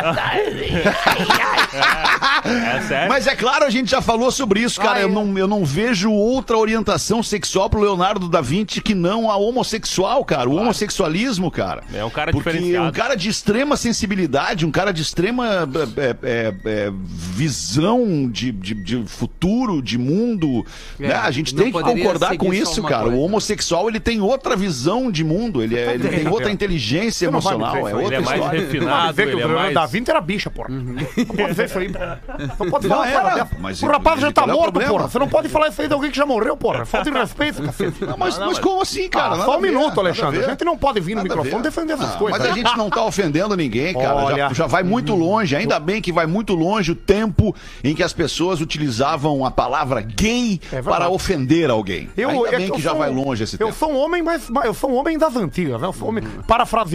É sério? Mas é claro, a gente já falou sobre isso, cara. Ah, é. eu, não, eu não vejo outra orientação sexual pro Leonardo da Vinci que não a homossexual, cara. O homossexualismo, cara. É um cara Porque diferenciado. um cara de extrema sensibilidade, um cara de extrema é, é, é, visão de, de, de futuro, de mundo. É, né? A gente tem que concordar com isso, cara. Coisa. O homossexual, ele tem outra visão de mundo. Ele, é, ele tem outra inteligência emocional. É outra ele é mais história. refinado, ele ele é é mais... Da Vinci era bicha, porra. Uhum. Não pode ver isso aí. Não pode falar não, era, mas o rapaz já tá morto, problema. porra. Você não pode falar isso aí de alguém que já morreu, porra. Falta de respeito, cacete. Não, mas, não, mas como assim, cara? Ah, só um minuto, Alexandre. A, a gente não pode vir no nada microfone defender essas ah, coisas. Mas a gente não tá ofendendo ninguém, cara. Olha... Já, já vai muito longe. Ainda bem que vai muito longe o tempo em que as pessoas utilizavam a palavra gay é para ofender alguém. Eu, Ainda é bem que, que já sou, vai longe esse eu tempo. Eu sou um homem, mas eu sou um homem das antigas, né? Eu sou um homem, parafraseando aqui o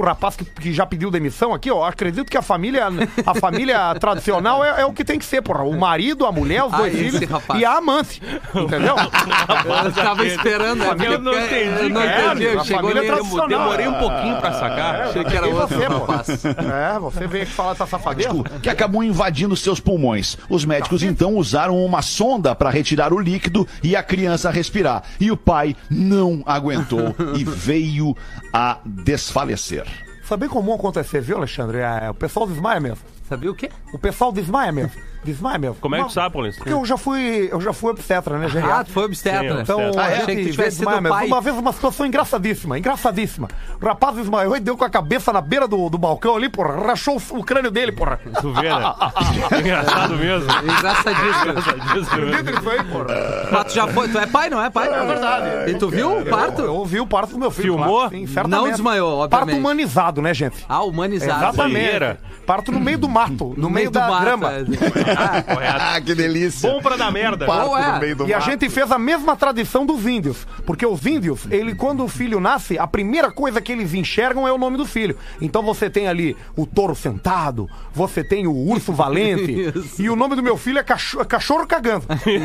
rapaz que, que já pediu demissão aqui, ó, acredito que a família, a família tradicional é, é o que tem que ser, porra. O marido, a mulher, os dois Ah, esse filhos rapaz. e a amante. Entendeu? Eu tava esperando. né? Eu não entendi. Eu não É, entendi. a Chegou família ali. tradicional. Demorei um pouquinho pra sacar. Achei que era outro você, pô. rapaz. É, você veio aqui falar dessa safadeza. Que acabou invadindo seus pulmões. Os médicos então usaram uma sonda para retirar o líquido e a criança respirar. E o pai não aguentou e veio a desfalecer. Isso é bem comum acontecer, viu, Alexandre? É, o pessoal desmaia mesmo. Sabia o quê? O pessoal desmaia mesmo. Desmaia mesmo. Como é que tu Mas- sabe, Paulista? Porque eu já fui, eu já fui obstetra, né, Ah, geriatra? tu foi obstetra. Sim, Então, obstetra. a Ah, é? gente Achei que tu vê tivesse sido desmaia mesmo. pai. Uma vez uma situação engraçadíssima, engraçadíssima. O rapaz desmaiou e deu com a cabeça na beira do, do balcão ali, porra. Rachou o, o crânio dele, porra. Tu vê, né? Engraçado mesmo. Engraçadíssimo. Engraçadíssimo mesmo. Acredita nisso aí, porra? Mas tu já foi. Tu é pai, não é pai? É verdade. E tu viu o parto? Eu ouvi o parto do meu filho. Filmou? Claro, sim, certamente. Não desmaiou, Parto obviamente. humanizado, né, gente? Ah, humanizado. Exatamente. Banheira. Parto no meio do mato, no, meio, da mato, grama. é. Ah, que delícia. Bom pra dar merda. Parto Ou é? no meio do E a mato. gente fez a mesma tradição dos índios. Porque os índios, ele, quando o filho nasce, a primeira coisa que eles enxergam é o nome do filho. Então você tem ali o touro sentado, você tem o urso valente. Isso. E o nome do meu filho é cachorro, cachorro cagando.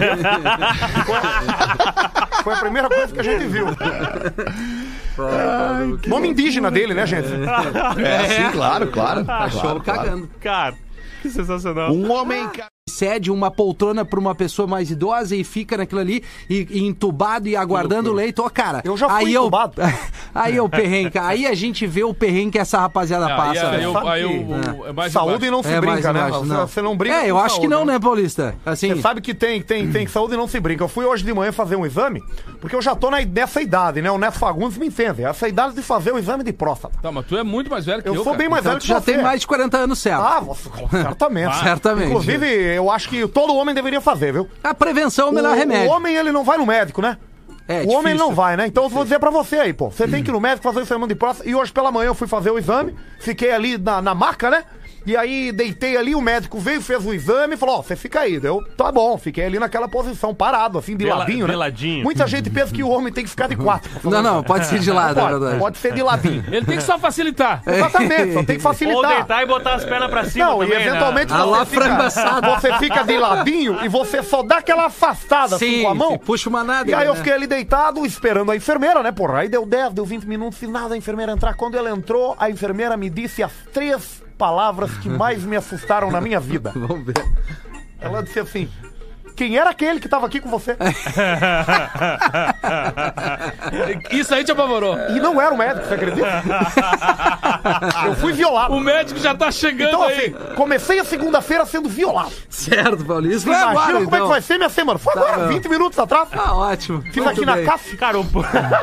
Foi a primeira coisa que a gente viu. Nome indígena dele, né, gente? É, sim, claro, claro. Cachorro claro, claro. cagando. Cara, que sensacional. Um homem... ca- Cede uma poltrona pra uma pessoa mais idosa e fica naquilo ali, e, e entubado e aguardando o leito. Ó, cara, Eu já fui aí entubado. Eu, aí o perrengue, cara. Aí a gente vê o perrengue que essa rapaziada Ah, passa. e aí né? eu- Sabe aí eu- que- o- é mais Saúde embaixo. não se É, mais brinca, né? embaixo, Você- não. Você não brinca É, eu com acho que saúde, não, né, Paulista? Assim, Você sabe que tem, tem, tem saúde e não se brinca. Eu fui hoje de manhã fazer um exame, porque eu já tô na, nessa idade, né? O Neto Fagundes me entende. Essa idade de fazer o exame de próstata. Tá, mas tu é muito mais velho que eu, Eu sou cara. bem mais então velho tu que já você. tem mais de quarenta anos, certo? Ah, você, certamente. Certamente. Inclusive, eu acho que todo homem deveria fazer, viu? A prevenção é o O, melhor o homem homem, ele não vai no médico, né? É, o homem difícil. não vai, né? Então eu vou dizer pra você aí, pô. Você tem que ir no médico fazer o exame de próstata. E hoje pela manhã eu fui fazer o exame, fiquei ali na, na maca, né? E aí deitei ali, o médico veio, fez o exame e falou, ó, você fica aí. Deu, tá bom, fiquei ali naquela posição, parado, assim, de Dela- ladinho, né? de ladinho. Muita gente pensa que o homem tem que ficar de quatro. pra fazer Não, o não, exame. pode ser de lado, é pode, verdade. pode ser de ladinho. Ele tem que só facilitar. Exatamente, só tem que Ou facilitar. deitar e botar as pernas pra cima Não, também, e eventualmente né? A lá você, frango fica, assado. você fica de ladinho e você só dá aquela afastada assim Sim, com a mão. puxa uma nada. E aí eu né? fiquei ali deitado esperando a enfermeira, né, porra? Aí deu dez, deu vinte minutos e nada a enfermeira entrar. Quando ela entrou, a enfermeira me disse as três palavras que mais me assustaram na minha vida. Vamos ver. Ela disse assim: quem era aquele que tava aqui com você? Isso aí te apavorou. E não era o médico, você acredita? Eu fui violado. O médico já tá chegando Então, aí. assim, comecei a segunda-feira sendo violado. Certo, Paulista. Foi Imagina agora, como é que então. vai ser minha semana. Foi agora, bom. vinte minutos atrás. Ah, ótimo. Fiz Muito aqui na bem. caixa. Cara, o,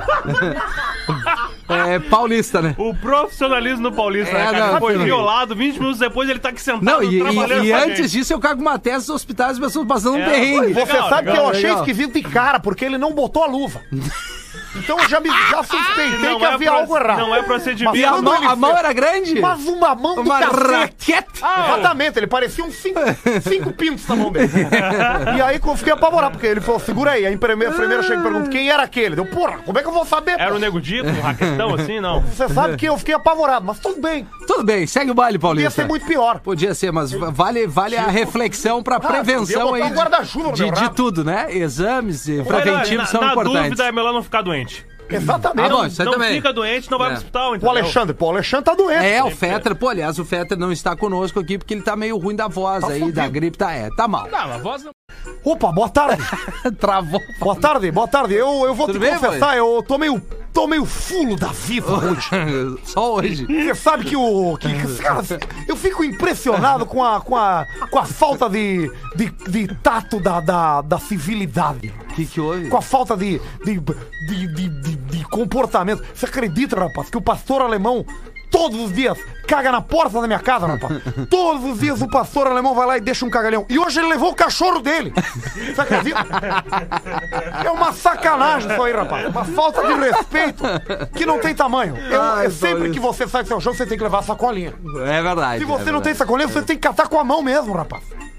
É paulista, né? o profissionalismo do Paulista, É, né, cara? não, Foi filho. violado, vinte minutos depois ele tá aqui sentado Não, e, trabalhando e, e com a antes gente. disso eu cago uma tese dos hospitais, as pessoas passando um É, perrengue. Você Legal, sabe que legal, eu achei legal. esquisito de cara, porque ele não botou a luva. Então eu já, me, já suspeitei Não que é havia pro- algo errado. não é procedimento. E a quando mão, ele a mão fez- era grande? Mas uma mão do Uma cacete. raquete. Ah, exatamente, ele parecia uns cinco, cinco pintos na mão dele. E aí que eu fiquei apavorado, porque ele falou, segura aí. A enfermeira, a enfermeira chega e pergunta, quem era aquele? Deu, porra, como é que eu vou saber? Era pô? o Nego Dito, um raquetão assim, não? Você sabe que eu fiquei apavorado, mas tudo bem. Tudo bem, segue o baile, Paulista. Podia ser muito pior. Podia ser, mas vale, vale a reflexão pra prevenção podia botar aí um guarda-chuva no de, meu de rabo. tudo, né? Exames e Na, preventivos são na importantes. dúvida é melhor não ficar doente. Exatamente. Ah, bom, isso aí Não também. fica doente, não vai pro hospital, O entendeu? Alexandre, pô, o Alexandre tá doente. É, o Fetter, pô, aliás, o Fetter não está conosco aqui porque ele tá meio ruim da voz Tá aí, fudido. da gripe, tá, é, tá mal. Não, a voz não. Opa, boa tarde. Travou. Boa tarde, boa tarde. Eu, eu vou Tudo te bem, confessar, eu tô meio, tô meio fulo da vida hoje. Só hoje. Você sabe que o. Que, que, cara, eu fico impressionado com a, com a, com a falta de, de, de tato da, da, da civilidade. O que, que houve? Com a falta de, de, de, de, de, de comportamento. Você acredita, rapaz, que o pastor alemão todos os dias caga na porta da minha casa, rapaz? Todos os dias o pastor alemão vai lá e deixa um cagalhão. E hoje ele levou o cachorro dele. Você acredita? É uma sacanagem isso aí, rapaz. Uma falta de respeito que não tem tamanho. Eu, Ai, é sempre Paulista. que você sai do seu jogo, você tem que levar a sacolinha. É verdade. Se você é não tem verdade. sacolinha, você tem que catar com a mão mesmo, rapaz.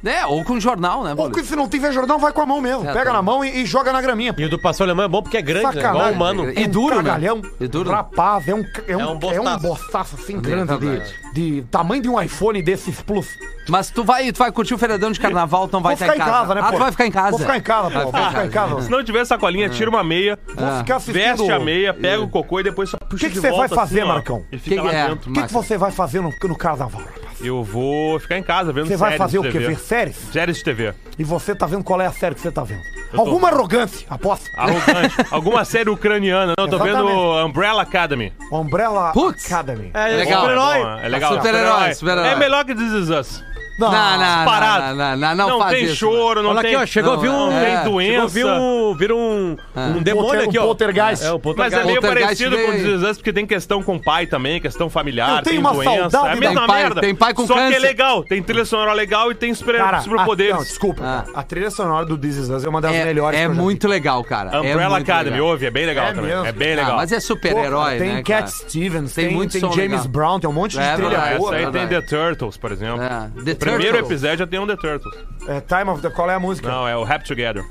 É, ou com jornal, né, Ou que se não tiver jornal, vai com a mão mesmo. É, Pega tá. na mão e, e joga na graminha. E o do pastor alemão é bom porque é grande, né? Igual Sacanagem. o humano. E duro, né? Cagalhão. E duro. Rapaz, é um, é um, É um é um bostaço. bostaço assim É grande verdade. de, de tamanho de um iPhone desses Plus. Mas tu vai, tu vai curtir o feriadão de carnaval, tu não vai Vou estar ficar em casa, né, Ah, pô? tu vai ficar em casa. Vou ficar em casa, pô. Vou ficar em casa. Se não tiver sacolinha, tira uma meia, Vou ficar assistindo... veste a meia, pega o cocô e depois só O puxa que que de você vai volta fazer, assim, ó, Marcão? E fica Que lá que é? dentro. O que, que você vai fazer no, no carnaval? Eu vou ficar em casa vendo Você séries vai fazer o de quê? T V. Ver séries? Séries de T V. E você tá vendo qual é a série que você tá vendo? Eu tô- Alguma arrogância, aposto. Arrogante. Alguma série ucraniana. Não, eu tô vendo Exatamente. Umbrella Academy. Umbrella Putz. Academy. É, Legal. super-herói. Bom, é legal. Super-herói, super-herói. É melhor que This Is Us. Não, não, não, Parado. não, não, não, não, Não, faz tem isso, choro, não Olha tem... aqui, ó, chegou a vir um... não, é. tem Chegou a doença. vir um... Vira um... Um demônio polter- aqui, um ó. poltergeist. É, o Mas poltergeist. é meio Poltergeist parecido com veio- This Is Us, porque tem questão com pai também, questão familiar, Eu tenho tem uma doença. saudade É a da- mesma Tem pai- merda. tem pai com Só que câncer. é legal, tem trilha sonora legal e tem super, Cara, superpoderes. a- não, desculpa. Ah. A trilha sonora do This Is Us é uma das É, melhores é que eu já muito legal, cara. é Umbrella muito Academy, legal. ouve, é bem legal É também. mesmo. É bem Ah, legal. mas é vi. Pô, super-herói, cara, tem né, Cat cara? Stevens, Tem tem, muito tem som James legal. Brown, tem um monte de É trilha verdade, boa. Essa aí verdade. tem The Turtles, por exemplo. É, The O primeiro Turtles. episódio já tem um The Turtles. É, Time of the... Qual é a música? Não, é o Happy Together.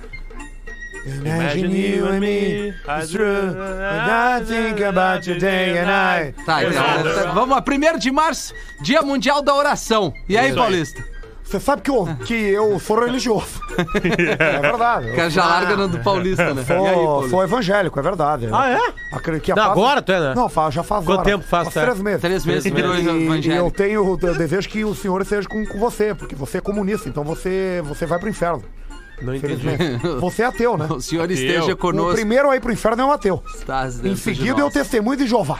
Imagine you and me, it's true, and I think about you day and night. Tá, então, tá, vamos lá. primeiro de março, Dia Mundial da Oração. E aí, Isso aí. Paulista? Você sabe que eu, que eu sou religioso. É verdade. O cara já larga no do Paulista, né? E aí, Sou, Paulista? sou evangélico, é verdade. Ah, é? Acredito que a Não, paz- agora tu é, né? Não, faz, já faz Quanto hora. tempo faz, Faz tá? três meses. Três meses virou E, e evangélico. eu tenho, eu desejo que o senhor esteja com, com você, porque você é comunista, então você, você vai pro inferno. Não entendi. Infelizmente. Você é ateu, né? O senhor esteja O conosco. primeiro a ir pro inferno é um ateu. Estás Em dentro de seguida é o nós. testemunho de Jeová.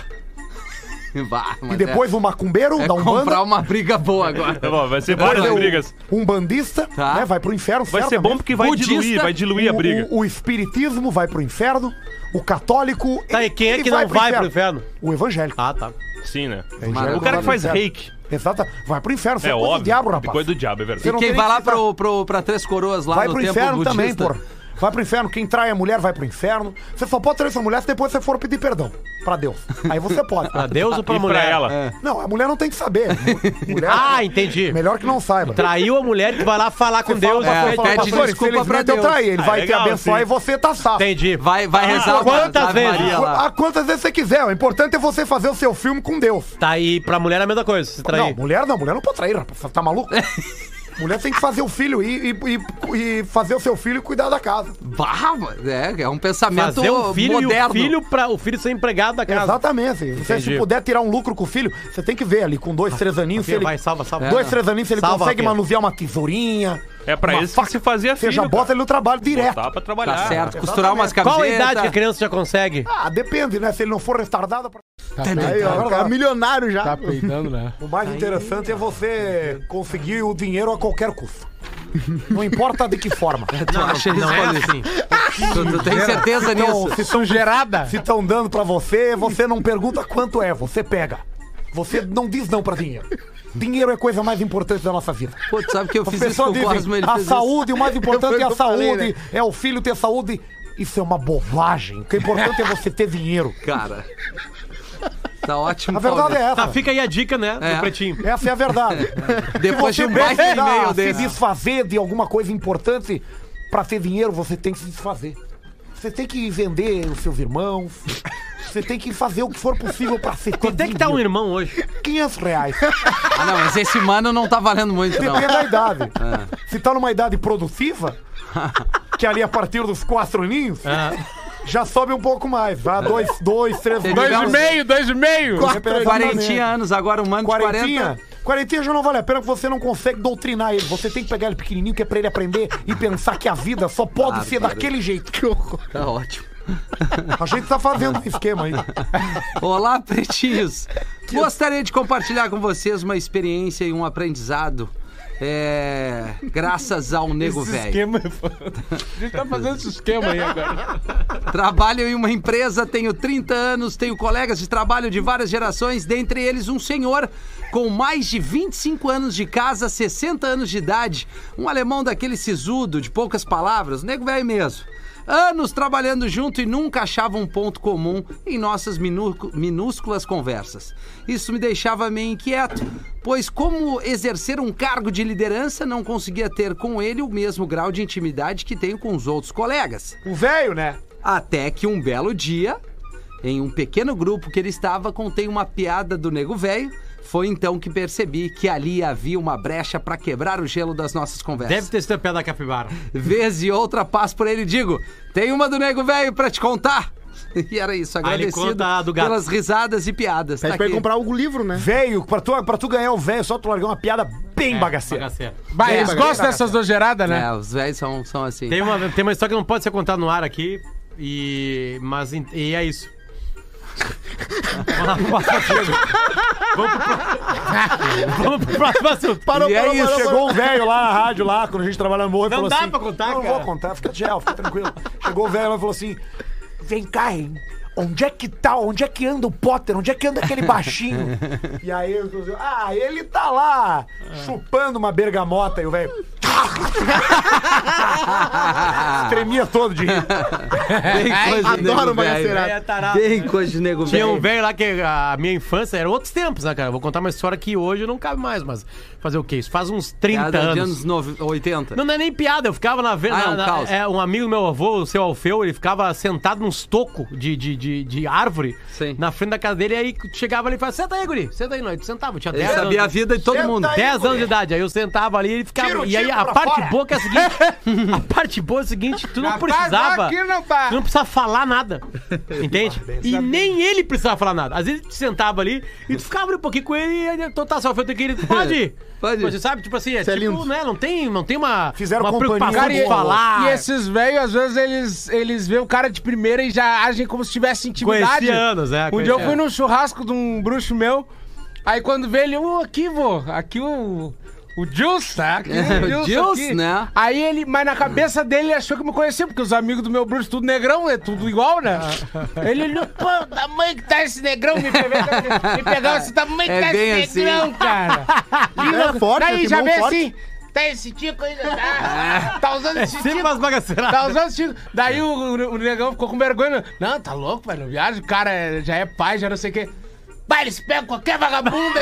Bah, mas E depois é, o macumbeiro é da Umbanda. comprar uma briga boa agora. Tá bom, vai ser Depois várias é o brigas. umbandista, Tá. né? Vai pro inferno. Vai ser certamente. bom porque vai Budista, diluir, vai diluir a O- briga. O, o espiritismo vai pro inferno. O católico. Tá, e quem é ele que não vai pro inferno? O evangélico. Ah, tá. Sim, né? Evangélico O cara vai que faz pro inferno. reiki. Exato. Vai pro inferno. Você É é coisa óbvio. do diabo, é rapaz. coisa do diabo, é verdade. Você E não quem tem vai nem lá que citar. pro, pro, pra Três Coroas, lá Vai no pro templo inferno budista? também, porra. Vai pro inferno. Quem trai a mulher vai pro inferno. Você só pode trair sua mulher se depois você for pedir perdão pra Deus. Aí você pode. Pra Deus ou pra E pra mulher? ela? É. Não, a mulher não tem que saber. Mulher, Ah, entendi. melhor que não saiba. Traiu a mulher que vai lá falar com Você Deus. fala, É, pastor, fala, pede pastor, desculpa pra infelizmente eu Deus. traí. Ele Ah, vai legal, te abençoar sim. e você tá safo. Entendi. Vai, vai rezar uma quantas Ave vezes? Maria lá. A quantas vezes você quiser. O importante é você fazer o seu filme com Deus. Tá aí, pra mulher é a mesma coisa, se trair. Não, mulher não. Mulher não pode trair, rapaz. Você tá maluco? Mulher tem que fazer o filho e, e, e- e fazer o seu filho e cuidar da casa. Bah, é, é um pensamento Fazer um filho moderno. e o filho pra o filho ser empregado da casa. Exatamente. Você, Entendi. se puder tirar um lucro com o filho, você tem que ver ali com dois, três aninhos. Se ele, Vai, salva, salva. dois, três aninhos, se ele Salva, consegue Rafinha. manusear uma tesourinha. É pra uma isso que se fazia Você filho, já bota cara. ele no trabalho direto. Botar pra trabalhar. Tá certo, costurar umas camisetas. Qual a idade que a criança já consegue? Ah, depende, né? Se ele não for retardado. Pra... Aí, ó, o cara é milionário já. Tá peidando, né? O mais interessante é você conseguir o dinheiro a qualquer custo. Não importa de que forma. Tu acha isso, Paulista? Tu, tu tem certeza Então, nisso? se estão gerada, se estão dando pra você, você não pergunta quanto é, você pega. Você não diz não pra dinheiro. Dinheiro é a coisa mais importante da nossa vida. Pô, tu sabe que eu As fiz isso pessoas com o dizem, Cosmo, ele a fez saúde, o mais importante é a Foi o que eu falei, saúde, é o filho ter saúde. Isso é uma bobagem. O que é importante é você ter dinheiro. isso. Cara, tá ótimo, A verdade é Paulista. essa. Tá, fica aí a dica, né, É. do Pretinho. Essa é a verdade. Depois de Se um você baita precisar e-mail se desse. desfazer de alguma coisa importante pra ter dinheiro, você tem que se desfazer. Você tem que vender os seus irmãos. Você tem que fazer o que for possível pra ser. Quanto é que tá um irmão hoje? quinhentos reais. Ah, não, mas esse mano não tá valendo muito, não. Depende da idade. Se tá numa idade produtiva, que ali a partir dos quatro aninhos, já sobe um pouco mais. Vai dois, dois, três, Tem Dois e Digamos- meio, dois e meio. Quarentinha anos, agora um mano de Quarentinha, quarenta. quarentinha já não vale a pena, porque você não consegue doutrinar ele. Você tem que pegar ele pequenininho, que é pra ele aprender e pensar que a vida só pode Claro, ser claro. daquele jeito. Que horror. Tá ótimo. A gente tá fazendo um esquema aí. Olá, pretinhos. Gostaria de compartilhar com vocês uma experiência e um aprendizado. É, graças ao Nego Esse Velho. esquema é foda. A gente tá fazendo esse esquema aí agora. Trabalho em uma empresa, tenho trinta anos, tenho colegas de trabalho de várias gerações, dentre eles um senhor com mais de vinte e cinco anos de casa, sessenta anos de idade, um alemão daquele sisudo, de poucas palavras, Nego Velho mesmo. Anos trabalhando junto e nunca achava um ponto comum em nossas minu- minúsculas conversas. Isso me deixava meio inquieto, pois como exercer um cargo de liderança, não conseguia ter com ele o mesmo grau de intimidade que tenho com os outros colegas. O velho, né? Até que um belo dia, em um pequeno grupo que ele estava, contei uma piada do nego velho. Foi então que percebi que ali havia uma brecha pra quebrar o gelo das nossas conversas. Deve ter sido a piada da capivara. Vez e outra passo por ele e digo, tem uma do nego velho pra te contar. E era isso, agradecido a do gato. pelas risadas e piadas. Pede Tá pra ele aqui. comprar algum livro, né? Velho, pra tu, pra tu ganhar o velho, só tu largar uma piada bem bagaceira. Bagaceira. Bah, eles É, gostam dessas dojeiradas, né? É, os velhos são, são assim. Tem uma, tem uma história que não pode ser contada no ar aqui, e, mas em- e é isso. Vamos pro próximo. Vamos pro próximo assunto. Parou, E é parou, isso. parou. Chegou um velho lá na rádio, lá, quando a gente trabalhava no morro, e Não falou dá assim... pra contar, Não, cara. vou contar, fica de gel, fica tranquilo. Chegou o velho lá e falou assim... Vem cá, hein? Onde é que tá? Onde é que anda o Potter? Onde é que anda aquele baixinho? E aí eu falei, ah, ele tá lá, chupando uma bergamota. E o velho... Tremia todo de rir. Bem coisa de nego Adoro velho. bagaceirada. É tarado. Bem coisa de nego Tinha um velho. velho lá que a minha infância era outros tempos, né, cara? Eu vou contar uma história que hoje não cabe mais, mas fazer o quê? Isso faz uns trinta Piada de anos. anos nove- oitenta. Não, não é nem piada, eu ficava na venda. Ah, é um caos. é, um amigo do meu avô, o seu Alfeu, ele ficava sentado num estoco de, de, de, de árvore Sim. na frente da casa dele, e aí chegava ali e falava, senta aí, guri, senta aí, nós. Tu sentava, eu tinha Ele dez sabia a anos. vida de todo Senta mundo. aí. dez anos de idade, aí eu sentava ali e ele ficava. Tira o E aí tiro a pra parte fora. boa que é a seguinte: a parte boa é a seguinte, tu não precisava. Aqui não tá. Tu não precisava falar nada. Entende? E nem ele precisava falar nada. Às vezes tu sentava ali e tu ficava ali um pouquinho com ele e ele, então tá, só eu tenho que ir. Pode ir. Pode ir. Você sabe, tipo assim, é Isso é tipo, lindo. né? Não tem, não tem uma, Fizeram uma companhia preocupação com de o- falar. E esses velhos, às vezes, eles, eles veem o cara de primeira e já agem como se tivesse intimidade. Conhecia anos, é, Um dia eu conhecia. fui num churrasco de um bruxo meu, aí quando vê ele, ô, aqui, vô, aqui o... O Jules, tá? Aqui, O Jules, aqui. né? Aí ele, mas na cabeça dele ele achou que me conhecia, porque os amigos do meu bruxo, tudo negrão, é tudo igual, né? Ele olhou, pô, o tamanho que tá esse negrão, me pegava, me pegava esse tamanho que É tá bem esse negrão, cara. É forte, Daí tem já mão vem forte. assim, tá esse tico aí, tá, tá usando esse Sempre tico. umas bagaceiradas. Tá usando esse tico. Daí o, o, o negão ficou com vergonha. Não, tá louco, velho, viagem, o cara é- já é pai, já não sei o quê. Vai, eles pegam qualquer vagabunda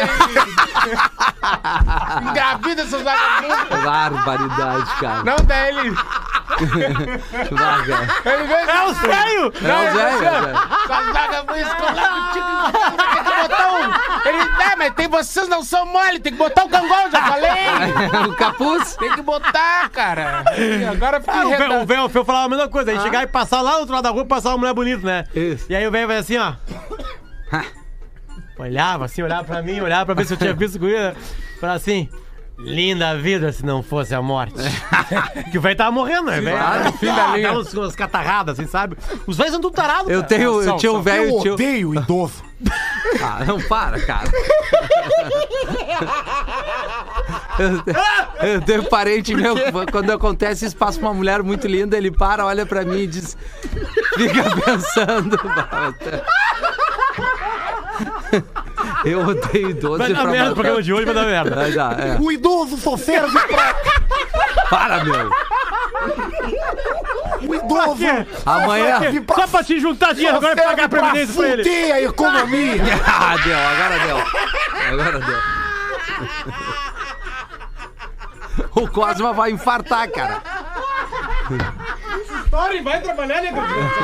e... engravida essas vagabundas. Barbaridade, cara. Não, daí ele... Vaga. Ele veio... É o velho! É o velho, é o velho. Com as vagabundas escoladas contigo, tem que botar um... Ele... É, mas tem, vocês não são mole, tem que botar o cangol, já falei. O capuz. Tem que botar, cara. E agora eu fiquei Ah, o velho- retado. o velho Alfeu falava a mesma coisa. Aí chegar e passar lá do outro lado da rua e passar uma mulher bonita, né? Isso. E aí o velho vai assim, ó. Olhava assim, olhava pra mim, olhava pra ver se eu tinha visto guria. Falava assim, linda vida se não fosse a morte. Que o velho tava morrendo, né, velho? Claro, fim da linha. Aquelas umas catarradas, assim, sabe? Os velhos são tudo tarados, Eu cara. tenho, eu São, tinha um são. velho. Eu tinha- odeio idoso. Ah, não para, cara. Eu, te- eu tenho parente meu, quando acontece isso, passa uma mulher muito linda, ele para, olha pra mim e diz. Fica pensando. Eu odeio idoso. Vai e dar pra merda, o matar- programa de hoje vai dar merda. Vai dar, é. O idoso só serve pra... Para, meu. O idoso Amanhã. serve pra... Só pra te juntar dinheiro agora e pagar a previdência pra ele. fuder a economia. Ah, deu, agora deu. Agora deu. O Cosma vai infartar, cara. Vai trabalhar, né,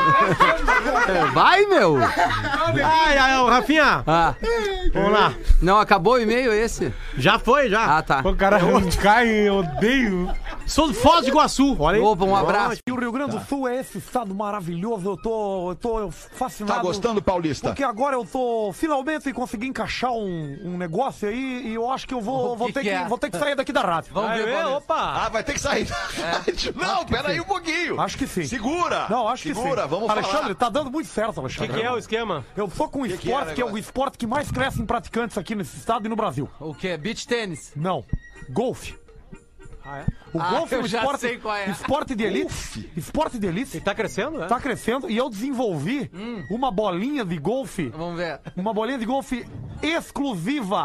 Vai, meu. Ai, ai, ô, Rafinha. Ah, Vamos lá. não, acabou o e-mail esse? Já foi, já. Ah, tá. O cara cai, eu odeio. Sou de Foz do Iguaçu, olha aí. Opa, um abraço. E o Rio Grande do Sul é esse estado maravilhoso. Eu tô, eu tô fascinado. Tá gostando, Paulista? Porque agora eu tô finalmente consegui encaixar um, um negócio aí e eu acho que eu vou, vou, que ter, que que, é? vou ter que sair daqui da rádio. Vamos ver, É, Paulista. opa. Ah, vai ter que sair. Não, peraí um pouquinho. Acho que sim. Segura. Não, acho que Segura, sim. vamos Alexandre, falar. tá dando muito certo, O Alexandre. que, que é o esquema? Eu tô com um que é esporte o que é o negócio? esporte que mais cresce em praticantes aqui nesse estado e no Brasil. O quê? Beach tênis. Não, golfe. Ah, é? O Ah, golfe é eu um já esporte, sei qual é. esporte de elite. Esporte de elite. E tá crescendo, né? Tá crescendo e eu desenvolvi uma bolinha de golfe, Vamos ver. uma bolinha de golfe exclusiva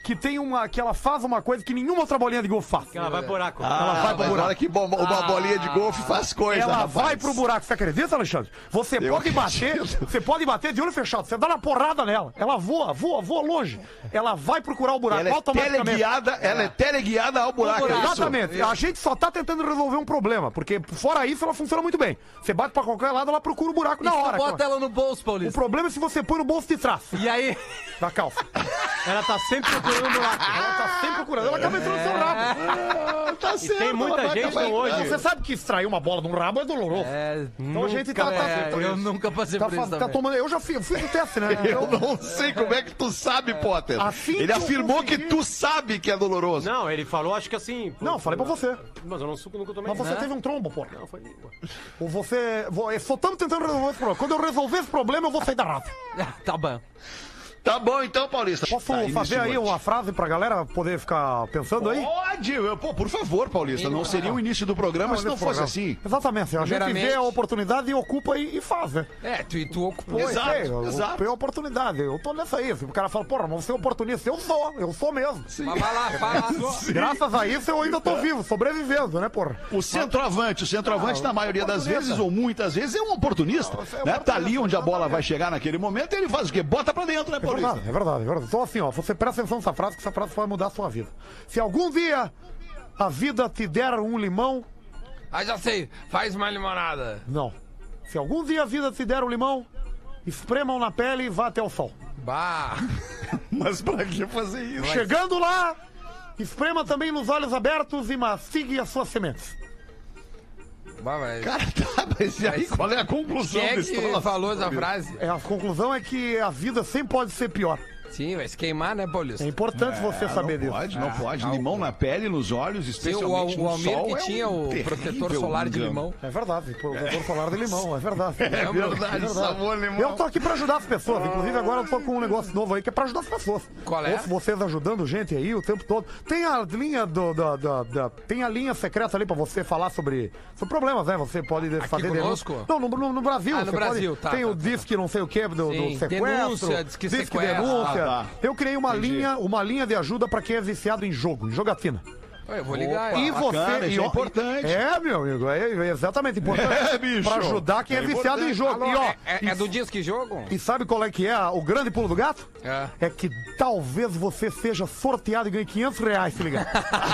que tem uma. Que ela faz uma coisa que nenhuma outra bolinha de golfe faz. Ela vai pro buraco. Ah, Ela vai pro mas buraco. olha que bom, uma bolinha de golfe faz coisa, Ela rapaz. vai pro buraco, você acredita, Alexandre? Você Eu pode bater, acredito. você pode bater de olho fechado, você dá uma porrada nela. Ela voa, voa, voa longe. Ela vai procurar o buraco Ela é automaticamente. teleguiada, ela é teleguiada ao buraco, é isso? Exatamente. A gente só tá tentando resolver um problema, porque fora isso ela funciona muito bem. Você bate pra qualquer lado, ela procura o buraco na E tu hora. bota cara. ela no bolso, O Paulista. problema é se você põe no bolso de trás E aí? da calça. Ela tá sempre procurando um buraco. Ela tá sempre procurando, ela acaba entrando no seu rabo. Ah, tá E certo, tem muita ela vai gente acabar hoje. entrando. Você sabe que extrair uma bola de um rabo é doloroso. É, Então a gente tá, tá, é, tá- eu nunca passei tá, por isso faz- tá também. tomando. Eu já fiz, eu fiz o teste, né? Eu não sei como é que tu sabe, Potter. Assim Ele que eu afirmou que consegui. tu sabe que é doloroso. Não, ele falou, acho que assim. Não, falei pra você. Mas eu não suco, nunca tomei. Mas você Né? teve um trombo, pô. Não, foi língua. Ou você. vou- Eu só estamos tentando resolver esse problema. Quando eu resolver esse problema, eu vou sair da raça. Tá bom. Tá bom então, Paulista. Posso Tá, fazer aí início uma frase pra galera poder ficar pensando aí? Pode, eu- pô, por favor, Paulista. Não seria o início do programa se não fosse assim. Exatamente. A gente Primeiramente- vê a oportunidade e ocupa e, e faz, né? É, tu, e tu ocupou. Exato, É, eu exato. ocupei a oportunidade. Eu tô nessa aí. Se o cara fala, porra, mas você é oportunista. Eu sou, eu sou mesmo. Mas vai lá, vai lá. Graças a isso eu ainda tô vivo, sobrevivendo, né, porra? O centroavante, o centroavante, Ah, na maioria das oportunista. vezes, ou muitas vezes, é um oportunista. Não, você é Né? Tá ali oportunista, onde a bola exatamente. vai chegar naquele momento, ele faz o quê? Bota pra dentro, né, É Paulista? verdade, é verdade, é verdade. Então assim, ó, você presta atenção nessa frase, que essa frase vai mudar a sua vida. Se algum dia a vida te der um limão, Ah, já sei. Faz uma limonada. não. Se algum dia a vida te der um limão, espremam na pele e vá até o sol. Bah. Mas pra que fazer isso? Chegando lá, esprema também nos olhos abertos e mastigue as suas sementes. bah mas... Cara, tá, mas e aí qual é a conclusão Quem é desse que troço? falou essa frase? É, a conclusão é que a vida sempre pode ser pior. Sim, vai se queimar, né, Paulista? É importante você saber Não disso. pode, não Ah, pode. calma. Limão na pele, nos olhos, Sim, o, especialmente o no Almir sol, que é tinha um o protetor terrível solar de engano. limão. É verdade, protetor solar de limão, é verdade. É verdade, sabor limão. Eu tô aqui pra ajudar as pessoas, inclusive agora eu tô com um negócio novo aí que é pra ajudar as pessoas. Qual é? Ouço vocês ajudando gente aí o tempo todo. Tem a linha do, da, da, da- tem a linha secreta ali pra você falar sobre, sobre problemas, né? Você pode fazer conosco? denúncia. Não, no, no, no Brasil. Ah, no você Brasil, pode, tá, Tem tá, o tá. disque não sei o que do, Sim, do sequestro. denúncia, disque sequestro. denúncia. Ah, tá. Eu criei uma linha, uma linha de ajuda pra quem é viciado em jogo, em jogatina. Ué, eu vou ligar. E ó. você. bacana, e isso é ó, importante. É, meu amigo, é, é exatamente importante. É, bicho. Pra ajudar quem é, É viciado em importante. jogo. Alô, E, ó, é, é- e, é do disque jogo? e sabe qual é que é a- o grande pulo do gato? É. É que talvez você seja sorteado e ganhe quinhentos reais, se ligar.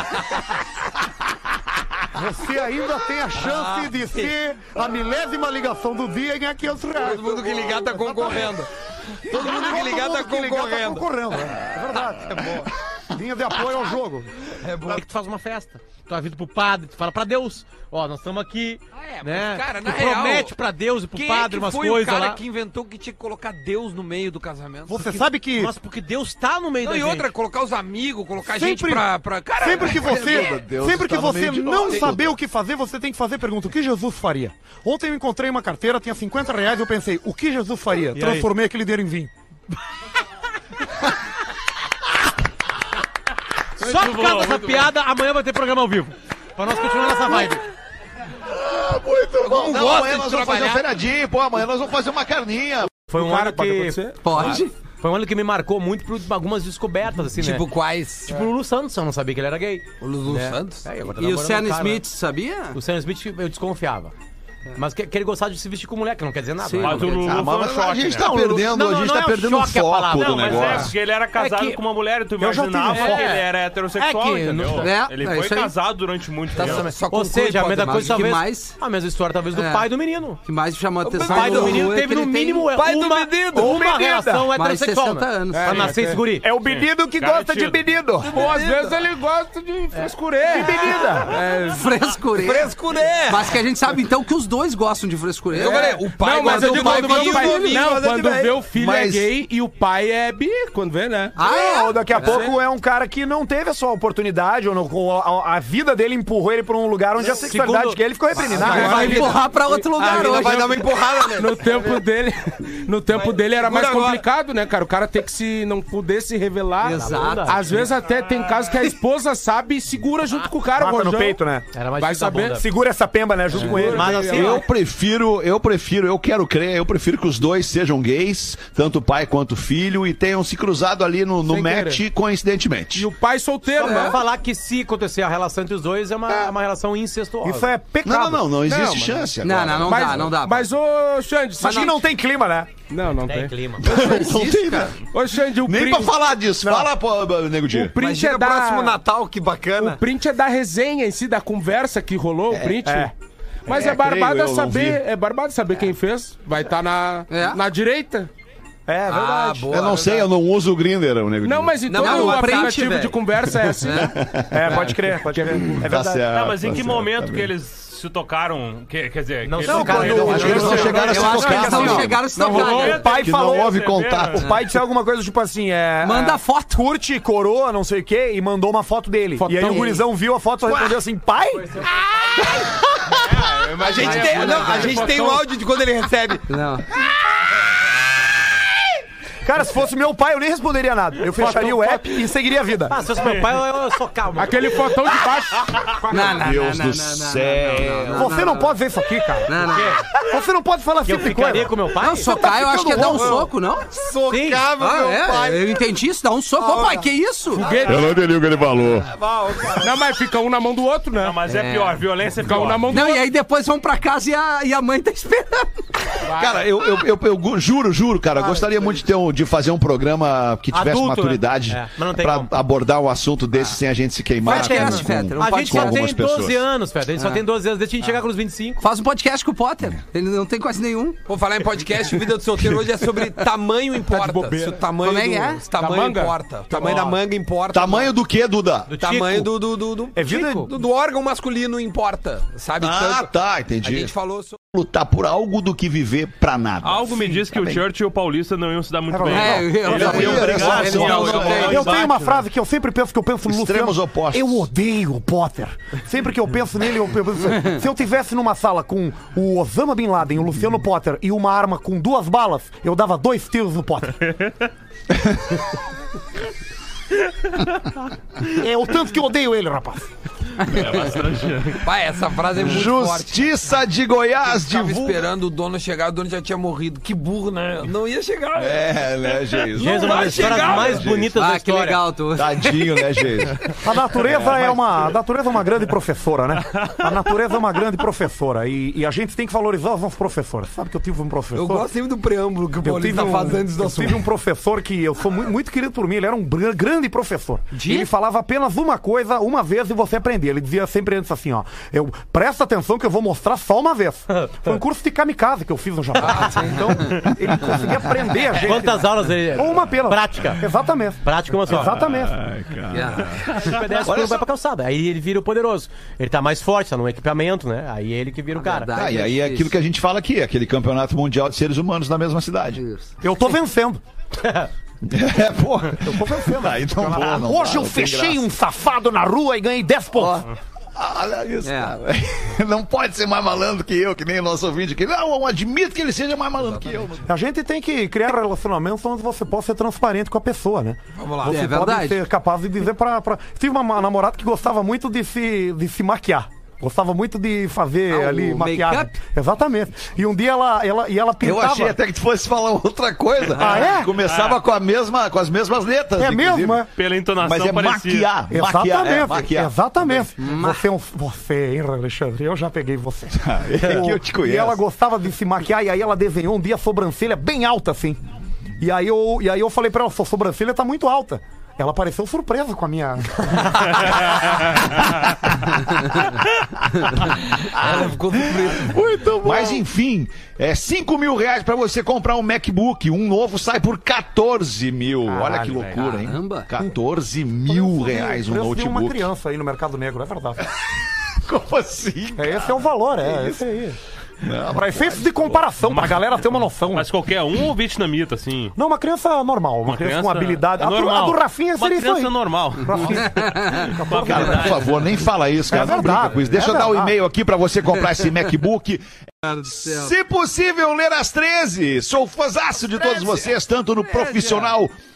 Você ainda tem a chance de ser a milésima ligação do dia e ganhar quinhentos reais. Todo mundo que ligar tá concorrendo. Todo mundo que ligar tá Todo mundo que ligar tá concorrendo. concorrendo, é verdade. É boa. Linha de apoio ao jogo. É bom. que tu faz uma festa. Tu avisa pro padre, tu fala pra Deus. Ó, nós estamos aqui. Ah, é, né? mas, cara, na tu real, promete pra Deus e pro Quem padre é que umas foi o coisas cara lá. que inventou que tinha que colocar Deus no meio do casamento? Você sabe que. Nossa, porque Deus tá no meio Não, da e gente. outra, colocar os amigos, colocar Sempre- gente pra, pra... Cara, Sempre que você, Deus sempre que está no você meio de não nós. saber o que fazer, você tem que fazer pergunta: o que Jesus faria? Ontem eu encontrei uma carteira, tinha cinquenta reais e eu pensei: o que Jesus faria? E Transformei aquele dinheiro em vinho. Só por causa dessa piada, amanhã vai ter programa ao vivo. Pra nós continuar nessa vibe. Ah, muito bom. Não, gosta amanhã de nós vamos fazer trabalhar. um feiradinho, pô. Amanhã nós vamos fazer uma carninha. Foi um ano que... Pode? Foi um ano que me marcou muito por algumas descobertas, assim, Tipo né? quais? Tipo o Lulu Santos, eu não sabia que ele era gay. O Lulu né? Santos? É, e agora tá E o namorando Sam um cara, Smith, né? sabia? O Sam Smith eu desconfiava. Mas que, que ele gostava de se vestir como mulher, que não quer dizer nada. Sim. né? Mas o Lulu Ah, foi um mas a choque, gente né? tá Não, Lulu- perdendo, não, a gente não tá é o perdendo o choque a foco palavra. do Não, mas é, negócio. porque ele era casado É que- com uma mulher e tu Eu já tive imaginava foco. que ele era heterossexual, É que- entendeu? É, ele é foi isso aí. casado durante muito Tá, tempo. só Ou conclui, seja, a pode, mesma mas coisa o que talvez... mais, A mesma história talvez do É. pai do menino. que mais chamou a O atenção pai do Lulu menino é teve que no ele tem mínimo pai do uma, menino, uma menino. relação mais heterossexual. sessenta né? anos. Pra nascer esse guri. É o menino que gosta de menino. Ou às vezes ele gosta de frescurê. Menina. Frescurê. Frescurê. Mas que a gente sabe então que os dois gostam de frescurê. Eu falei, o pai Não, mas gosta eu do digo pai quando vê o pai. vinho, Não, mas eu quando digo, vê o filho é mas- gay e o pai é bi, quando vê, né? Ah, É, é? ou daqui a pouco é um cara que não teve a sua oportunidade, ou não, ou a, a vida dele empurrou ele pra um lugar onde a sexualidade Segundo- que ele ficou reprimida. Vai, vai empurrar pra outro lugar vida hoje. vai dar uma empurrada nele. No tempo dele, no tempo dele era mais agora. complicado, né, cara? O cara tem que se não poder se revelar. Exato. Às vezes até tem casos que a esposa sabe e segura junto com o cara, Mata no Rojão. peito, né? Era mais Vai difícil da saber. bunda. Segura essa pemba, né? Junto com ele. Mas assim, Eu prefiro, eu prefiro, eu quero crer, eu prefiro que os dois sejam gays, tanto o pai quanto o filho, e tenham se cruzado ali no, no Sem match querer. coincidentemente. E o pai solteiro, Só pra né? falar que se acontecer a relação entre os dois é uma, uma relação incestuosa. Isso é Não, pecado. não, não, não existe Não, mas- chance Não, agora. não, não mas, dá, não dá. Mas, ô, Xande, Mas aqui não tem clima, né? Não, não tem. Tem clima. Não tem, né? Ô, Xande, o Nem print, pra falar disso. Fala, pô, Nego Di. o print Imagina é o próximo da... Natal, que O bacana. print é da resenha em si, da conversa que rolou, o print. é. Mas É, é, barbado creio, é eu não saber, é barbado saber quem fez. Vai estar na, É. na direita. É verdade. Ah, boa. Eu não sei, eu não uso o Grindr, o Nego Di. Não, mas em Não, todo não, o o print, aplicativo velho. de conversa é assim. É, pode crer, pode crer. É Tá verdade. certo. Tá, mas em tá que certo, momento tá que bem. eles se tocaram? Que, quer dizer, Não que se eles- tocaram. quando- Acho que eles não chegaram a se Eu acho que tocar. eles não não. chegaram a se Não tocar. rolou. né? O pai Que falou. não houve contato. O pai disse alguma coisa tipo assim, é... Manda é, foto. Curte, coroa, não sei o quê, e mandou uma foto dele. Fotão. E aí o gurizão viu a foto e respondeu assim, pai? A gente, tem, não, a gente tem um áudio de quando ele recebe. Não. Cara, se fosse meu pai, eu nem responderia nada. Eu fecharia o app e seguiria a vida. Ah, se fosse meu pai, eu, eu sou calmo. Aquele fotão de baixo. Não, não, Deus não, do não, não, céu. não, não, Você não pode ver isso aqui, cara. Não, não. Você não pode falar Que eu assim de ficaria coisa. com meu pai? Não, socar eu acho que é dar um soco, não? Socava Ah, meu é? pai. Eu entendi isso, dá um soco. Ô, pai, que isso? Eu não entendi o que ele falou. Não, mas fica um na mão do outro, né? Não, mas é, É. pior, violência é Fica um pior. na mão do Não, e outro. aí depois vão pra casa e a, e a mãe tá esperando. Cara, eu, eu, eu, eu gu- juro, juro, cara, eu gostaria muito de, ter um- de fazer um programa que tivesse Adulto, maturidade né? É, mas não tem pra como. abordar um assunto desse sem a gente se queimar. Podcast, com- Fetter, um A gente podcast. com só tem algumas doze pessoas. anos, Feta. A gente só tem doze anos. Deixa a gente chegar com os vinte e cinco. Faz um podcast com o Potter. Ele não tem quase nenhum. Vou falar em podcast, o Vida do Solteiro hoje é sobre tamanho importa. Se o tamanho Como é que do- é? se o tamanho Da manga? importa. O tamanho da manga importa. Tamanho do que, Duda? Do tamanho Tico. do, do, do, do, É vida- do, do órgão masculino importa, sabe? Ah, Tanto- tá, A entendi. gente falou sobre... Lutar por algo do que viver pra nada. Algo me diz que o Churchill e o Paulista não iam se dar muito É bem. É, eu- eu- Eles iam eu- brigar, eu- assim, eu- ao- eu- ao- ao Eu tenho uma embate, frase que eu sempre penso que eu penso no Extremos Luciano. opostos. Eu odeio o Potter. Sempre que eu penso nele, eu penso... Se eu tivesse numa sala com o Osama Bin Laden, o Luciano Potter e uma arma com duas balas, eu dava dois tiros no Potter. É o tanto que eu odeio ele, rapaz. Pai, essa frase é muito forte. Justiça de Goiás Tava divulga. esperando o dono chegar, o dono já tinha morrido. Que burro, né? Não ia chegar. É, né, Jesus? Jesus, uma vai das histórias chegar, mais gente. bonitas da Ah, que história. legal, tu. Tadinho, né, Jesus? A natureza é, uma, a natureza é uma grande professora, né? A natureza é uma grande professora e, e a gente tem que valorizar os nossos professores. Sabe que eu tive um professor... Eu gosto sempre do preâmbulo que o Eu Paulista tive, um, faz antes do eu assunto. tive um professor que eu sou muito, muito querido por mim, ele era um br- grande professor. De? Ele falava apenas uma coisa, uma vez e você aprendia. Ele dizia sempre antes assim, ó, eu, presta atenção que eu vou mostrar só uma vez. Foi um curso de kamikaze que eu fiz no Japão. Então, ele conseguia aprender a gente. Quantas aulas ele... Ou uma pela. Prática. Exatamente. Prática uma só. Exatamente. O pedestre não vai pra calçada. Aí ele vira o poderoso. Ele tá mais forte, tá no equipamento, né? Aí ele que vira o cara. Ah, e aí é aquilo que a gente fala aqui, aquele campeonato mundial de seres humanos na mesma cidade. Eu tô vencendo. É, pô. Eu tô vencendo. Aí não vou, não Hoje dá, eu não tem fechei graça. um safado na rua e ganhei dez pontos. Olha isso, É. cara. Não pode ser mais malandro que eu, que nem o nosso ouvinte aqui. Não, eu admito que ele seja mais malandro que eu. A gente tem que criar relacionamentos onde você possa ser transparente com a pessoa, né? Vamos lá. Você É pode verdade. ser capaz de dizer pra... pra... Tive uma ma- namorada que gostava muito de se, de se maquiar. Gostava muito de fazer Ah, ali o maquiagem. make-up? Exatamente. E um dia ela, ela, e ela Eu pintava... achei até que tu fosse falar outra coisa. Ah, é? Começava com, a mesma, com as mesmas letras. É inclusive. mesmo, é? Pela entonação Mas é parecia. maquiar. Exatamente, Maquiar, é, maquiar. exatamente. Você, é um, você, hein, Alexandre? Eu já peguei você. É que eu te conheço. E ela gostava de se maquiar, e aí ela desenhou um dia a sobrancelha bem alta, assim. E aí eu, e aí eu falei pra ela, sua sobrancelha tá muito alta. Ela pareceu surpresa com a minha... Ela ficou surpresa. Muito bom. Mas enfim, é cinco mil reais pra você comprar um MacBook. Um novo sai por quatorze mil. Olha que loucura, hein? Caramba. quatorze mil reais um Preço de uma notebook. criança aí no mercado negro, é verdade. Como assim? É, esse é o valor, é, esse aí. Pra efeitos de comparação, pra galera ter uma noção. Mas qualquer um ou vietnamita, assim? Não, uma criança normal, uma, criança, com habilidade. é A do, normal. a do Rafinha Uma seria isso criança aí. normal. Rafinha. Cara, por favor, nem fala isso, cara. É não verdade, brinca com isso. Deixa é eu dar o verdade. e-mail aqui pra você comprar esse MacBook. do céu. Se possível, ler às treze. Sou fãzaço de todos vocês, tanto no profissional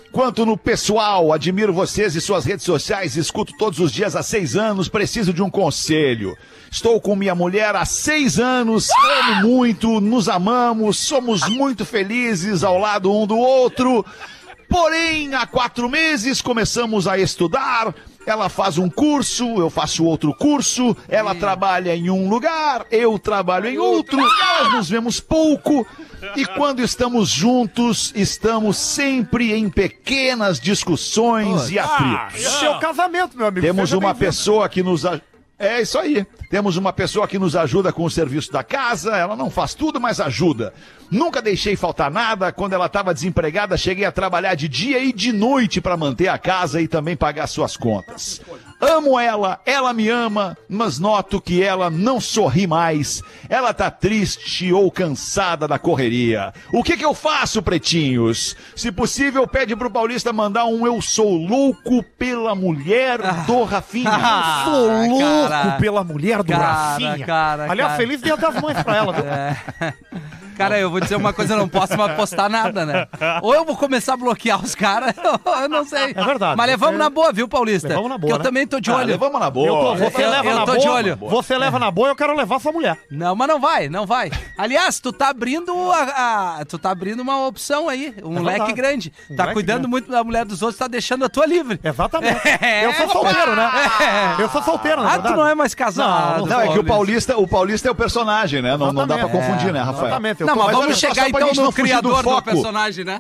quanto no pessoal. Admiro vocês e suas redes sociais, escuto todos os dias há seis anos, preciso de um conselho. Estou com minha mulher há seis anos, amo muito, nos amamos, somos muito felizes ao lado um do outro. Porém, há quatro meses começamos a estudar. Ela faz um curso, eu faço outro curso. Ela hum. trabalha em um lugar, eu trabalho em outro. Nós nos vemos pouco. E quando estamos juntos, estamos sempre em pequenas discussões oh, e atritos. Ah, seu casamento, meu amigo. Temos uma pessoa que nos... A... É isso aí. Temos uma pessoa que nos ajuda com o serviço da casa. Ela não faz tudo, mas ajuda. Nunca deixei faltar nada. Quando ela estava desempregada, cheguei a trabalhar de dia e de noite para manter a casa e também pagar suas contas. Amo ela, ela me ama, mas noto que ela não sorri mais. Ela tá triste ou cansada da correria. O que que eu faço, pretinhos? Se possível, pede pro Paulista mandar um Eu Sou Louco pela Mulher do Rafinha. Ah, eu sou louco cara, pela mulher do cara, Rafinha. Cara, Aliás, cara. feliz dia das mães pra ela. É. Cara, eu vou dizer uma coisa, eu não posso mais postar nada, né? Ou eu vou começar a bloquear os caras, eu não sei. É verdade. Mas levamos na boa, viu, Paulista? Levamos na boa, que eu né? também tô de olho. Ah, levamos na boa. Eu tô, você eu, leva eu na tô boa, de olho. Você leva na boa, eu quero levar sua mulher. Não, mas não vai, não vai. Aliás, tu tá abrindo a, a tu tá abrindo uma opção aí, um é leque grande. Um tá leque cuidando grande. muito da mulher dos outros, tá deixando a tua livre. Exatamente. É, eu sou solteiro, né? É. Eu sou solteiro, na Ah, verdade. tu não é mais casado. Não, não é que o Paulista, o Paulista é o personagem, né? Não, não dá pra confundir, né, Rafael? Exatamente. Eu Não, tô- mas mas olha vamos só, chegar só pra então gente no não fugir do criador do, foco. personagem, né?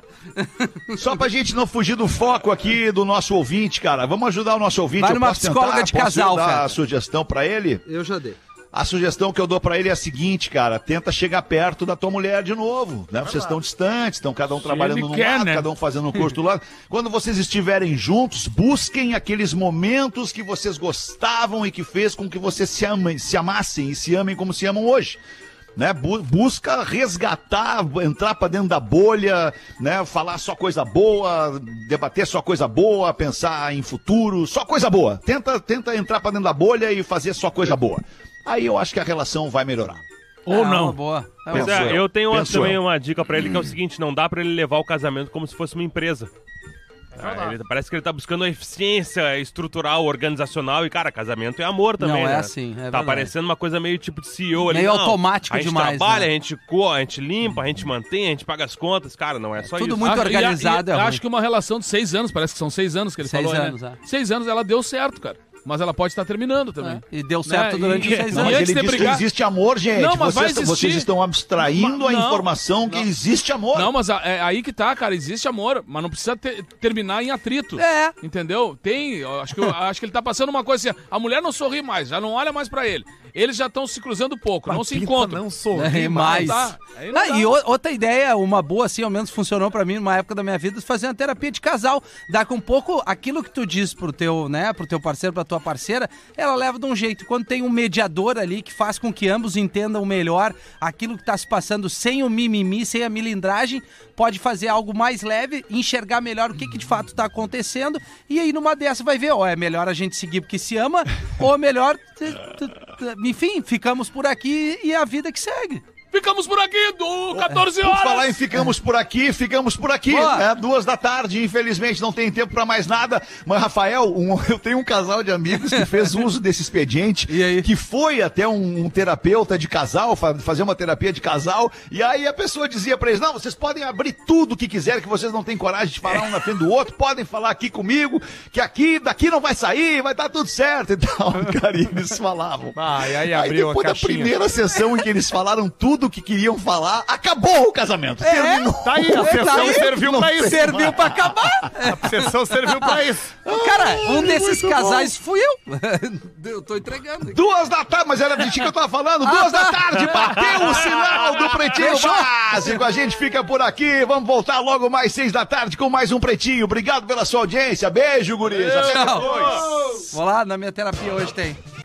Só pra gente não fugir do foco aqui do nosso ouvinte, cara. Vamos ajudar o nosso ouvinte. Vai Eu numa posso psicóloga tentar? de Posso casal, dar Feta. a sugestão pra ele? Eu já dei. A sugestão que eu dou pra ele é a seguinte, cara. Tenta chegar perto da tua mulher de novo, né? Vocês estão distantes, estão cada um trabalhando ele num quer, lado, né? cada um fazendo um curso do lado. Quando vocês estiverem juntos, busquem aqueles momentos que vocês gostavam e que fez com que vocês se amem, se amassem e se amem como se amam hoje. Né, bu- busca resgatar, entrar pra dentro da bolha, né, falar só coisa boa, debater só coisa boa, pensar em futuro, só coisa boa. Tenta, tenta entrar pra dentro da bolha e fazer só coisa boa. Aí eu acho que a relação vai melhorar. Ou É, não. uma boa. É uma Pois Penso é, eu. eu tenho uma- Penso também eu. uma dica pra ele que é o seguinte: não dá pra ele levar o casamento como se fosse uma empresa. Ah, ele- parece que ele tá buscando a eficiência estrutural, organizacional e, cara, casamento é amor também, Não, é né? assim, é Tá verdade. parecendo uma coisa meio tipo de C E O ali. Meio não, automático a gente demais, trabalha, né? a gente coa, a gente limpa, a gente mantém, a gente paga as contas. Cara, não é só tudo isso. muito Ah, e a- organizado, e a- é ruim. acho que uma relação de seis anos, parece que são seis anos que ele Seis falou, anos, né? é. Seis anos ela deu certo, cara. Mas ela pode estar terminando também. É, e deu certo Né? durante E- os seis e Não, anos. mas antes ele de diz que brigar- existe amor, gente. Não, mas vai vocês, existir. vocês estão abstraindo Ma- a não, informação que não. existe amor. Não, mas a- é aí que tá, cara. Existe amor, mas não precisa ter- terminar em atrito. É. Entendeu? Tem. eu Acho que, eu- acho que ele tá passando uma coisa assim. A mulher não sorri mais, já não olha mais pra ele. Eles já estão se cruzando pouco, não se Papita encontram. Não sou. É, mais. Tá. Aí não Ah, dá. e o- outra ideia, uma boa assim, ao menos funcionou pra mim numa época da minha vida, fazer uma terapia de casal. Dá com um pouco aquilo que tu diz pro teu, né, pro teu parceiro, pra tua parceira, ela leva de um jeito. Quando tem um mediador ali que faz com que ambos entendam melhor aquilo que tá se passando sem o mimimi, sem a milindragem, pode fazer algo mais leve, enxergar melhor o que, que de fato tá acontecendo, e aí numa dessa vai ver, ó, é melhor a gente seguir porque se ama, ou é melhor, t- t- t- enfim, ficamos por aqui e é a vida que segue. Ficamos por aqui do catorze Por horas. falar em ficamos por aqui, ficamos por aqui. Boa. É duas da tarde, infelizmente não tem tempo pra mais nada. Mas, Rafael, um- eu tenho um casal de amigos que fez uso desse expediente, E aí? que foi até um, um terapeuta de casal, fa- fazer uma terapia de casal, e aí a pessoa dizia pra eles, não, vocês podem abrir tudo o que quiserem, que vocês não têm coragem de falar um na frente do outro, podem falar aqui comigo, que aqui, daqui não vai sair, vai dar tudo certo e tal. Cara, e eles falavam. Ah, e aí Aí abriu a depois da caixinha. primeira sessão em que eles falaram tudo o que queriam falar, acabou o casamento. Terminou. Tá aí, a sessão serviu pra isso. Serviu pra acabar. A sessão serviu pra isso. Cara, um desses muito casais fui eu. Eu tô entregando. Duas da tarde, mas era de ti que eu tava falando. Duas da tarde, bateu o sinal do Pretinho Fechou. Básico. A gente fica por aqui. Vamos voltar logo mais seis da tarde com mais um Pretinho. Obrigado pela sua audiência. Beijo, guris. Até Tchau. depois. Vou lá, na minha terapia hoje tem.